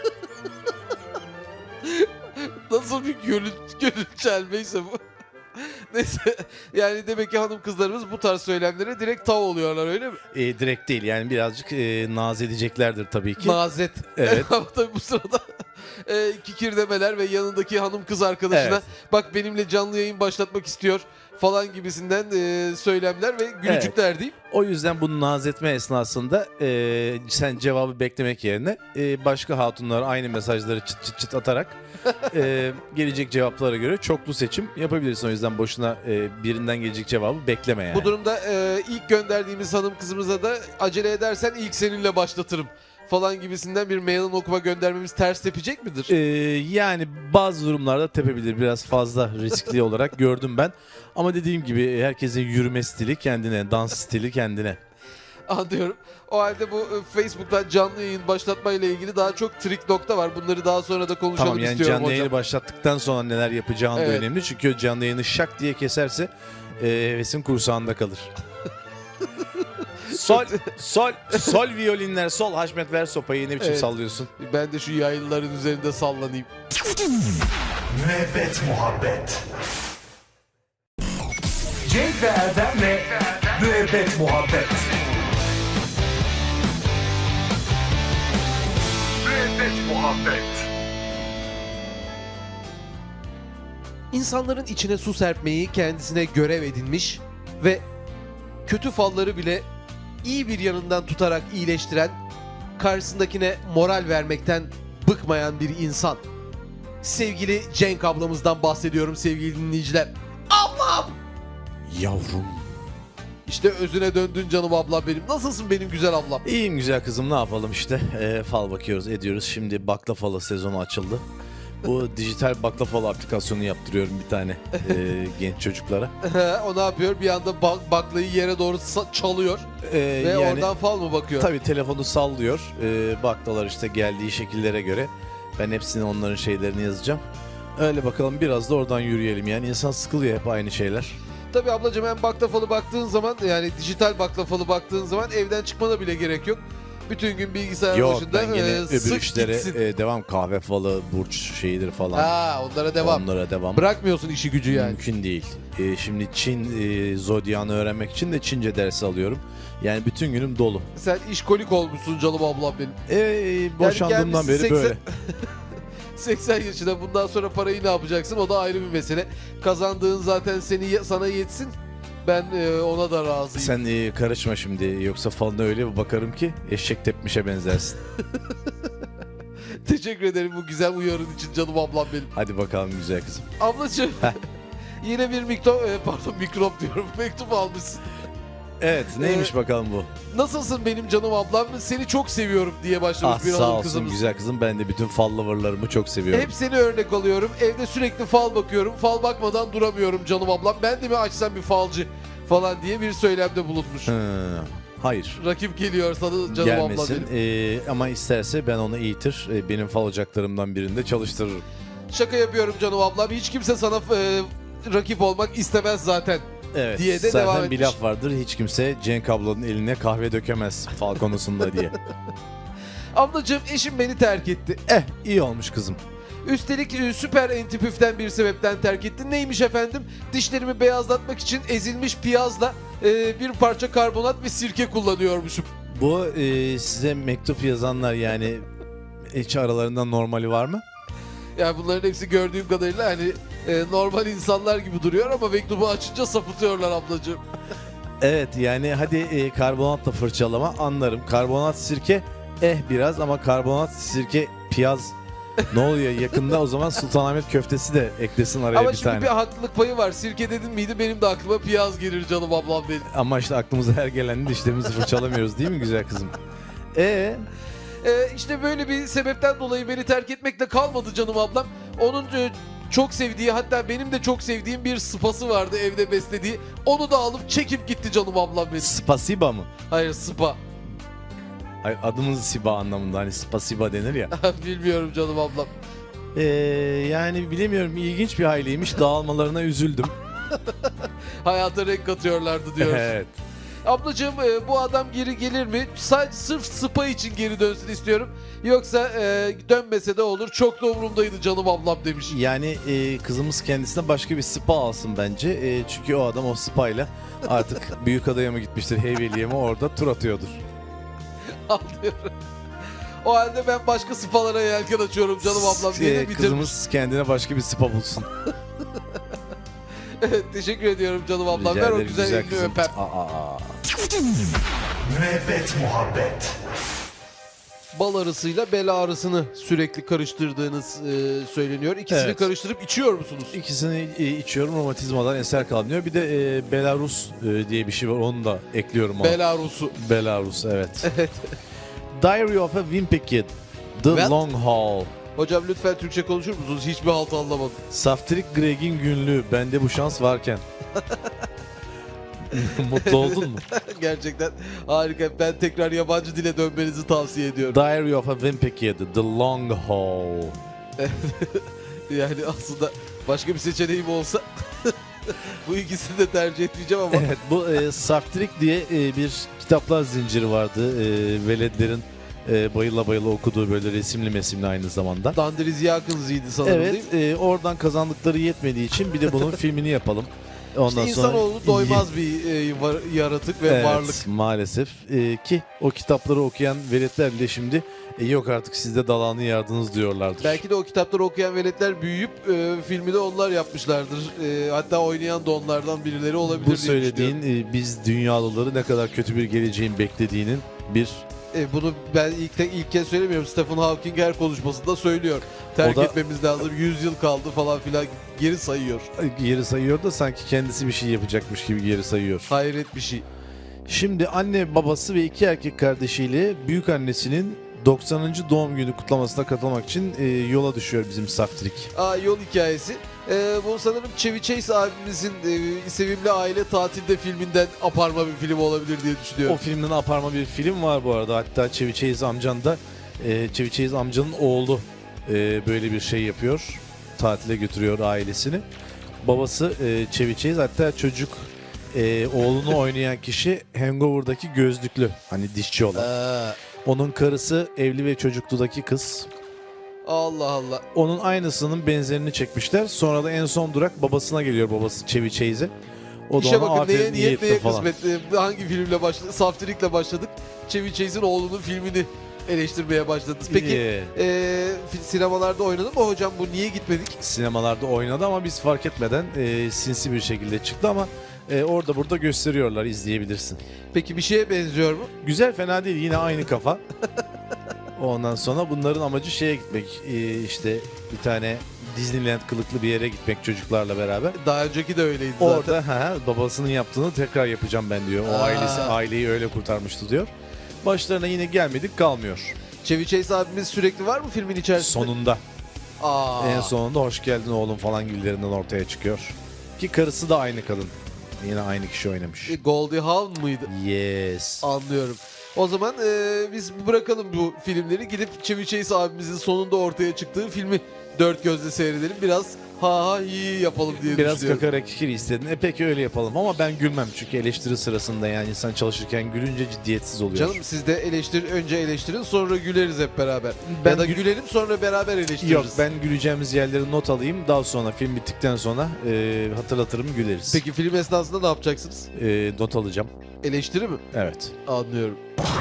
Nasıl bir gönül çelmeyse bu. Neyse yani demek ki hanım kızlarımız bu tarz söylemlere direkt tav oluyorlar öyle mi? Direkt değil yani birazcık naz edeceklerdir tabii ki. Nazet. Evet. Ama tabii bu sırada kikir demeler ve yanındaki hanım kız arkadaşına Evet. bak benimle canlı yayın başlatmak istiyor falan gibisinden söylemler ve gülücükler diyeyim. O yüzden bunu naz etme esnasında sen cevabı beklemek yerine başka hatunlara aynı mesajları çıt çıt çıt atarak gelecek cevaplara göre çoklu seçim yapabilirsin. O yüzden boşuna birinden gelecek cevabı bekleme yani. Bu durumda ilk gönderdiğimiz hanım kızımıza da acele edersen ilk seninle başlatırım falan gibisinden bir meydan okuma göndermemiz ters tepecek midir? Yani bazı durumlarda tepebilir. Biraz fazla riskli olarak gördüm ben. Ama dediğim gibi herkesin yürüme stili kendine, dans stili kendine. Anlıyorum. O halde bu Facebook'tan canlı yayın başlatmayla ilgili daha çok trik nokta var. Bunları daha sonra da konuşalım Tamam yani istiyorum canlı hocam. yayını başlattıktan sonra neler yapacağın da Evet. önemli. Çünkü canlı yayını şak diye keserse hevesin kursağında kalır. Sol violinler, sol Haşmet ver sopayı ne biçim Evet. sallıyorsun? Ben de şu yayınların üzerinde sallanayım. Müebbet Muhabbet. Cenk ve Erdem'le Müebbet Muhabbet. Müebbet Muhabbet. İnsanların içine su serpmeyi kendisine görev edinmiş ve kötü falları bile iyi bir yanından tutarak iyileştiren, karşısındakine moral vermekten bıkmayan bir insan. Sevgili Cenk ablamızdan bahsediyorum sevgili dinleyiciler. Ablam! Yavrum. İşte özüne döndün canım ablam benim. Nasılsın benim güzel ablam? İyiyim güzel kızım ne yapalım işte. Fal bakıyoruz ediyoruz. Şimdi bakla falı sezonu açıldı. Bu dijital bakla falı aplikasyonu yaptırıyorum bir tane genç çocuklara. O ne yapıyor? Bir anda baklayı yere doğru çalıyor ve Yani oradan fal mı bakıyor? tabii telefonu sallıyor. Baklalar işte geldiği şekillere göre. Ben hepsini onların şeylerini yazacağım. Öyle bakalım biraz da oradan yürüyelim. Yani insan sıkılıyor hep aynı şeyler. Tabii ablacığım hem baklafalı baktığın zaman yani dijital baklafalı baktığın zaman evden çıkmana bile gerek yok. Bütün gün bilgisayar Yok başında ben yine öbür sık işlere gitsin. devam kahve falı, burç şeyidir falan. Ha onlara devam. Onlara devam. Bırakmıyorsun işi gücü yani. Mümkün değil. Şimdi Çin zodyanı öğrenmek için de Çince dersi alıyorum. Yani bütün günüm dolu. Sen işkolik olmuşsun canım ablam benim. Boşandığımdan beri gelmişsin böyle. 80 yaşında bundan sonra parayı ne yapacaksın o da ayrı bir mesele. Kazandığın zaten sana yetsin. Ben ona da razıyım. Sen karışma şimdi yoksa falına öyle bir bakarım ki eşek tepmişe benzersin. Teşekkür ederim bu güzel uyarın için canım ablam benim. Hadi bakalım güzel kızım. Ablacığım yine bir mikrop diyorum mektup almışsın. Evet neymiş bakalım bu? Nasılsın benim canım ablam? Seni çok seviyorum diye başlamış bir Sağ hanım olsun kızımız. güzel kızım ben de bütün fall lover'larımı çok seviyorum. Hep seni örnek alıyorum. Evde sürekli fal bakıyorum. Fal bakmadan duramıyorum canım ablam. Ben de mi açsam bir falcı falan diye bir söylemde bulunmuş. Hayır. Rakip geliyor sana canım ablam Gelmesin benim. ama isterse ben onu eğitir benim fal ocaklarımdan birinde çalıştırırım. Şaka yapıyorum canım ablam. Hiç kimse sana rakip olmak istemez zaten. Evet diye de zaten devam bir etmiş. laf vardır hiç kimse Cenk ablanın eline kahve dökemez fal konusunda diye. Ablacığım eşim beni terk etti. İyi olmuş kızım. Üstelik süper entipüften bir sebepten terk etti. Neymiş efendim? Dişlerimi beyazlatmak için ezilmiş piyazla bir parça karbonat ve sirke kullanıyormuşum. Bu size mektup yazanlar yani hiç aralarında normali var mı? Yani bunların hepsi gördüğüm kadarıyla hani normal insanlar gibi duruyor ama mektubu açınca sapıtıyorlar ablacığım. Evet yani hadi karbonatla fırçalama anlarım. Karbonat sirke biraz ama karbonat sirke piyaz ne oluyor yakında o zaman Sultanahmet köftesi de eklesin araya Ama bir şimdi tane. bir haklılık payı var. Sirke dedin miydi benim de aklıma piyaz gelir canım ablam benim. Ama işte aklımıza her gelen dişlerimizi fırçalamıyoruz değil mi güzel kızım? İşte böyle bir sebepten dolayı beni terk etmekle kalmadı canım ablam. Onun çok sevdiği, hatta benim de çok sevdiğim bir spası vardı evde beslediği. Onu da alıp çekip gitti canım ablam benim. Spasiba mı? Hayır, spa. Hayır, adımız Siba anlamında, hani spasiba denir ya. Bilmiyorum canım ablam. Yani bilemiyorum, ilginç bir aileymiş, dağılmalarına üzüldüm. Hayata renk katıyorlardı diyoruz. Evet. Ablacığım, bu adam geri gelir mi? Sadece sırf spa için geri dönsün istiyorum. Yoksa dönmese de olur. Çok da umurumdaydı canım ablam demiş. Yani kızımız kendisine başka bir spa alsın bence. Çünkü o adam o spayla artık Büyükada'ya mı gitmiştir, Heybeli'ye mi, orada tur atıyordur. Anlıyorum. O halde ben başka spalara yelken açıyorum canım ablam diye de bitirmiş. Kızımız kendine başka bir spa bulsun. Evet, teşekkür ediyorum canım ablam. Rica Ver o ederim, güzel elini kızım. öpem. Müebbet muhabbet. Bal arısıyla bel ağrısını sürekli karıştırdığınız söyleniyor. İkisini Evet. karıştırıp içiyor musunuz? İkisini içiyorum, romatizmadan eser kalmıyor. Bir de Belarus diye bir şey var, onu da ekliyorum. Bel ağrısı. Belarus, evet. Evet. Diary of a Wimpy Kid, The What? Long Haul. Hocam lütfen Türkçe konuşur musunuz? Hiçbir halt anlamadım. Saftirik Greg'in günlüğü, bende bu şans varken. Mutlu oldun mu? Gerçekten harika. Ben tekrar yabancı dile dönmenizi tavsiye ediyorum. Diary of a Wimpy Kid, The Long Haul. Yani aslında başka bir seçeneğim olsa bu ikisini de tercih etmeyeceğim ama Evet, bu Saftirik diye bir kitaplar zinciri vardı. Veledlerin bayıla bayıla okuduğu, böyle resimli mesimli aynı zamanda. Dandiri Ziya Kılıcı'ydı sanırım, değil mi? Evet, oradan kazandıkları yetmediği için bir de bunun filmini yapalım. Ondan İşte insanoğlu doymaz bir yaratık ve evet, varlık. maalesef. Ki o kitapları okuyan veletler bile şimdi yok artık siz de dalağını yardınız diyorlardır. Belki de o kitapları okuyan veletler büyüyüp filmi de onlar yapmışlardır. Hatta oynayan da onlardan birileri olabilir Bu diye söylediğin düşünüyorum. biz dünyalıları ne kadar kötü bir geleceğin beklediğinin bir... Bunu ben ilk kez söylemiyorum. Stephen Hawking her konuşmasında söylüyor. Terk O da- etmemiz lazım. 100 yıl kaldı falan filan, geri sayıyor. Geri sayıyor da sanki kendisi bir şey yapacakmış gibi geri sayıyor. Hayret bir şey. Şimdi anne, babası ve 2 erkek kardeşiyle büyük annesinin 90. doğum günü kutlamasına katılmak için yola düşüyor bizim Saftirik. Yol hikayesi. Bu sanırım Chevy Chase abimizin Sevimli Aile Tatilde filminden aparma bir film olabilir diye O düşünüyorum. filmden aparma bir film var bu arada. Hatta Chevy Chase amcan da Chevy Chase amcanın oğlu böyle bir şey yapıyor. Tatile götürüyor ailesini. Babası Chevy Chase, hatta çocuk oğlunu oynayan kişi Hangover'daki gözlüklü, hani dişçi olan. Onun karısı evli ve çocukludaki kız. Allah Allah. Onun aynısının benzerini çekmişler. Sonra da en son durak babasına geliyor, babası Chevy Chase'e. O da İşe ona bakın, neye aferin iyi niyet ettin neye falan. kısmet. Hangi filmle başladık? Saftirik'le başladık. Chevy Chase'in oğlunun filmini eleştirmeye başladınız. Peki sinemalarda oynadı mı hocam? Bu niye gitmedik? Sinemalarda oynadı ama biz fark etmeden sinsi bir şekilde çıktı ama orada burada gösteriyorlar, izleyebilirsin. Peki bir şeye benziyor mu? Güzel, fena değil, yine aynı kafa. Ondan sonra bunların amacı şeye gitmek, işte bir tane Disneyland kılıklı bir yere gitmek çocuklarla beraber. Daha önceki de öyleydi zaten. Orada babasının yaptığını tekrar yapacağım ben diyor. O aileyi öyle kurtarmıştı diyor. Başlarına yine gelmedik kalmıyor. Chevy Chase abimiz sürekli var mı filmin içerisinde? Sonunda. Aa. En sonunda hoş geldin oğlum falan gibilerinden ortaya çıkıyor. Ki karısı da aynı kadın. Yine aynı kişi oynamış. Goldie Hawn mıydı? Yes. Anlıyorum. O zaman biz bırakalım bu filmleri. Gidip Chevy Chase abimizin sonunda ortaya çıktığı filmi dört gözle seyredelim. Biraz ha ha hi yapalım diye Biraz düşünüyorum. kakarak kikiri istedin. Peki öyle yapalım ama ben gülmem. Çünkü eleştiri sırasında, yani insan çalışırken gülünce ciddiyetsiz oluyor. Canım siz de önce eleştirin, sonra güleriz hep beraber. Ben Ya da gülelim sonra beraber eleştiririz. Yok, ben güleceğimiz yerleri not alayım. Daha sonra film bittikten sonra hatırlatırım, güleriz. Peki film esnasında ne yapacaksınız? Not alacağım. Eleştiri mi? Evet. Anlıyorum.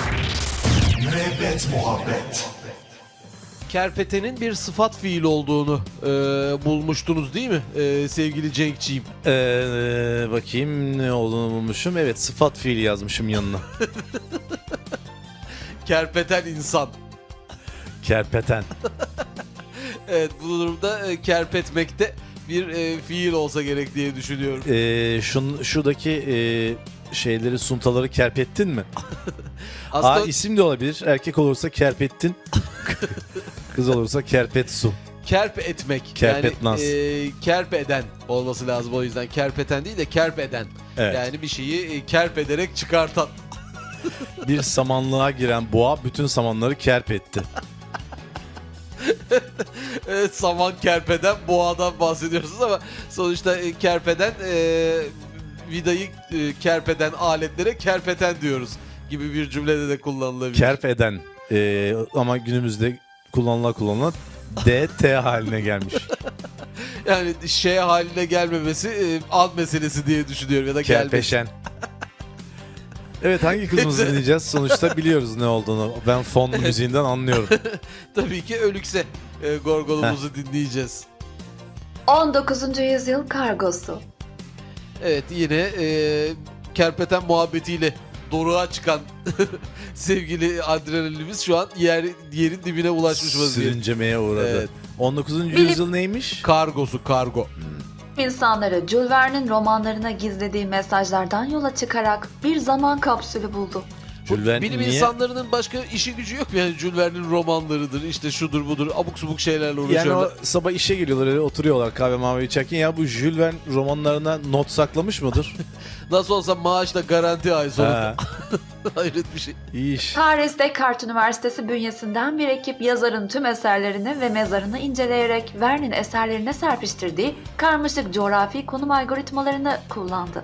Müebbet muhabbet. Kerpetenin bir sıfat fiil olduğunu bulmuştunuz değil mi sevgili Cenk'ciğim? Bakayım ne olduğunu bulmuşum. Evet, sıfat fiili yazmışım yanına. Kerpeten insan. Kerpeten. Evet, bu durumda kerpetmekte bir fiil olsa gerek diye düşünüyorum. Şuradaki şeyleri, suntaları kerpettin mi? Aslında isim de olabilir. Erkek olursa kerpettin. Kız olursa kerpetsu. kerp etmek. Kerpetnaz. Yani kerp eden olması lazım, o yüzden kerpeten değil de kerp eden. Evet. Yani bir şeyi kerp ederek çıkartan. Bir samanlığa giren boğa bütün samanları kerp etti. Evet, saman kerpeden boğadan bahsediyorsunuz ama sonuçta kerpeden vidayı kerpeden aletlere kerpeten diyoruz gibi bir cümlede de kullanılabilir. Kerp eden. Ama günümüzde kullanılan DT haline gelmiş. Yani şey haline gelmemesi an meselesi diye düşünüyorum, ya da gelmesi. Kerpeşen. Evet, hangi kızımızı dinleyeceğiz? Sonuçta biliyoruz ne olduğunu. Ben fon müziğinden anlıyorum. Tabii ki Ölükse Gorgolumuzu dinleyeceğiz. 19. yüzyıl kargosu. Evet, yine kerpeten muhabbetiyle doruğa çıkan sevgili adrenalinimiz şu an yerin dibine ulaşmış vaziyette. Sürüncemeye uğradı. Evet. 19. yüzyıl neymiş? Kargosu, kargo. İnsanları Jules Verne'in romanlarına gizlediği mesajlardan yola çıkarak bir zaman kapsülü buldu. Jules Verne Bilim niye? insanlarının başka işi gücü yok mu? Yani Jules Verne'in romanlarıdır, işte şudur budur, abuk subuk şeylerle Yani uğraşıyorlar. o sabah işe geliyorlar, öyle oturuyorlar kahve mavi içerken, ya bu Jules Verne romanlarına not saklamış mıdır? Nasıl olsa maaşla garanti ay sonunda. Ha, Hayret bir şey. iyi iş. Paris Descartes Üniversitesi bünyesinden bir ekip yazarın tüm eserlerini ve mezarını inceleyerek Verne'in eserlerine serpiştirdiği karmaşık coğrafi konum algoritmalarını kullandı.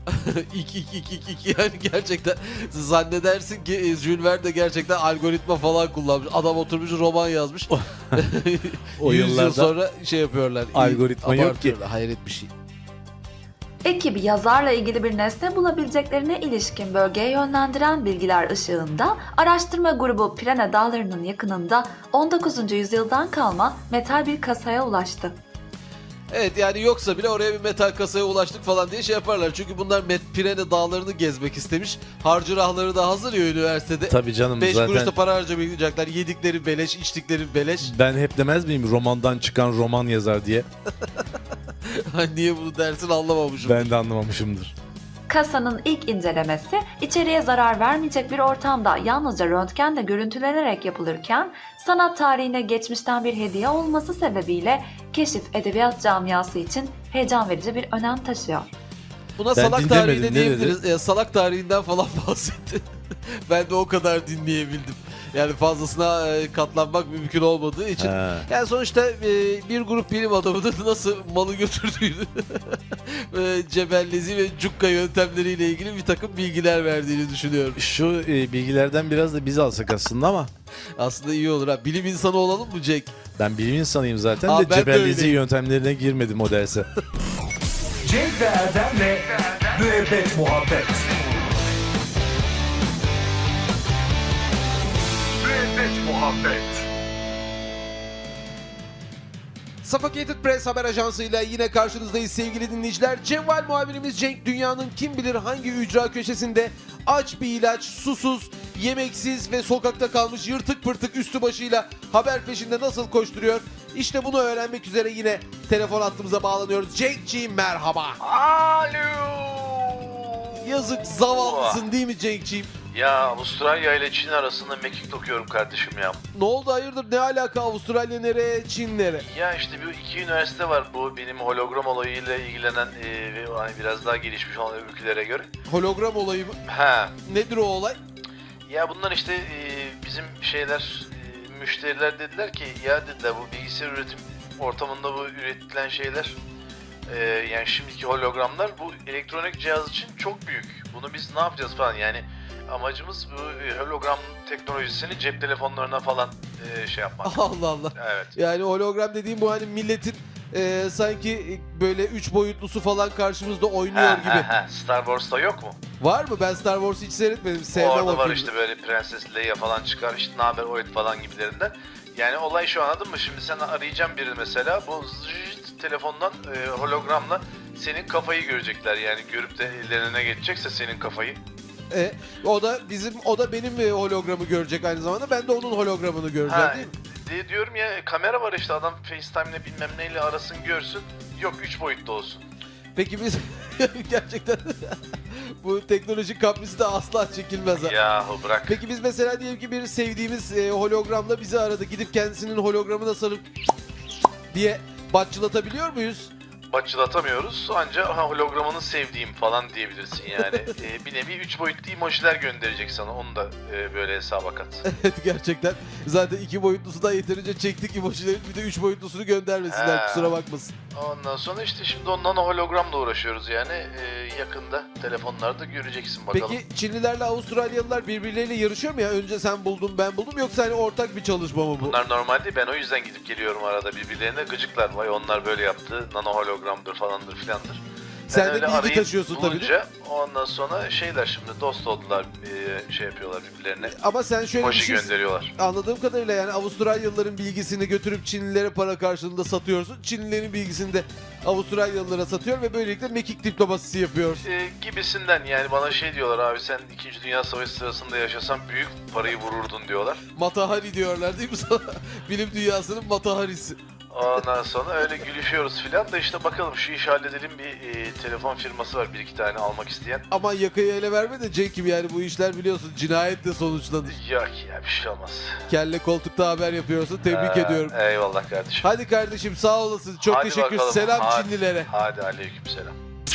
Yani gerçekten zannedersin ki Jules Verne de gerçekten algoritma falan kullanmış. Adam oturmuş roman yazmış. O 100 yıl yıllarda sonra şey yapıyorlar. algoritma yok ki. abartıyorlar. Hayret bir şey. Ekibi yazarla ilgili bir nesne bulabileceklerine ilişkin bölgeye yönlendiren bilgiler ışığında araştırma grubu Pirene Dağları'nın yakınında 19. yüzyıldan kalma metal bir kasaya ulaştı. Evet, yani yoksa bile oraya bir metal kasaya ulaştık falan diye şey yaparlar. Çünkü bunlar Pirene Dağları'nı gezmek istemiş. Harcırahları da hazır ya üniversitede. Tabii canım, 5 kuruş da zaten para harcamayacaklar. Yedikleri beleş, içtikleri beleş. ben hep demez miyim romandan çıkan roman yazar diye? Niye bunu dersin anlamamışım. Ben de anlamamışımdır. Kasanın ilk incelemesi içeriye zarar vermeyecek bir ortamda yalnızca röntgenle görüntülenerek yapılırken sanat tarihine geçmişten bir hediye olması sebebiyle keşif edebiyat camiası için heyecan verici bir önem taşıyor. Buna Ben salak dinlemedim, tarihi de ne diyebiliriz. Salak tarihinden falan bahsetti. Ben de o kadar dinleyebildim. Yani fazlasına katlanmak mümkün olmadığı için. Ha. Yani sonuçta bir grup bilim adamının nasıl malı götürdüğünü, cebellezi ve cukka yöntemleriyle ilgili bir takım bilgiler verdiğini düşünüyorum. Şu bilgilerden biraz da biz alsak aslında, ama Aslında iyi olur ha. Bilim insanı olalım mı Cenk? ben bilim insanıyım zaten Aa, de ben de cebellezi öyleyim. yöntemlerine girmedim o derse. Cenk ve Erdem'le Müebbet Muhabbet. Müebbet Muhabbet. Suffocated Press haber ajansıyla yine karşınızdayız sevgili dinleyiciler. Cevval muhabirimiz Cenk dünyanın kim bilir hangi ücra köşesinde aç bir ilaç, susuz, yemeksiz ve sokakta kalmış yırtık pırtık üstü başıyla haber peşinde nasıl koşturuyor? İşte bunu öğrenmek üzere yine telefon hattımıza bağlanıyoruz. Cenk'ciğim merhaba. Alo. Yazık, zavallısın değil mi Cenk'ciğim? Ya Avustralya ile Çin arasında mekik dokuyorum kardeşim ya. Ne oldu, hayırdır, ne alaka, Avustralya nereye, Çin nereye? Ya işte bu iki üniversite var bu benim hologram olayıyla ilgilenen ve hani biraz daha gelişmiş olan ülkelere göre. Hologram olayı mı? Ha. Nedir o olay? Ya bunlar işte bizim şeyler müşteriler dediler ki ya dediler bu bilgisayar üretim ortamında bu üretilen şeyler yani şimdiki hologramlar bu elektronik cihaz için çok büyük. Bunu biz ne yapacağız falan yani amacımız bu hologram teknolojisini cep telefonlarına falan şey yapmak. Allah Allah. Evet. Yani hologram dediğim bu hani milletin sanki böyle 3 boyutlusu falan karşımızda oynuyor gibi. Star Wars'ta yok mu? Var mı? Ben Star Wars'ı hiç seyretmedim. Sevmem Orada o var filmi. işte böyle Prenses Leia falan çıkar işte naber Oyut falan gibilerinden. Yani olay şu, anladın mı? Şimdi sen arayacaksın birini mesela bu telefondan hologramla senin kafayı görecekler yani görüp de ellerine geçecekse senin kafayı. O da benim hologramı görecek aynı zamanda. Ben de onun hologramını göreceğim değil mi? Diyorum ya kamera var işte adam FaceTime'le bilmem neyle arasın görsün. Yok 3 boyutlu olsun. Peki biz Gerçekten bu teknoloji kaprisi de asla çekilmez. Ha. Yahu bırak. Peki biz mesela diyelim ki bir sevdiğimiz hologramla bizi aradı. Gidip kendisinin hologramına sarıp diye batçılatabiliyor muyuz? Batçılatamıyoruz ancak hologramını sevdiğim falan diyebilirsin yani. Bir nevi 3 boyutlu emojiler gönderecek sana, onu da böyle hesaba kat. Evet, gerçekten. Zaten 2 boyutlusu da yeterince çektik emojilerin, bir de 3 boyutlusunu göndermesinler, kusura bakmasın. Ondan sonra işte şimdi ondan hologramla uğraşıyoruz yani. Yakında telefonlarda göreceksin bakalım. Peki Çinlilerle Avustralyalılar birbirleriyle yarışıyor mu ya? Önce sen buldun ben buldum, yoksa hani ortak bir çalışma mı bu? Bunlar normal değil, ben o yüzden gidip geliyorum arada, birbirlerine gıcıklar. Vay onlar böyle yaptı, nano hologramdır falandır filandır. Sen de öyle bilgi arayıp taşıyorsun tabii. bulunca, ondan sonra şeyler şimdi dost oldular, şey yapıyorlar birbirlerine. Ama sen şöyle bir Emoji şey gönderiyorlar. anladığım kadarıyla, yani Avustralyalıların bilgisini götürüp Çinlilere para karşılığında satıyorsun. Çinlilerin bilgisini de Avustralyalılara satıyor ve böylelikle mekik diplomasisi yapıyorsun. Gibisinden yani, bana şey diyorlar, abi sen 2. Dünya Savaşı sırasında yaşasan büyük parayı vururdun diyorlar. Matahari diyorlar değil mi sana? Bilim dünyasının Mataharisi. Ondan sonra öyle gülüşüyoruz filan da işte bakalım, şu işi halledelim. Bir telefon firması var, 1-2 tane almak isteyen. Ama yakayı ele verme de Cenk'im, yani bu işler biliyorsun cinayetle sonuçlanır. Yok ya, bir şey olmaz. Kelle koltukta haber yapıyorsun, tebrik ediyorum. Eyvallah kardeşim. Hadi kardeşim, sağ olasın, çok Hadi teşekkür. bakalım. Selam Hadi. Çinlilere. Hadi aleykümselam.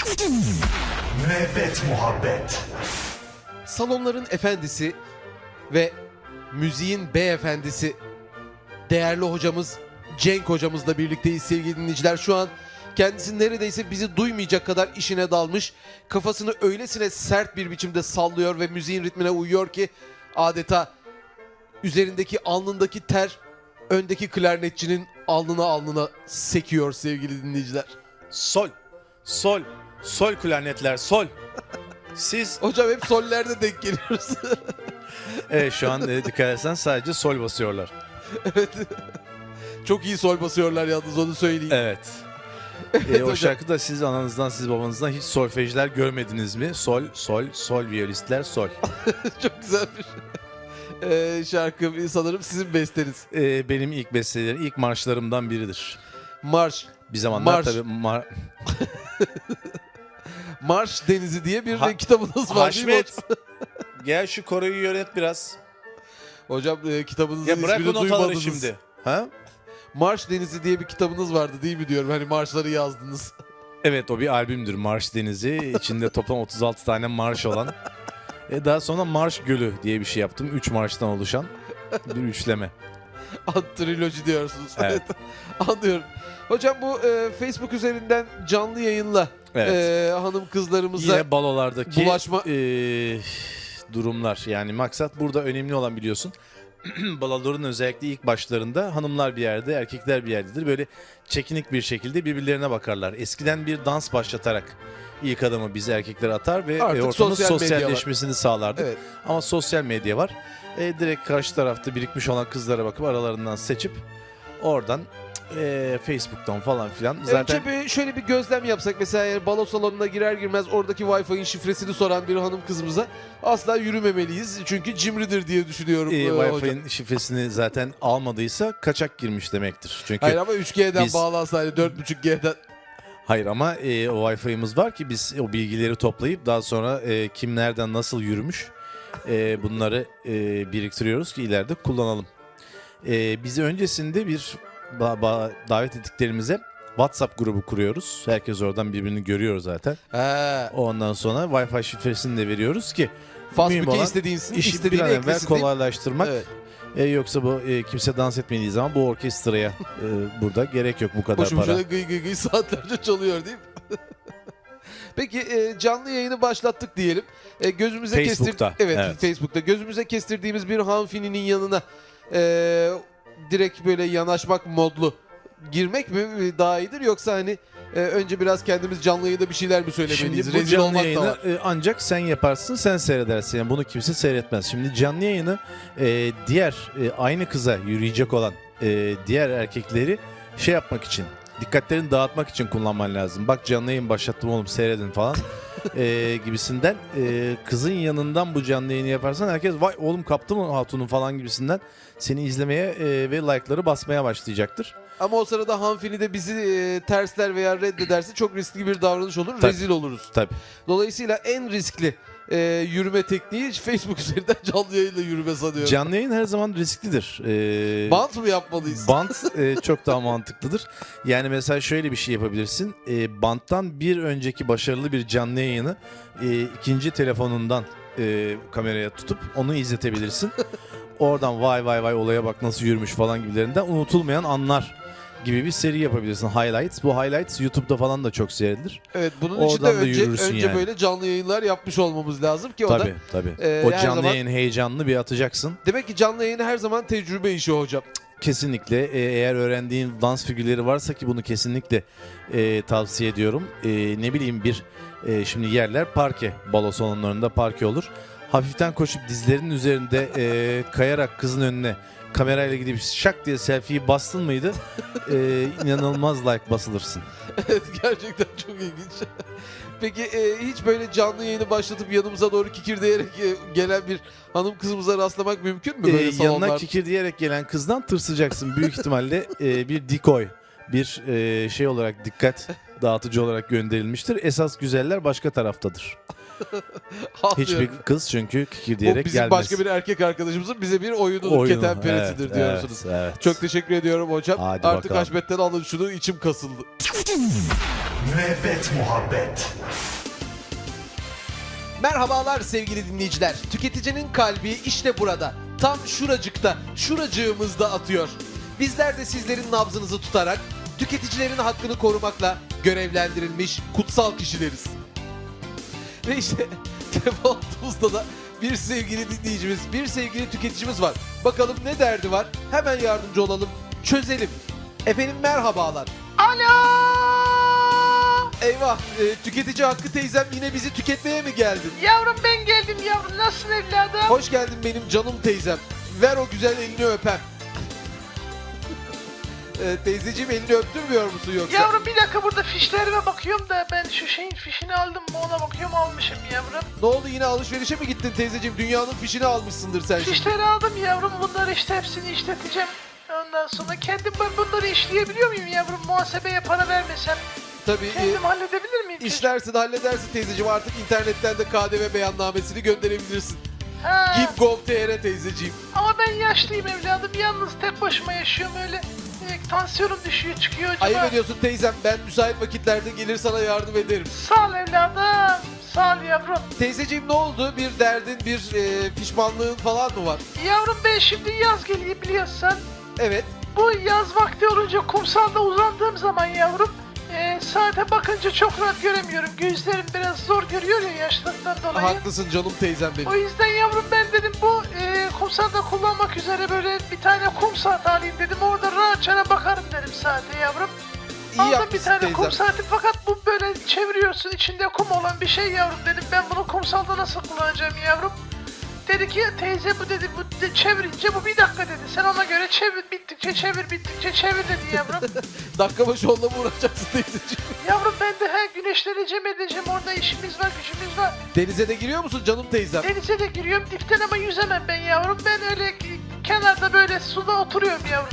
Müebbet muhabbet. Salonların efendisi ve müziğin beyefendisi değerli hocamız Cenk hocamızla birlikteyiz sevgili dinleyiciler. Şu an kendisi neredeyse bizi duymayacak kadar işine dalmış. Kafasını öylesine sert bir biçimde sallıyor ve müziğin ritmine uyuyor ki adeta üzerindeki, alnındaki ter öndeki klarnetçinin alnına sekiyor sevgili dinleyiciler. Sol, sol, sol klarnetler, sol. Siz... Hocam hep sollerde denk geliyoruz. Evet, şu an dikkat etsen sadece sol basıyorlar. Evet. Çok iyi sol basıyorlar yalnız, onu söyleyeyim. Evet. O hocam. şarkıda siz ananızdan, siz babanızdan hiç solfejler görmediniz mi? Sol, sol, sol viyolistler, sol. Çok güzel bir şarkı, sanırım sizin besteniz. Benim ilk bestelerim, ilk marşlarımdan biridir. Marş. Bir zamanlar Marş. tabii Marş Denizi diye bir kitabınız var değil mi Haşmet, hocam? gel şu koroyu yönet biraz. Hocam kitabınızın Ya bırak ismini o notaları duymadınız. şimdi. Ha? Marş Denizi diye bir kitabınız vardı değil mi diyorum, hani marşları yazdınız. Evet, o bir albümdür, Marş Denizi. İçinde toplam 36 tane marş olan. Daha sonra Marş Gölü diye bir şey yaptım. 3 marştan oluşan bir üçleme. Triloji diyorsunuz. Evet. Anlıyorum. Hocam bu Facebook üzerinden canlı yayınla hanım kızlarımıza Yine balolardaki bulaşma... durumlar. Yani maksat burada önemli olan, biliyorsun. Baloların özellikle ilk başlarında hanımlar bir yerde, erkekler bir yerdedir. Böyle çekinik bir şekilde birbirlerine bakarlar. Eskiden bir dans başlatarak ilk adamı biz erkekler atar ve Artık ortamın sosyal medya sosyalleşmesini sağlardık. Evet. Ama sosyal medya var. Direkt karşı tarafta birikmiş olan kızlara bakıp aralarından seçip oradan Facebook'tan falan filan. Zaten Önce şöyle bir gözlem yapsak, mesela eğer balo salonuna girer girmez oradaki Wi-Fi'nin şifresini soran bir hanım kızımıza asla yürümemeliyiz. Çünkü cimridir diye düşünüyorum hocam. Wi-Fi'nin şifresini zaten almadıysa kaçak girmiş demektir. Çünkü Hayır ama 3G'den biz- bağlansaydı, 4.5G'den. Hayır ama o Wi-Fi'miz var ki biz o bilgileri toplayıp daha sonra kim nereden nasıl yürümüş bunları biriktiriyoruz ki ileride kullanalım. Bizi öncesinde bir davet ettiklerimize WhatsApp grubu kuruyoruz. Herkes oradan birbirini görüyor zaten. Ondan sonra Wi-Fi şifresini de veriyoruz ki mühim olan istediğin işi bir an evvel eklesin deyip- kolaylaştırmak. Evet. Yoksa bu kimse dans etmediği zaman bu orkestraya burada gerek yok bu kadar Boşu para. boşuna gıy saatlerce çalıyor değil mi? Peki canlı yayını başlattık diyelim. Gözümüze Facebook'ta. Evet, Evet. Facebook'ta. Gözümüze kestirdiğimiz bir hanımefendinin yanına direkt böyle yanaşmak modlu girmek mi daha iyidir, yoksa hani önce biraz kendimiz canlı yayında bir şeyler mi söylemeliyiz? Şimdi bu Rezil canlı olmak da yayını var. ancak sen yaparsın, sen seyredersin. Yani bunu kimse seyretmez. Şimdi canlı yayını diğer aynı kıza yürüyecek olan diğer erkekleri şey yapmak için, dikkatlerini dağıtmak için kullanman lazım. Bak canlı yayın başlattım oğlum, seyredin falan gibisinden. Kızın yanından bu canlı yayını yaparsan herkes vay oğlum kaptı mı hatunu falan gibisinden seni izlemeye ve like'ları basmaya başlayacaktır. Ama o sırada hanımefendi de bizi tersler veya reddederse çok riskli bir davranış olur. Tabii. Rezil oluruz. Tabii. Dolayısıyla en riskli yürüme tekniği Facebook üzerinden canlı yayınla yürüme sanıyorum. Canlı yayın her zaman risklidir. Bant mı yapmalıyız? Bant çok daha mantıklıdır. Yani mesela şöyle bir şey yapabilirsin. Banttan bir önceki başarılı bir canlı yayını ikinci telefonundan kameraya tutup onu izletebilirsin. Oradan vay vay vay olaya bak nasıl yürümüş falan gibilerinden unutulmayan anlar gibi bir seri yapabilirsin. Highlights. Bu highlights YouTube'da falan da çok seyredilir. Evet, bunun için de Oradan da önce yürürsün yani. böyle canlı yayınlar yapmış olmamız lazım ki o da Tabii. her O canlı zaman- yayın heyecanını bir atacaksın. demek ki canlı yayın her zaman tecrübe işi hocam. Kesinlikle. Eğer öğrendiğin dans figürleri varsa ki bunu kesinlikle tavsiye ediyorum. Ne bileyim şimdi yerler parke. Balo salonlarında parke olur. Hafiften koşup dizlerinin üzerinde kayarak kızın önüne kamerayla gidip şak diye selfie'yi bastın mıydı? İnanılmaz like basılırsın. Evet, gerçekten çok ilginç. Peki hiç böyle canlı yayını başlatıp yanımıza doğru kikirdeyerek gelen bir hanım kızımıza rastlamak mümkün mü böyle Yanına salonlarda? kikirdeyerek gelen kızdan tırsıcaksın. Büyük ihtimalle bir decoy, bir şey olarak dikkat dağıtıcı olarak gönderilmiştir. Esas güzeller başka taraftadır. Hiçbir Anlıyorum. kız çünkü Bu kikirdeyerek bizim gelmez. başka bir erkek arkadaşımızın bize bir oyunudur, ketenperesidir evet, diyorsunuz. evet. Çok teşekkür ediyorum hocam. Hadi Artık bakalım. Haşmet'ten alın şunu, içim kasıldı. Müebbet muhabbet. Merhabalar sevgili dinleyiciler. Tüketicinin kalbi işte burada. Tam şuracıkta, şuracığımızda atıyor. Bizler de sizlerin nabzınızı tutarak tüketicilerin hakkını korumakla görevlendirilmiş kutsal kişileriz. Ve işte telefon hattımızda da bir sevgili dinleyicimiz, bir sevgili tüketicimiz var. Bakalım ne derdi var? Hemen yardımcı olalım, çözelim. Efendim merhabalar. Alo! Eyvah, tüketici hakkı teyzem yine bizi tüketmeye mi geldin? Yavrum ben geldim yavrum. Nasılsın evladım? Hoş geldin benim canım teyzem. Ver o güzel elini öpem. Teyzeciğim, elini öptürmüyor musun yoksa? Yavrum bir dakika, burada fişlerime bakıyorum da ben şu şeyin fişini aldım mı ona bakıyorum, almışım yavrum. Ne oldu, yine alışverişe mi gittin teyzeciğim? Dünyanın fişini almışsındır sen şimdi. Fişleri aldım yavrum, bunları işte hepsini işleteceğim. Ondan sonra kendim ben bunları işleyebiliyor muyum yavrum? Muhasebeye para vermesem Tabii. kendim halledebilir miyim? İşlersin, halledersin teyzeciğim. Artık internetten de KDV beyannamesini gönderebilirsin. Ha, Give.gov.tr teyzeciğim. ama ben yaşlıyım evladım, yalnız tek başıma yaşıyorum öyle. Tansiyonum düşüyor çıkıyor acaba. Ayıp ediyorsun teyzem. Ben müsait vakitlerde gelir sana yardım ederim. Sağ ol evladım. Sağ ol yavrum. Teyzeciğim, ne oldu? Bir derdin, bir pişmanlığın falan mı var? Yavrum ben şimdi yaz geliyor biliyorsun. Evet. Bu yaz vakti olunca kumsalda uzandığım zaman yavrum saate bakınca çok rahat göremiyorum. Gözlerim biraz zor görüyor ya yaşlıktan dolayı. Haklısın canım teyzem benim. O yüzden yavrum ben dedim bu kumsalda kullanmak üzere böyle bir tane kum saat alayım dedim. Orada rahatça bakarım dedim saate yavrum. İyi Aldım bir yapmışsın tane teyzem. kum saati, fakat bu böyle çeviriyorsun, içinde kum olan bir şey yavrum dedim. Ben bunu kumsalda nasıl kullanacağım yavrum? Dedi ki teyze bu dedi, çevirince bu bir dakika dedi. Sen ona göre çevir, bittikçe çevir dedi yavrum. Dakika başı onunla mı uğraşacaksın teyzeciğim? Yavrum ben de her güneşleneceğim edeceğim, orada işimiz var gücümüz var. Denize de giriyor musun canım teyzem? Denize de giriyorum dipten ama yüzemem ben yavrum. Ben öyle kenarda böyle suda oturuyorum yavrum.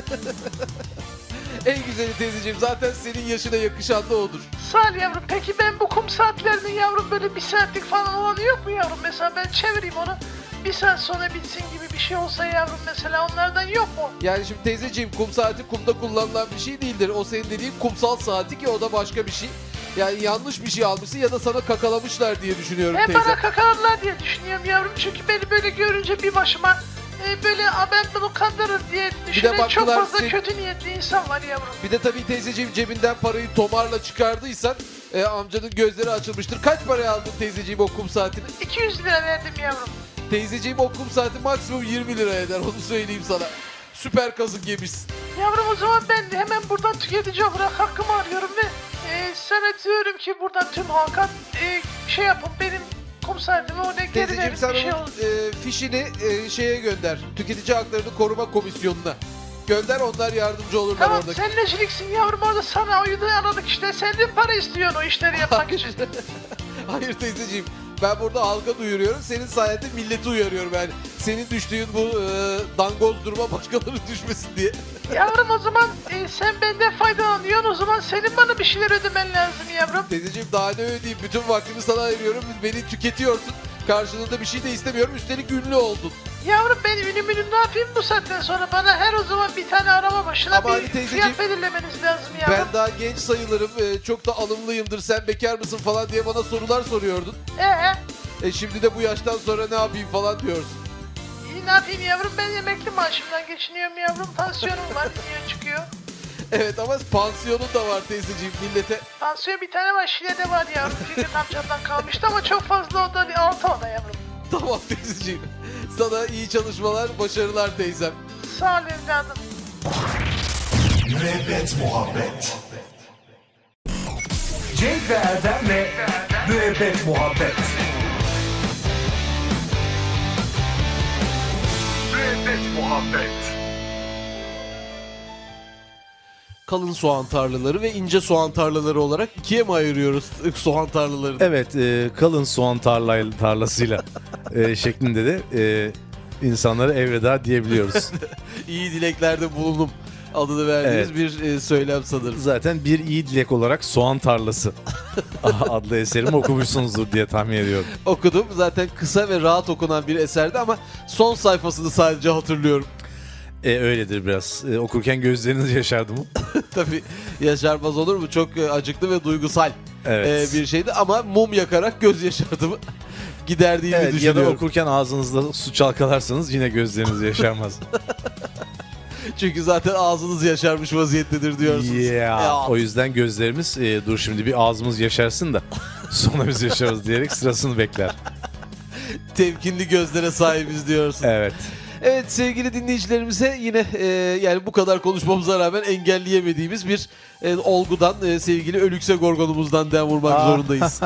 En güzeli teyzeciğim, zaten senin yaşına yakışan da odur. Sağ ol yavrum. Peki ben bu kum saatlerinin yavrum böyle bir saatlik falan olanı yok mu yavrum? Mesela ben çevireyim onu. Bir saat sonra bitsin gibi bir şey olsa yavrum mesela, onlardan yok mu? Yani şimdi teyzeciğim, kum saati kumda kullanılan bir şey değildir. O senin dediğin kumsal saati ki o da başka bir şey. Yani yanlış bir şey almışsın ya da sana kakalamışlar diye düşünüyorum Hem teyze. bana kakaladılar diye düşünüyorum yavrum. Çünkü beni böyle görünce bir başıma böyle ben bunu kandırır diye düşünen çok baktılar fazla sen- kötü niyetli insan var yavrum. Bir de tabii teyzeciğim, cebinden parayı tomarla çıkardıysan amcanın gözleri açılmıştır. Kaç paraya aldın teyzeciğim o kum saatini? 200 lira verdim yavrum. Teyzeciğim, o kum saati maksimum 20 lira eder, onu söyleyeyim sana. Süper kazık yemişsin. Yavrum o zaman ben de hemen buradan tüketici olarak hakkımı arıyorum ve sana diyorum ki buradan tüm halka şey yapın, benim kum saatimi oraya geri Teyzeciğim, verin, sen bir şey onun olsun. fişini şeye gönder. Tüketici Haklarını Koruma Komisyonu'na. Gönder, onlar yardımcı olurlar Tamam orada. sen neciliksin yavrum, orada sana uyudu aradık işte, sen de para istiyorsun o işleri yapmak için. Hayır teyzeciğim, Ben burada halka duyuruyorum. Senin sayende milleti uyarıyorum yani. Senin düştüğün bu dangoz duruma başkaları düşmesin diye. Yavrum o zaman sen benden faydalanıyorsun. O zaman senin bana bir şeyler ödemen lazım yavrum. Teyzeciğim daha ne ödeyeyim? Bütün vaktimi sana ayırıyorum. Beni tüketiyorsun. Karşılığında bir şey de istemiyorum. Üstelik ünlü oldun. Yavrum ben ünümünü ne yapayım bu saatten sonra? Bana her o zaman bir tane araba başına Ama bir hani teyzeciğim, fiyat belirlemeniz lazım yavrum. Ben daha genç sayılırım. Çok da alımlıyımdır. Sen bekar mısın falan diye bana sorular soruyordun. Şimdi de bu yaştan sonra ne yapayım falan diyorsun. İyi ne yapayım yavrum, ben emekli maaşımdan geçiniyorum yavrum. Pansiyonum var, iniyor çıkıyor. Evet ama pansiyonun da var teyzeciğim millete. Pansiyon bir tane var, Şile'de var yavrum. Fikret amcamdan kalmıştı ama çok fazla o da 6 oda yavrum. Tamam teyzeciğim. Sana iyi çalışmalar, başarılar teyzem. Sağ ol evladım. Müebbet Muhabbet. Cenk ve Erdem'le Müebbet Muhabbet. Müebbet Muhabbet. Kalın soğan tarlaları ve ince soğan tarlaları olarak ikiye mi ayırıyoruz soğan tarlalarını? Evet, kalın soğan tarlasıyla şeklinde de insanlara elveda diyebiliyoruz. İyi dileklerde bulundum adını verdiğimiz bir söylem sanırım. Zaten bir iyi dilek olarak Soğan Tarlası adlı eserimi okumuşsunuzdur diye tahmin ediyorum. Okudum. Zaten kısa ve rahat okunan bir eserdi ama son sayfasını sadece hatırlıyorum. Öyledir biraz. Okurken gözleriniz yaşardı mı? Tabii yaşarmaz olur mu? Çok acıklı ve duygusal bir şeydi ama mum yakarak göz yaşardımı giderdiğini düşünüyorum. Ya da okurken ağzınızda su çalkalarsanız yine gözleriniz yaşarmaz. Çünkü zaten ağzınız yaşarmış vaziyettedir diyorsunuz. O yüzden gözlerimiz dur şimdi bir ağzımız yaşarsın da sonra biz yaşarız diyerek sırasını bekler. Temkinli gözlere sahibiz diyorsun. Evet. Evet sevgili dinleyicilerimize yine yani bu kadar konuşmamıza rağmen engelleyemediğimiz bir olgudan sevgili Ölükse Gorgon'umuzdan dem vurmak zorundayız.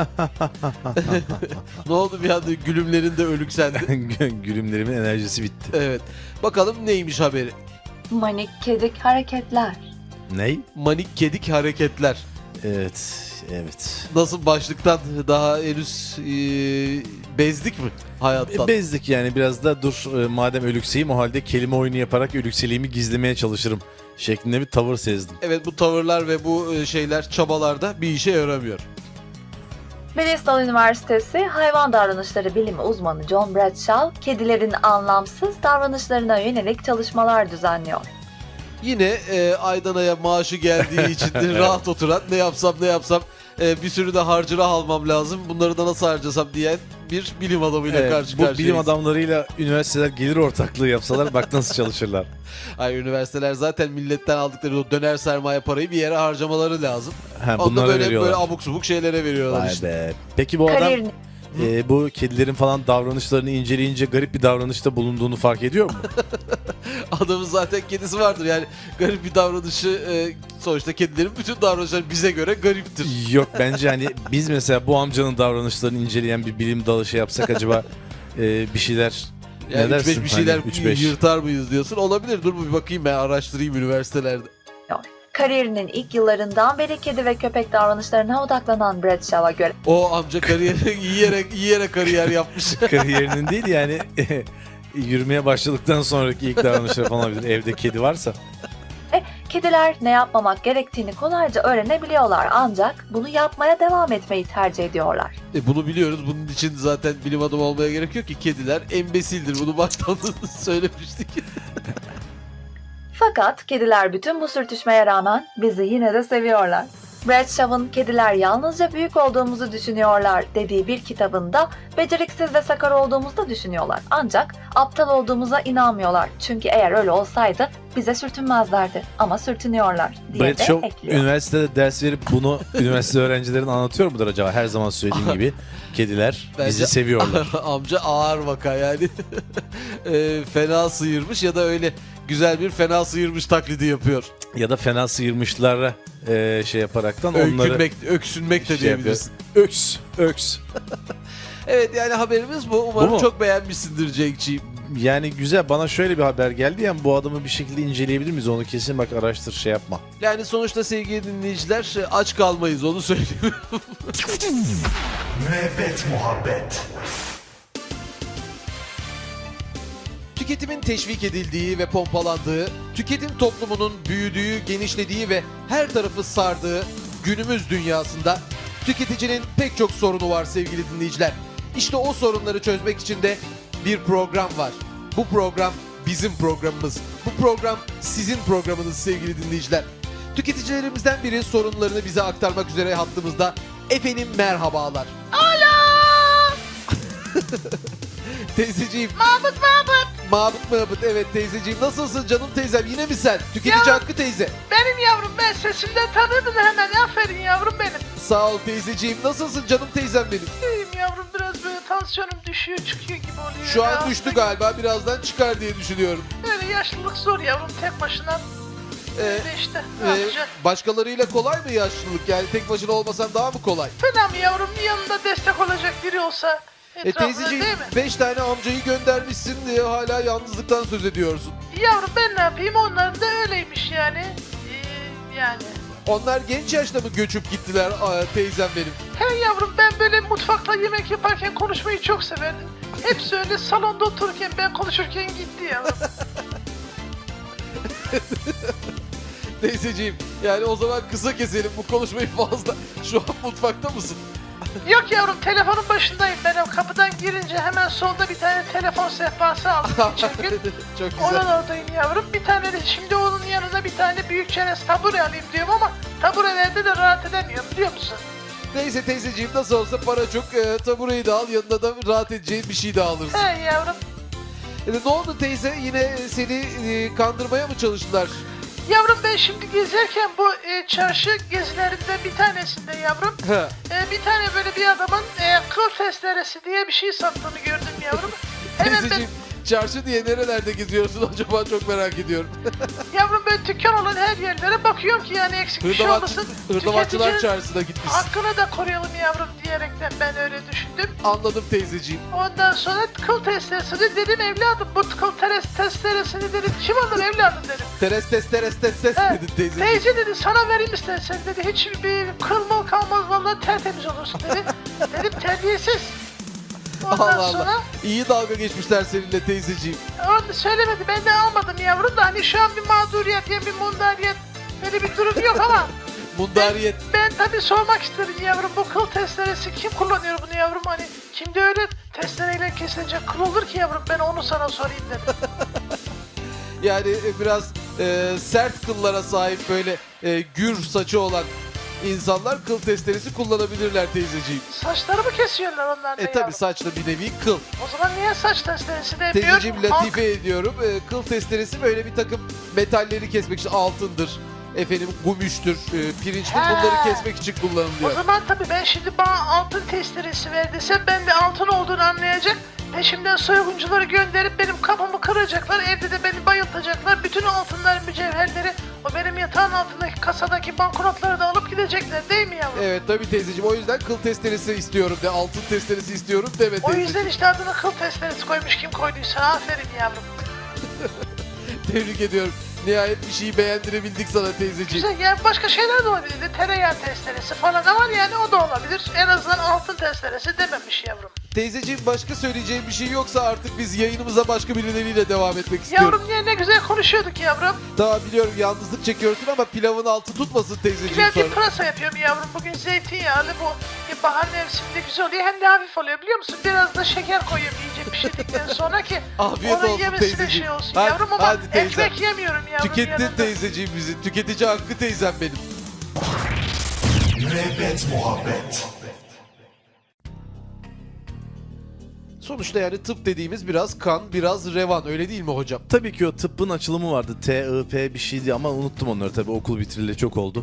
Ne oldu bir anda gülümlerin de ölüksendi. Gülümlerimin enerjisi bitti. Evet. Bakalım neymiş haberi? Manik kedik hareketler. Ney? Manik kedik hareketler. Evet. Nasıl başlıktan daha henüz bezdik mi hayattan? Bezdik yani biraz da dur madem ölükseyim o halde kelime oyunu yaparak ölükseliğimi gizlemeye çalışırım şeklinde bir tavır sezdim. Evet bu tavırlar ve bu çabalarda bir işe yaramıyor. Bristol Üniversitesi Hayvan Davranışları Bilimi uzmanı John Bradshaw, kedilerin anlamsız davranışlarına yönelik çalışmalar düzenliyor. Yine Aydana'ya maaşı geldiği için de rahat oturan ne yapsam bir sürü de harcırah almam lazım. Bunları da nasıl harcasam diyen bir bilim adamıyla karşı karşıyayız. Bu bilim adamlarıyla üniversiteler gelir ortaklığı yapsalar bak nasıl çalışırlar. Hayır üniversiteler zaten milletten aldıkları o döner sermaye parayı bir yere harcamaları lazım. Onu da böyle abuk subuk şeylere veriyorlar Vay işte. Be. Peki bu adam bu kedilerin falan davranışlarını inceleyince garip bir davranışta bulunduğunu fark ediyor mu? Adamın zaten kedisi vardır yani garip bir davranışı sonuçta kedilerin bütün davranışları bize göre gariptir. Yok bence hani biz mesela bu amcanın davranışlarını inceleyen bir bilim dalı yapsak acaba bir şeyler yani ne dersin? Bir şeyler hani, yırtar mıyız diyorsun. Olabilir, dur bir bakayım ben araştırayım üniversitelerde. Kariyerinin ilk yıllarından beri kedi ve köpek davranışlarına odaklanan Bradshaw'a göre. O amca yiyerek kariyer yapmış. Kariyerinin değil yani yürümeye başladıktan sonraki ilk davranışlar falan olabilir. Evde kedi varsa. Kediler ne yapmamak gerektiğini kolayca öğrenebiliyorlar ancak bunu yapmaya devam etmeyi tercih ediyorlar. Bunu biliyoruz. Bunun için zaten bilim adamı olmaya gerek yok ki. Kediler embesildir. Bunu baştan söylemiştik. Fakat kediler bütün bu sürtüşmeye rağmen bizi yine de seviyorlar. Bradshaw'ın "Kediler yalnızca büyük olduğumuzu düşünüyorlar" dediği bir kitabında beceriksiz ve sakar olduğumuzu da düşünüyorlar. Ancak aptal olduğumuza inanmıyorlar. Çünkü eğer öyle olsaydı bize sürtünmezlerdi ama sürtünüyorlar diye Bradshaw de ekliyor. üniversitede ders verip bunu üniversite öğrencilerine anlatıyor mudur acaba? Her zaman söylediğim gibi kediler bizi seviyorlar. Amca ağır vaka yani. Fena sıyırmış ya da öyle güzel bir fena sıyırmış taklidi yapıyor. Ya da fena sıyırmışlara yaparaktan onları öksünmek de diyebilirsin. Öks. Evet yani haberimiz bu. Umarım çok beğenmişsindir Cenk'ciğim. Yani güzel, bana şöyle bir haber geldi. Yani bu adamı bir şekilde inceleyebilir miyiz? Onu kesin bak araştır yapma. Yani sonuçta sevgili dinleyiciler aç kalmayız onu söyleyeyim. Müebbet muhabbet. Tüketimin teşvik edildiği ve pompalandığı, tüketim toplumunun büyüdüğü, genişlediği ve her tarafı sardığı günümüz dünyasında tüketicinin pek çok sorunu var sevgili dinleyiciler. İşte o sorunları çözmek için de bir program var. Bu program bizim programımız. Bu program sizin programınız sevgili dinleyiciler. Tüketicilerimizden biri sorunlarını bize aktarmak üzere hattımızda. Efendim merhabalar. Alo! Teyzeciğim. Mahmut. Mahmut evet teyzeciğim. Nasılsın canım teyzem, yine mi sen? Tüketici Ya, Hakkı teyze. Benim yavrum, ben sesimden tanıdın hemen. Aferin yavrum benim. Sağ ol teyzeciğim. Nasılsın canım teyzem benim? İyiyim yavrum, biraz böyle tansiyonum düşüyor çıkıyor gibi oluyor. Şu ya. an düştü galiba, birazdan çıkar diye düşünüyorum. Böyle yaşlılık zor yavrum, tek başına. Öyle işte, ne yapacaksın? Başkalarıyla kolay mı yaşlılık? Yani tek başına olmasan daha mı kolay? Fena mı yavrum, yanında destek olacak biri olsa etrafında, Teyzeciğim değil mi? 5 tane amcayı göndermişsin diye hala yalnızlıktan söz ediyorsun. Yavrum ben ne yapayım, onların da öyleymiş yani. Yani. Onlar genç yaşta mı göçüp gittiler teyzem benim? He yavrum, ben böyle mutfakta yemek yaparken konuşmayı çok severdim. Hepsi öyle salonda otururken, ben konuşurken gitti yavrum. Teyzeciğim yani o zaman kısa keselim bu konuşmayı fazla. Şu an mutfakta mısın? Yok yavrum, telefonun başındayım ben. Kapıdan girince hemen solda bir tane telefon sehpası aldım geçen gün. Çok güzel. Onun oradayım yavrum. Bir tane de şimdi onun yanına bir tane büyük çerez tabure alayım diyorum ama taburelerde de rahat edemiyorum, biliyor musun? Neyse teyzeciğim, nasıl olsa para çok, tabureyi de al, yanına da rahat edeceğin bir şey de alırsın. He yavrum. Ne oldu teyze, yine seni kandırmaya mı çalıştılar? Yavrum ben şimdi gezerken bu çarşı gezilerinden bir tanesinde yavrum bir tane böyle bir adamın kıl testeresi diye bir şey sattığını gördüm yavrum. Teyzeciğim çarşı diye nerelerde geziyorsun acaba, çok merak ediyorum. Yavrum ben dükkan olan her yerlere bakıyorum ki yani eksik bir şey olmasın. Hırdavatçılar çarşısına gitmişsin. Hakkını da koruyalım yavrum diyerekten ben öyle düşündüm. Anladım teyzeciğim. Ondan sonra kıl testeresini dedim evladım, bu kıl testeresini dedim kim alır evladım dedim. Teres dedin teyzeciğim. Teyze dedi sana vereyim istersen dedi, hiç bir kıl mı kalmaz vallahi tertemiz olursun dedi. Dedim terbiyesiz. Ondan Allah sonra Allah. İyi dalga geçmişler seninle teyzeciğim. onu söylemedi, ben de almadım yavrum da hani şu an bir mağduriyet ya bir mundariyet böyle bir durum yok ama. Mundariyet. Ben tabii sormak istedim yavrum, bu kıl testeresi kim kullanıyor bunu yavrum, hani kimde öyle testereyle kesilecek kıl olur ki yavrum, ben onu sana sorayım dedim. Yani biraz sert kıllara sahip böyle gür saçı olan insanlar kıl testeresi kullanabilirler teyzeciğim. Saçları mı kesiyorlar onlar da Tabi saçla bir nevi kıl. O zaman niye saç testeresi de yapıyor? Teyzeciğim latife ediyorum. Kıl testeresi böyle bir takım metalleri kesmek için, altındır, efendim gümüştür, pirinçtir, bunları kesmek için kullanılıyor. O zaman tabii ben şimdi bana altın testeresi ver desem ben de altın olduğunu anlayacak. Peşimden soyguncuları gönderip benim kafamı kıracaklar, evde de beni bayıltacaklar. Bütün altınlar, mücevherleri, o benim yatağın altındaki kasadaki banknotları da alıp gidecekler değil mi yavrum? Evet tabii teyzeciğim, o yüzden kıl testeresi istiyorum de, altın testeresi istiyorum deme O teyzeciğim. yüzden işte adını kıl testeresi koymuş kim koyduysa, aferin yavrum. Tebrik ediyorum. Nihayet bir şeyi beğendirebildik sana teyzeciğim. Güzel, yani başka şeyler de olabilirdi. Tereyağı testeresi falan ama yani o da olabilir. En azından altın testeresi dememiş yavrum. Teyzeciğim başka söyleyeceğim bir şey yoksa artık biz yayınımıza başka birileriyle devam etmek istiyoruz. Yavrum niye ne güzel konuşuyorduk yavrum. Tamam biliyorum yalnızlık çekiyorsun ama pilavın altı tutmasın teyzeciğim Güzel sonra. bir pırasa yapıyorum yavrum. Bugün zeytinyağlı bu. Bahar mevsiminde güzel oluyor. Hem de hafif oluyor biliyor musun? Biraz da şeker koyuyorum iyice pişirdikten sonra ki Afiyet onun olsun yemesine teyzeciğim. şey olsun Hadi, yavrum ama hadi teyzem. ekmek yemiyorum yavrum. Tükettin yanında. teyzeciğim bizi. Tüketici Hakkı teyzem benim. Müebbet muhabbet. Sonuçta yani tıp dediğimiz biraz kan, biraz revan, öyle değil mi hocam? Tabii ki o tıbbın açılımı vardı. TIP bir şeydi ama unuttum onları tabii, okul bitirileli çok oldu.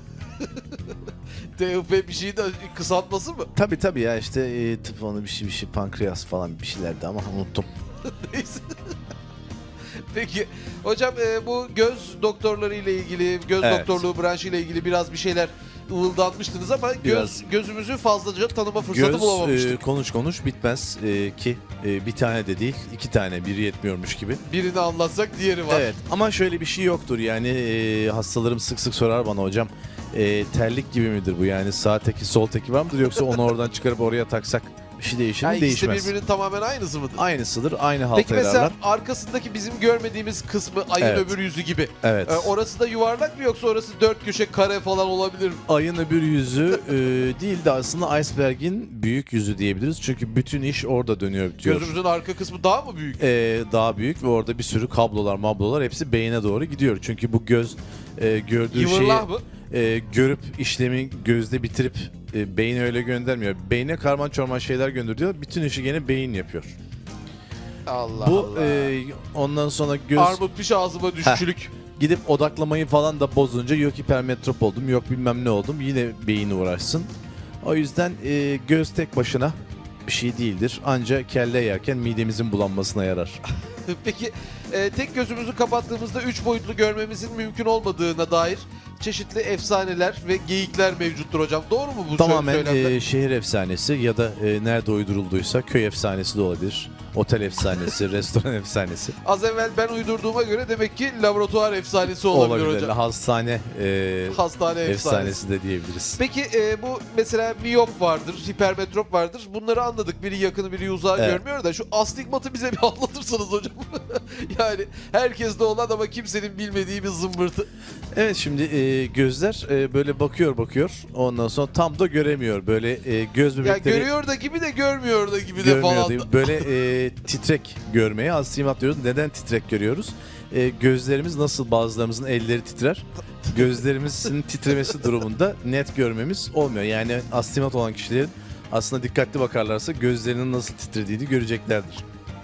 TIP bir şeyin de kısaltması mı? Tabii ya işte tıp onu bir şey pankreas falan bir şeylerdi ama unuttum. Neyse. Peki hocam bu göz doktorları ile ilgili, göz Evet. doktorluğu branşı ile ilgili biraz bir şeyler ıvıldanmıştınız ama Biraz. gözümüzü fazlaca tanıma fırsatı Göz bulamamıştık. konuş bitmez ki bir tane de değil 2 tane biri yetmiyormuş gibi. Birini anlatsak diğeri var. Evet ama şöyle bir şey yoktur yani hastalarım sık sık sorar bana hocam terlik gibi midir bu yani sağ teki sol teki var mıdır yoksa onu oradan çıkarıp oraya taksak bir şey değişir mi? Yani ikisi de Değişmez. birbirinin tamamen aynısı mıdır? Aynısıdır aynı halt Peki mesela ederler. arkasındaki bizim görmediğimiz kısmı ayın Evet. öbür yüzü gibi. Evet. Orası da yuvarlak mı yoksa orası dört köşe kare falan olabilir mi? Ayın öbür yüzü değil de aslında iceberg'in büyük yüzü diyebiliriz. Çünkü bütün iş orada dönüyor bitiyor. Gözümüzün arka kısmı daha mı büyük? Daha büyük ve orada bir sürü kablolar hepsi beyine doğru gidiyor. Çünkü bu göz gördüğü Yuvarlak şeyi mı? görüp işlemi gözde bitirip beyine öyle göndermiyor. Beyne karman çorman şeyler gönderiyor. Bütün işi gene beyin yapıyor. Allah Bu Allah. ondan sonra göz Armut piş ağzıma düşçülük. gidip odaklamayı falan da bozunca yok hipermetrop oldum yok bilmem ne oldum yine beyni uğraşsın. O yüzden göz tek başına bir şey değildir. Ancak kelle yerken midemizin bulanmasına yarar. Peki tek gözümüzü kapattığımızda 3 boyutlu görmemizin mümkün olmadığına dair çeşitli efsaneler ve geyikler mevcuttur hocam. Doğru mu bu Tamamen söylemler? şehir efsanesi ya da nerede uydurulduysa köy efsanesi de olabilir. Otel efsanesi, restoran efsanesi. Az evvel ben uydurduğuma göre demek ki laboratuvar efsanesi olabilir hocam. Hastane Hastane efsanesi. efsanesi de diyebiliriz. Peki bu mesela miyop vardır, hipermetrop vardır. Bunları anladık. Biri yakını biri uzağı Evet. görmüyor da şu astigmatı bize bir anlatırsanız hocam. Yani herkeste olan ama kimsenin bilmediği bir zımbırtı. Evet şimdi gözler böyle bakıyor. Ondan sonra tam da göremiyor. Böyle göz Ya bebekleri görüyor da gibi de görmüyor da gibi de görmüyor falan. değil. Böyle titrek görmeye astigmat diyoruz. Neden titrek görüyoruz? Gözlerimiz nasıl bazılarımızın elleri titrer. Gözlerimizin titremesi durumunda net görmemiz olmuyor. Yani astigmat olan kişilerin aslında dikkatli bakarlarsa gözlerinin nasıl titrediğini göreceklerdir.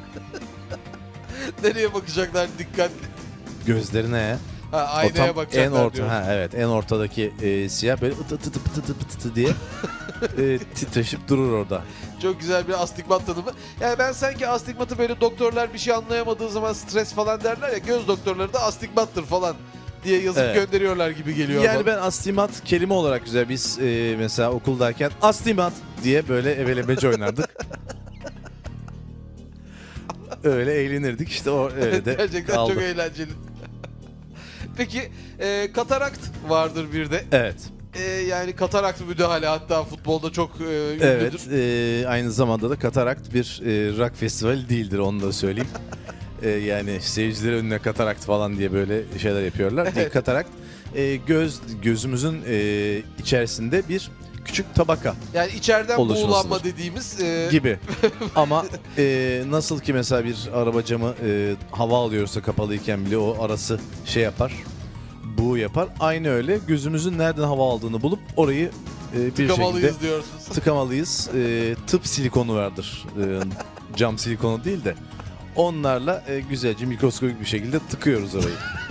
Nereye bakacaklar dikkatli? Gözlerine Ha, o aynaya tam en bakacaklar orta diyoruz. evet en ortadaki siyah böyle ıtı tıtı pıtı pıtı diye titreşip durur orada. Çok güzel bir astigmat tanımı. Yani ben sanki astigmatı böyle doktorlar bir şey anlayamadığı zaman stres falan derler ya, göz doktorları da astigmattır falan diye yazıp Evet. gönderiyorlar gibi geliyor Yani bana. ben astigmat kelime olarak güzel. Biz mesela okuldayken astigmat diye böyle evelemece oynardık. Öyle eğlenirdik işte o öyle de Gerçekten kaldı. çok eğlenceli. Peki katarakt vardır bir de. Evet. Yani katarakt müdahale hatta futbolda çok ünlüdür. Evet. Aynı zamanda da katarakt bir rock festivali değildir onu da söyleyeyim. Yani seyircileri önüne katarakt falan diye böyle şeyler yapıyorlar. Değil, katarakt gözümüzün içerisinde bir küçük tabaka Yani içeriden oluşmasıdır. buğulanma dediğimiz gibi. Ama nasıl ki mesela bir araba camı hava alıyorsa kapalıyken bile o arası şey yapar. Bu yapar. Aynı öyle gözümüzün nereden hava aldığını bulup orayı bir şekilde tıkamalıyız diyorsunuz. tıkamalıyız. Tıp silikonu vardır. Cam silikonu değil de. Onlarla güzelce mikroskopik bir şekilde tıkıyoruz orayı.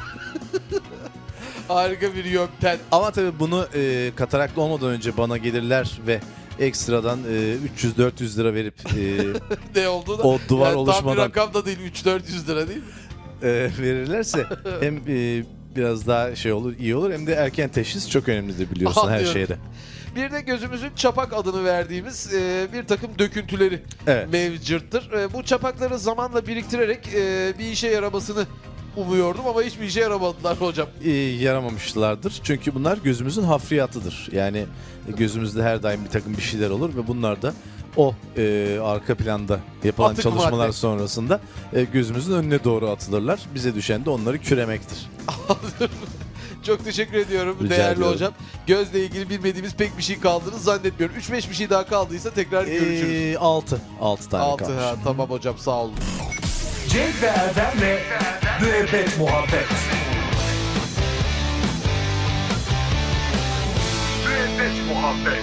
Harika bir yöntem. Ama tabii bunu kataraklı olmadan önce bana gelirler ve ekstradan 300-400 lira verip Ne oldu da? o duvar yani tam bir oluşmadan rakam da değil, 300-400 lira değil mi? verirlerse hem biraz daha şey olur, iyi olur hem de erken teşhis çok önemlidir biliyorsun her Anlıyorum. şeyde. Bir de gözümüzün çapak adını verdiğimiz bir takım döküntüleri Evet. mevcuttur. Bu çapakları zamanla biriktirerek bir işe yaramasını umuyordum ama hiçbir işe yaramadılar hocam. Yaramamışlardır. Çünkü bunlar gözümüzün hafriyatıdır. Yani gözümüzde her daim bir takım bir şeyler olur ve bunlar da o arka planda yapılan Atık çalışmalar madde. sonrasında gözümüzün önüne doğru atılırlar. Bize düşen de onları küremektir. Çok teşekkür ediyorum Rica değerli ediyorum. hocam. Gözle ilgili bilmediğimiz pek bir şey kaldığını zannetmiyorum. 3-5 bir şey daha kaldıysa tekrar görüşürüz. 6 tane 6 kalmış. tamam hocam sağ olun. Cenk ve Erdem'le Müebbet Muhabbet. Müebbet Muhabbet.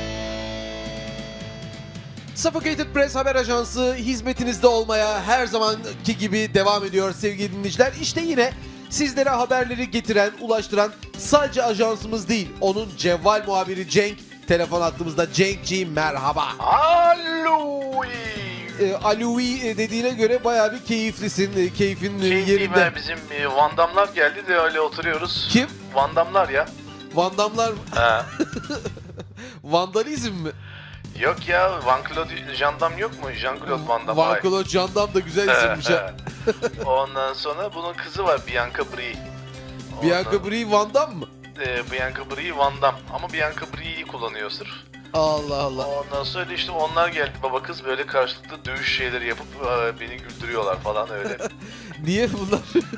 Suffocated Press haber ajansı hizmetinizde olmaya her zamanki gibi devam ediyor sevgili dinleyiciler. İşte yine sizlere haberleri getiren, ulaştıran sadece ajansımız değil, onun cevval muhabiri Cenk. Telefon hattımızda. Cenk'ciğim merhaba. Alo. Aloui dediğine göre bayağı bir keyiflisin, keyfin Keyifliyim yerinde. ben, bizim Vandamlar geldi de öyle oturuyoruz. Kim? Vandamlar ya. Vandamlar mı? Ha. Vandalizm mi? Yok ya, Jean-Claude Van Damme yok mu? Jean-Claude Van Damme. Van Claude Van Damme da güzel isimmiş ha. Ondan sonra bunun kızı var, Bianca Brie. Bianca Brie Van Damme mı? Bianca Brie Van Damme. Ama Bianca Brie'yi kullanıyor sırf. Allah Allah. Ondan sonra işte onlar geldi, baba kız böyle karşılıklı dövüş şeyleri yapıp beni güldürüyorlar falan öyle. Niye bunlar?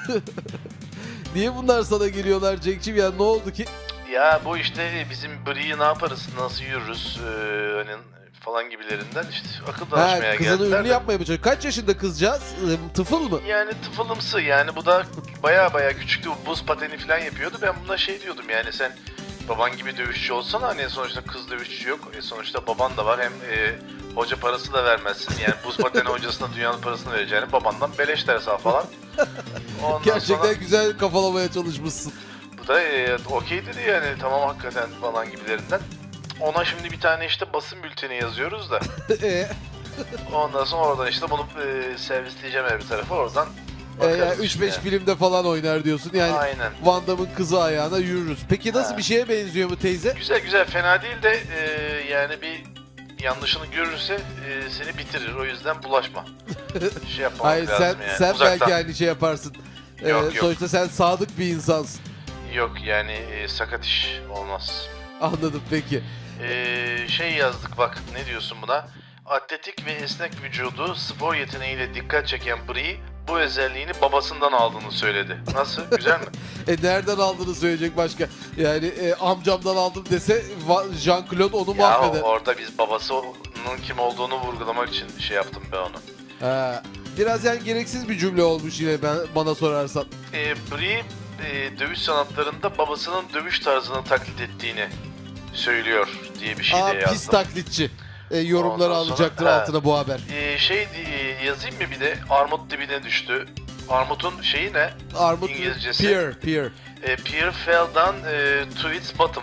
Niye bunlar sana geliyorlar Cenk'ciğim ya, ne oldu ki? Ya bu işte bizim Brie'yi ne yaparız, nasıl yürürüz hani falan gibilerinden işte akıl danışmaya geldiler. Kızını ünlü yapmaya mı çalışıyor? Kaç yaşında kızcağız? Tıfıl mı? Yani tıfılımsı yani, bu da baya küçüktü, buz pateni falan yapıyordu. Ben buna şey diyordum yani, sen baban gibi dövüşçü olsana, hani sonuçta kız dövüşçü yok. Sonuçta baban da var, hem hoca parası da vermezsin. Yani buz pateni hocasına dünyanın parasını vereceğini babandan beleş ders al falan. Ondan Gerçekten sonra, güzel kafalamaya çalışmışsın. bu da okey dedi yani, tamam hakikaten falan gibilerinden. Ona şimdi bir tane işte basın bülteni yazıyoruz da. Ondan sonra oradan işte bunu servisleyeceğim her bir tarafa, oradan yani 3-5 filmde falan oynar diyorsun. Yani aynen. Van Damme'ın kızı ayağına yürürüz. Peki nasıl bir şeye benziyor mu teyze? Güzel, fena değil de yani bir yanlışını görürse seni bitirir. O yüzden bulaşma. Şey yapmamak Hayır, lazım sen yani. Uzaktan. belki aynı şey yaparsın. Yok. Sonuçta sen sadık bir insansın. Yok yani sakat iş olmaz. Anladım, peki. Şey yazdık bak, ne diyorsun buna? Atletik ve esnek vücudu, spor yeteneğiyle dikkat çeken Brie bu özelliğini babasından aldığını söyledi. Nasıl? Güzel mi? Nereden aldığını söyleyecek başka. Yani amcamdan aldım dese Jean-Claude onu Ya mahveder. orada biz babasının kim olduğunu vurgulamak için şey yaptım ben onu. Biraz yani gereksiz bir cümle olmuş yine bana sorarsan. Brie dövüş sanatlarında babasının dövüş tarzını taklit ettiğini söylüyor diye bir şey de yazdım. Pis taklitçi. Yorumları Ondan sonra, alacaktır altına bu haber. Yazayım mı bir de, armut dibine düştü. Armut'un şeyi ne? Armut İngilizcesi. Pear. Pear fell down to its bottom.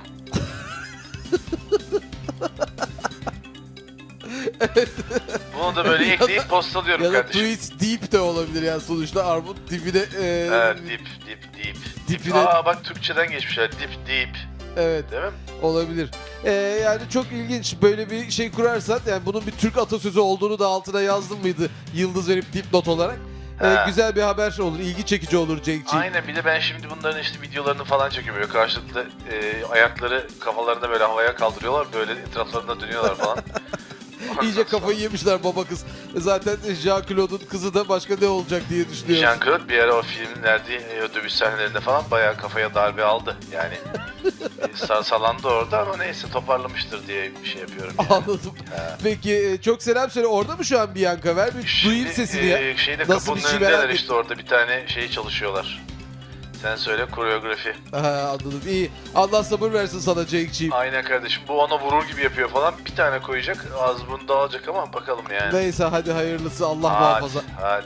Bunu da böyle ekleyip postalıyorum ya da kardeşim. to its deep de olabilir yani, sonuçta armut dibine. Deep. Dipine. Bak Türkçeden geçmişler. Deep. Evet. Değil mi? Olabilir. Yani çok ilginç, böyle bir şey kurarsan, yani bunun bir Türk atasözü olduğunu da altına yazdım mıydı yıldız verip dipnot olarak. Güzel bir haber olur, ilgi çekici olur Cenk'ciğim. Aynen, bir de ben şimdi bunların işte videolarını falan çekiyorum. Böyle karşılıklı ayakları kafalarında böyle havaya kaldırıyorlar. Böyle etraflarında dönüyorlar falan. İyice kafayı yemişler baba kız. Zaten Jean-Claude'un kızı da başka ne olacak diye düşünüyorsun. Jean-Claude bir ara o filmlerde, o dövüş sahnelerinde falan bayağı kafaya darbe aldı. Yani sarsalandı orada, ama neyse toparlamıştır diye bir şey yapıyorum. Yani. Anladım. Peki çok selam söyle. Orada mı şu an Bianca? Ver bir duyayım sesini ya. Şeyde Nasıl kapının bir şey önündeler merak işte, orada bir tane şey çalışıyorlar. Sen söyle, koreografi. Anladım. İyi. Allah sabır versin sana Cenk'ciğim. Aynen kardeşim, bu ona vurur gibi yapıyor falan. Bir tane koyacak, ağzı bunu dağılacak ama bakalım yani. Neyse hadi hayırlısı, Allah muhafaza. Hadi.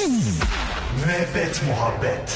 Müebbet muhabbet.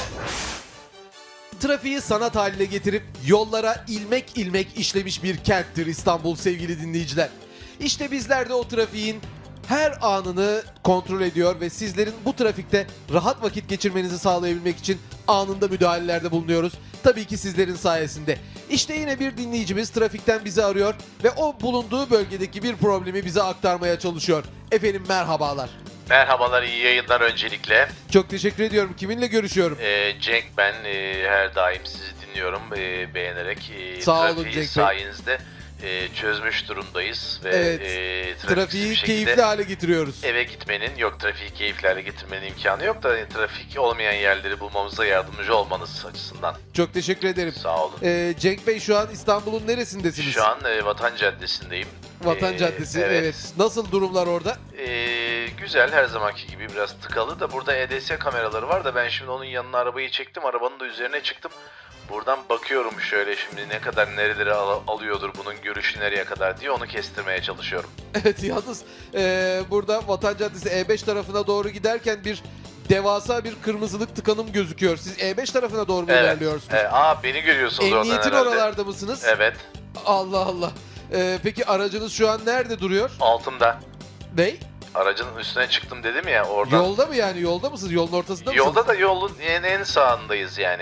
Trafiği sanat haline getirip yollara ilmek ilmek işlemiş bir kenttir İstanbul sevgili dinleyiciler. İşte bizler de o trafiğin her anını kontrol ediyor ve sizlerin bu trafikte rahat vakit geçirmenizi sağlayabilmek için anında müdahalelerde bulunuyoruz. Tabii ki sizlerin sayesinde. İşte yine bir dinleyicimiz trafikten bizi arıyor ve o bulunduğu bölgedeki bir problemi bize aktarmaya çalışıyor. Efendim merhabalar. Merhabalar, iyi yayınlar öncelikle. Çok teşekkür ediyorum. Kiminle görüşüyorum? Cenk ben, her daim sizi dinliyorum, beğenerek. Sağ olun trafiği Cenk Bey. sayenizde çözmüş durumdayız ve Evet. trafiksiz Trafiği bir şekilde keyifli hale getiriyoruz. eve gitmenin, trafiği keyifli hale getirmenin imkanı yok da trafik olmayan yerleri bulmamıza yardımcı olmanız açısından. Çok teşekkür ederim. Sağ olun. Cenk Bey, şu an İstanbul'un neresindesiniz? Şu an Vatan Caddesi'ndeyim. Vatan Caddesi, evet. Nasıl durumlar orada? Güzel, her zamanki gibi biraz tıkalı da, burada EDS kameraları var da ben şimdi onun yanına arabayı çektim, arabanın da üzerine çıktım. Buradan bakıyorum şöyle şimdi ne kadar, nereleri alıyordur, bunun görüşü nereye kadar diye onu kestirmeye çalışıyorum. Evet, yalnız burada Vatan Caddesi E5 tarafına doğru giderken bir devasa bir kırmızılık tıkanım gözüküyor. Siz E5 tarafına doğru mu ilerliyorsunuz? Beni görüyorsunuz oradan Emniyetin herhalde. oralarda mısınız? Evet. Allah Allah. Peki aracınız şu an nerede duruyor? Altımda. Ney? Aracın üstüne çıktım dedim ya, oradan. Yolda mı yani? Yolda mısınız? Yolun ortasında mısınız? Yolda da yolun en sağındayız yani.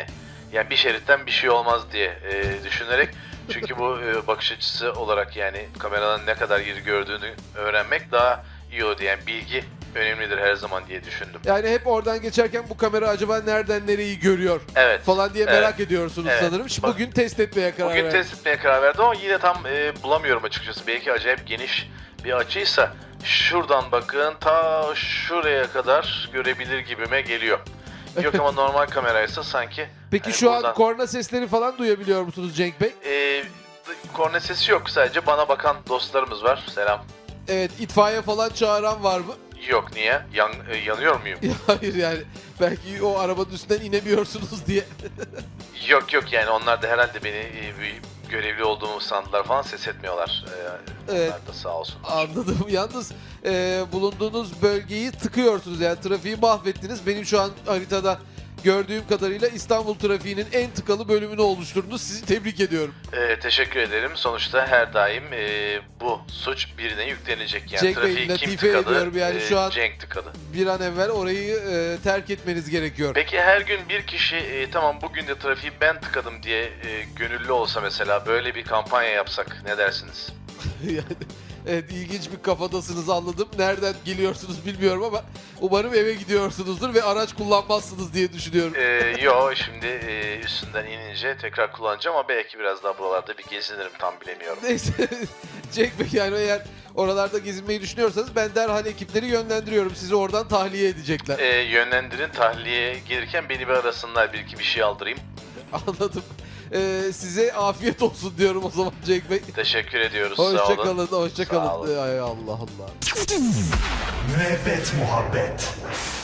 Yani bir şeritten bir şey olmaz diye düşünerek. Çünkü bu bakış açısı olarak yani kameradan ne kadar yeri gördüğünü öğrenmek daha iyi oldu. Yani bilgi önemlidir her zaman diye düşündüm. Yani hep oradan geçerken bu kamera acaba nereden nereyi görüyor Evet. falan diye merak ediyorsunuz Evet. sanırım. Şimdi bugün test etmeye karar verdim. Bugün test etmeye karar verdim ama yine tam bulamıyorum açıkçası. Belki acayip geniş bir açıysa şuradan bakın ta şuraya kadar görebilir gibime geliyor. Yok ama normal kameraysa sanki. Peki hani şu buradan... an korna sesleri falan duyabiliyor musunuz Cenk Bey? Korna sesi yok, sadece bana bakan dostlarımız var. Selam. Evet, itfaiye falan çağıran var mı? Yok, niye? Yanıyor muyum? Hayır yani belki o arabanın üstünden inemiyorsunuz diye. Yok yani onlar da herhalde beni görevli olduğumu sandılar falan, ses etmiyorlar. Evet. Onlar da sağ olsunlar. Anladım. Yalnız bulunduğunuz bölgeyi tıkıyorsunuz, yani trafiği mahvettiniz. Benim şu an haritada gördüğüm kadarıyla İstanbul trafiğinin en tıkalı bölümünü oluşturdunuz. Sizi tebrik ediyorum. Teşekkür ederim. Sonuçta her daim bu suç birine yüklenecek. Yani Cenk Bey, trafiği kim latife tıkadı? ediyorum yani şu an Cenk tıkadı. bir an evvel orayı terk etmeniz gerekiyor. Peki her gün bir kişi tamam bugün de trafiği ben tıkadım diye gönüllü olsa mesela, böyle bir kampanya yapsak ne dersiniz? Yani, evet, ilginç bir kafadasınız, anladım. Nereden geliyorsunuz bilmiyorum ama umarım eve gidiyorsunuzdur ve araç kullanmazsınız diye düşünüyorum. Yo, şimdi üstünden inince tekrar kullanacağım ama belki biraz daha buralarda bir gezinirim, tam bilemiyorum. Neyse Cenk Bey, yani eğer oralarda gezinmeyi düşünüyorsanız ben derhal ekipleri yönlendiriyorum. Sizi oradan tahliye edecekler. Yönlendirin, tahliye gelirken beni bir arasınlar, bir iki bir şey aldırayım. Anladım. Size afiyet olsun diyorum o zaman Cenk Bey. Teşekkür ediyoruz, sağ olun. Hoşçakalın, hoşçakalın. Sağ olun. Ay Allah Allah. Müebbet muhabbet.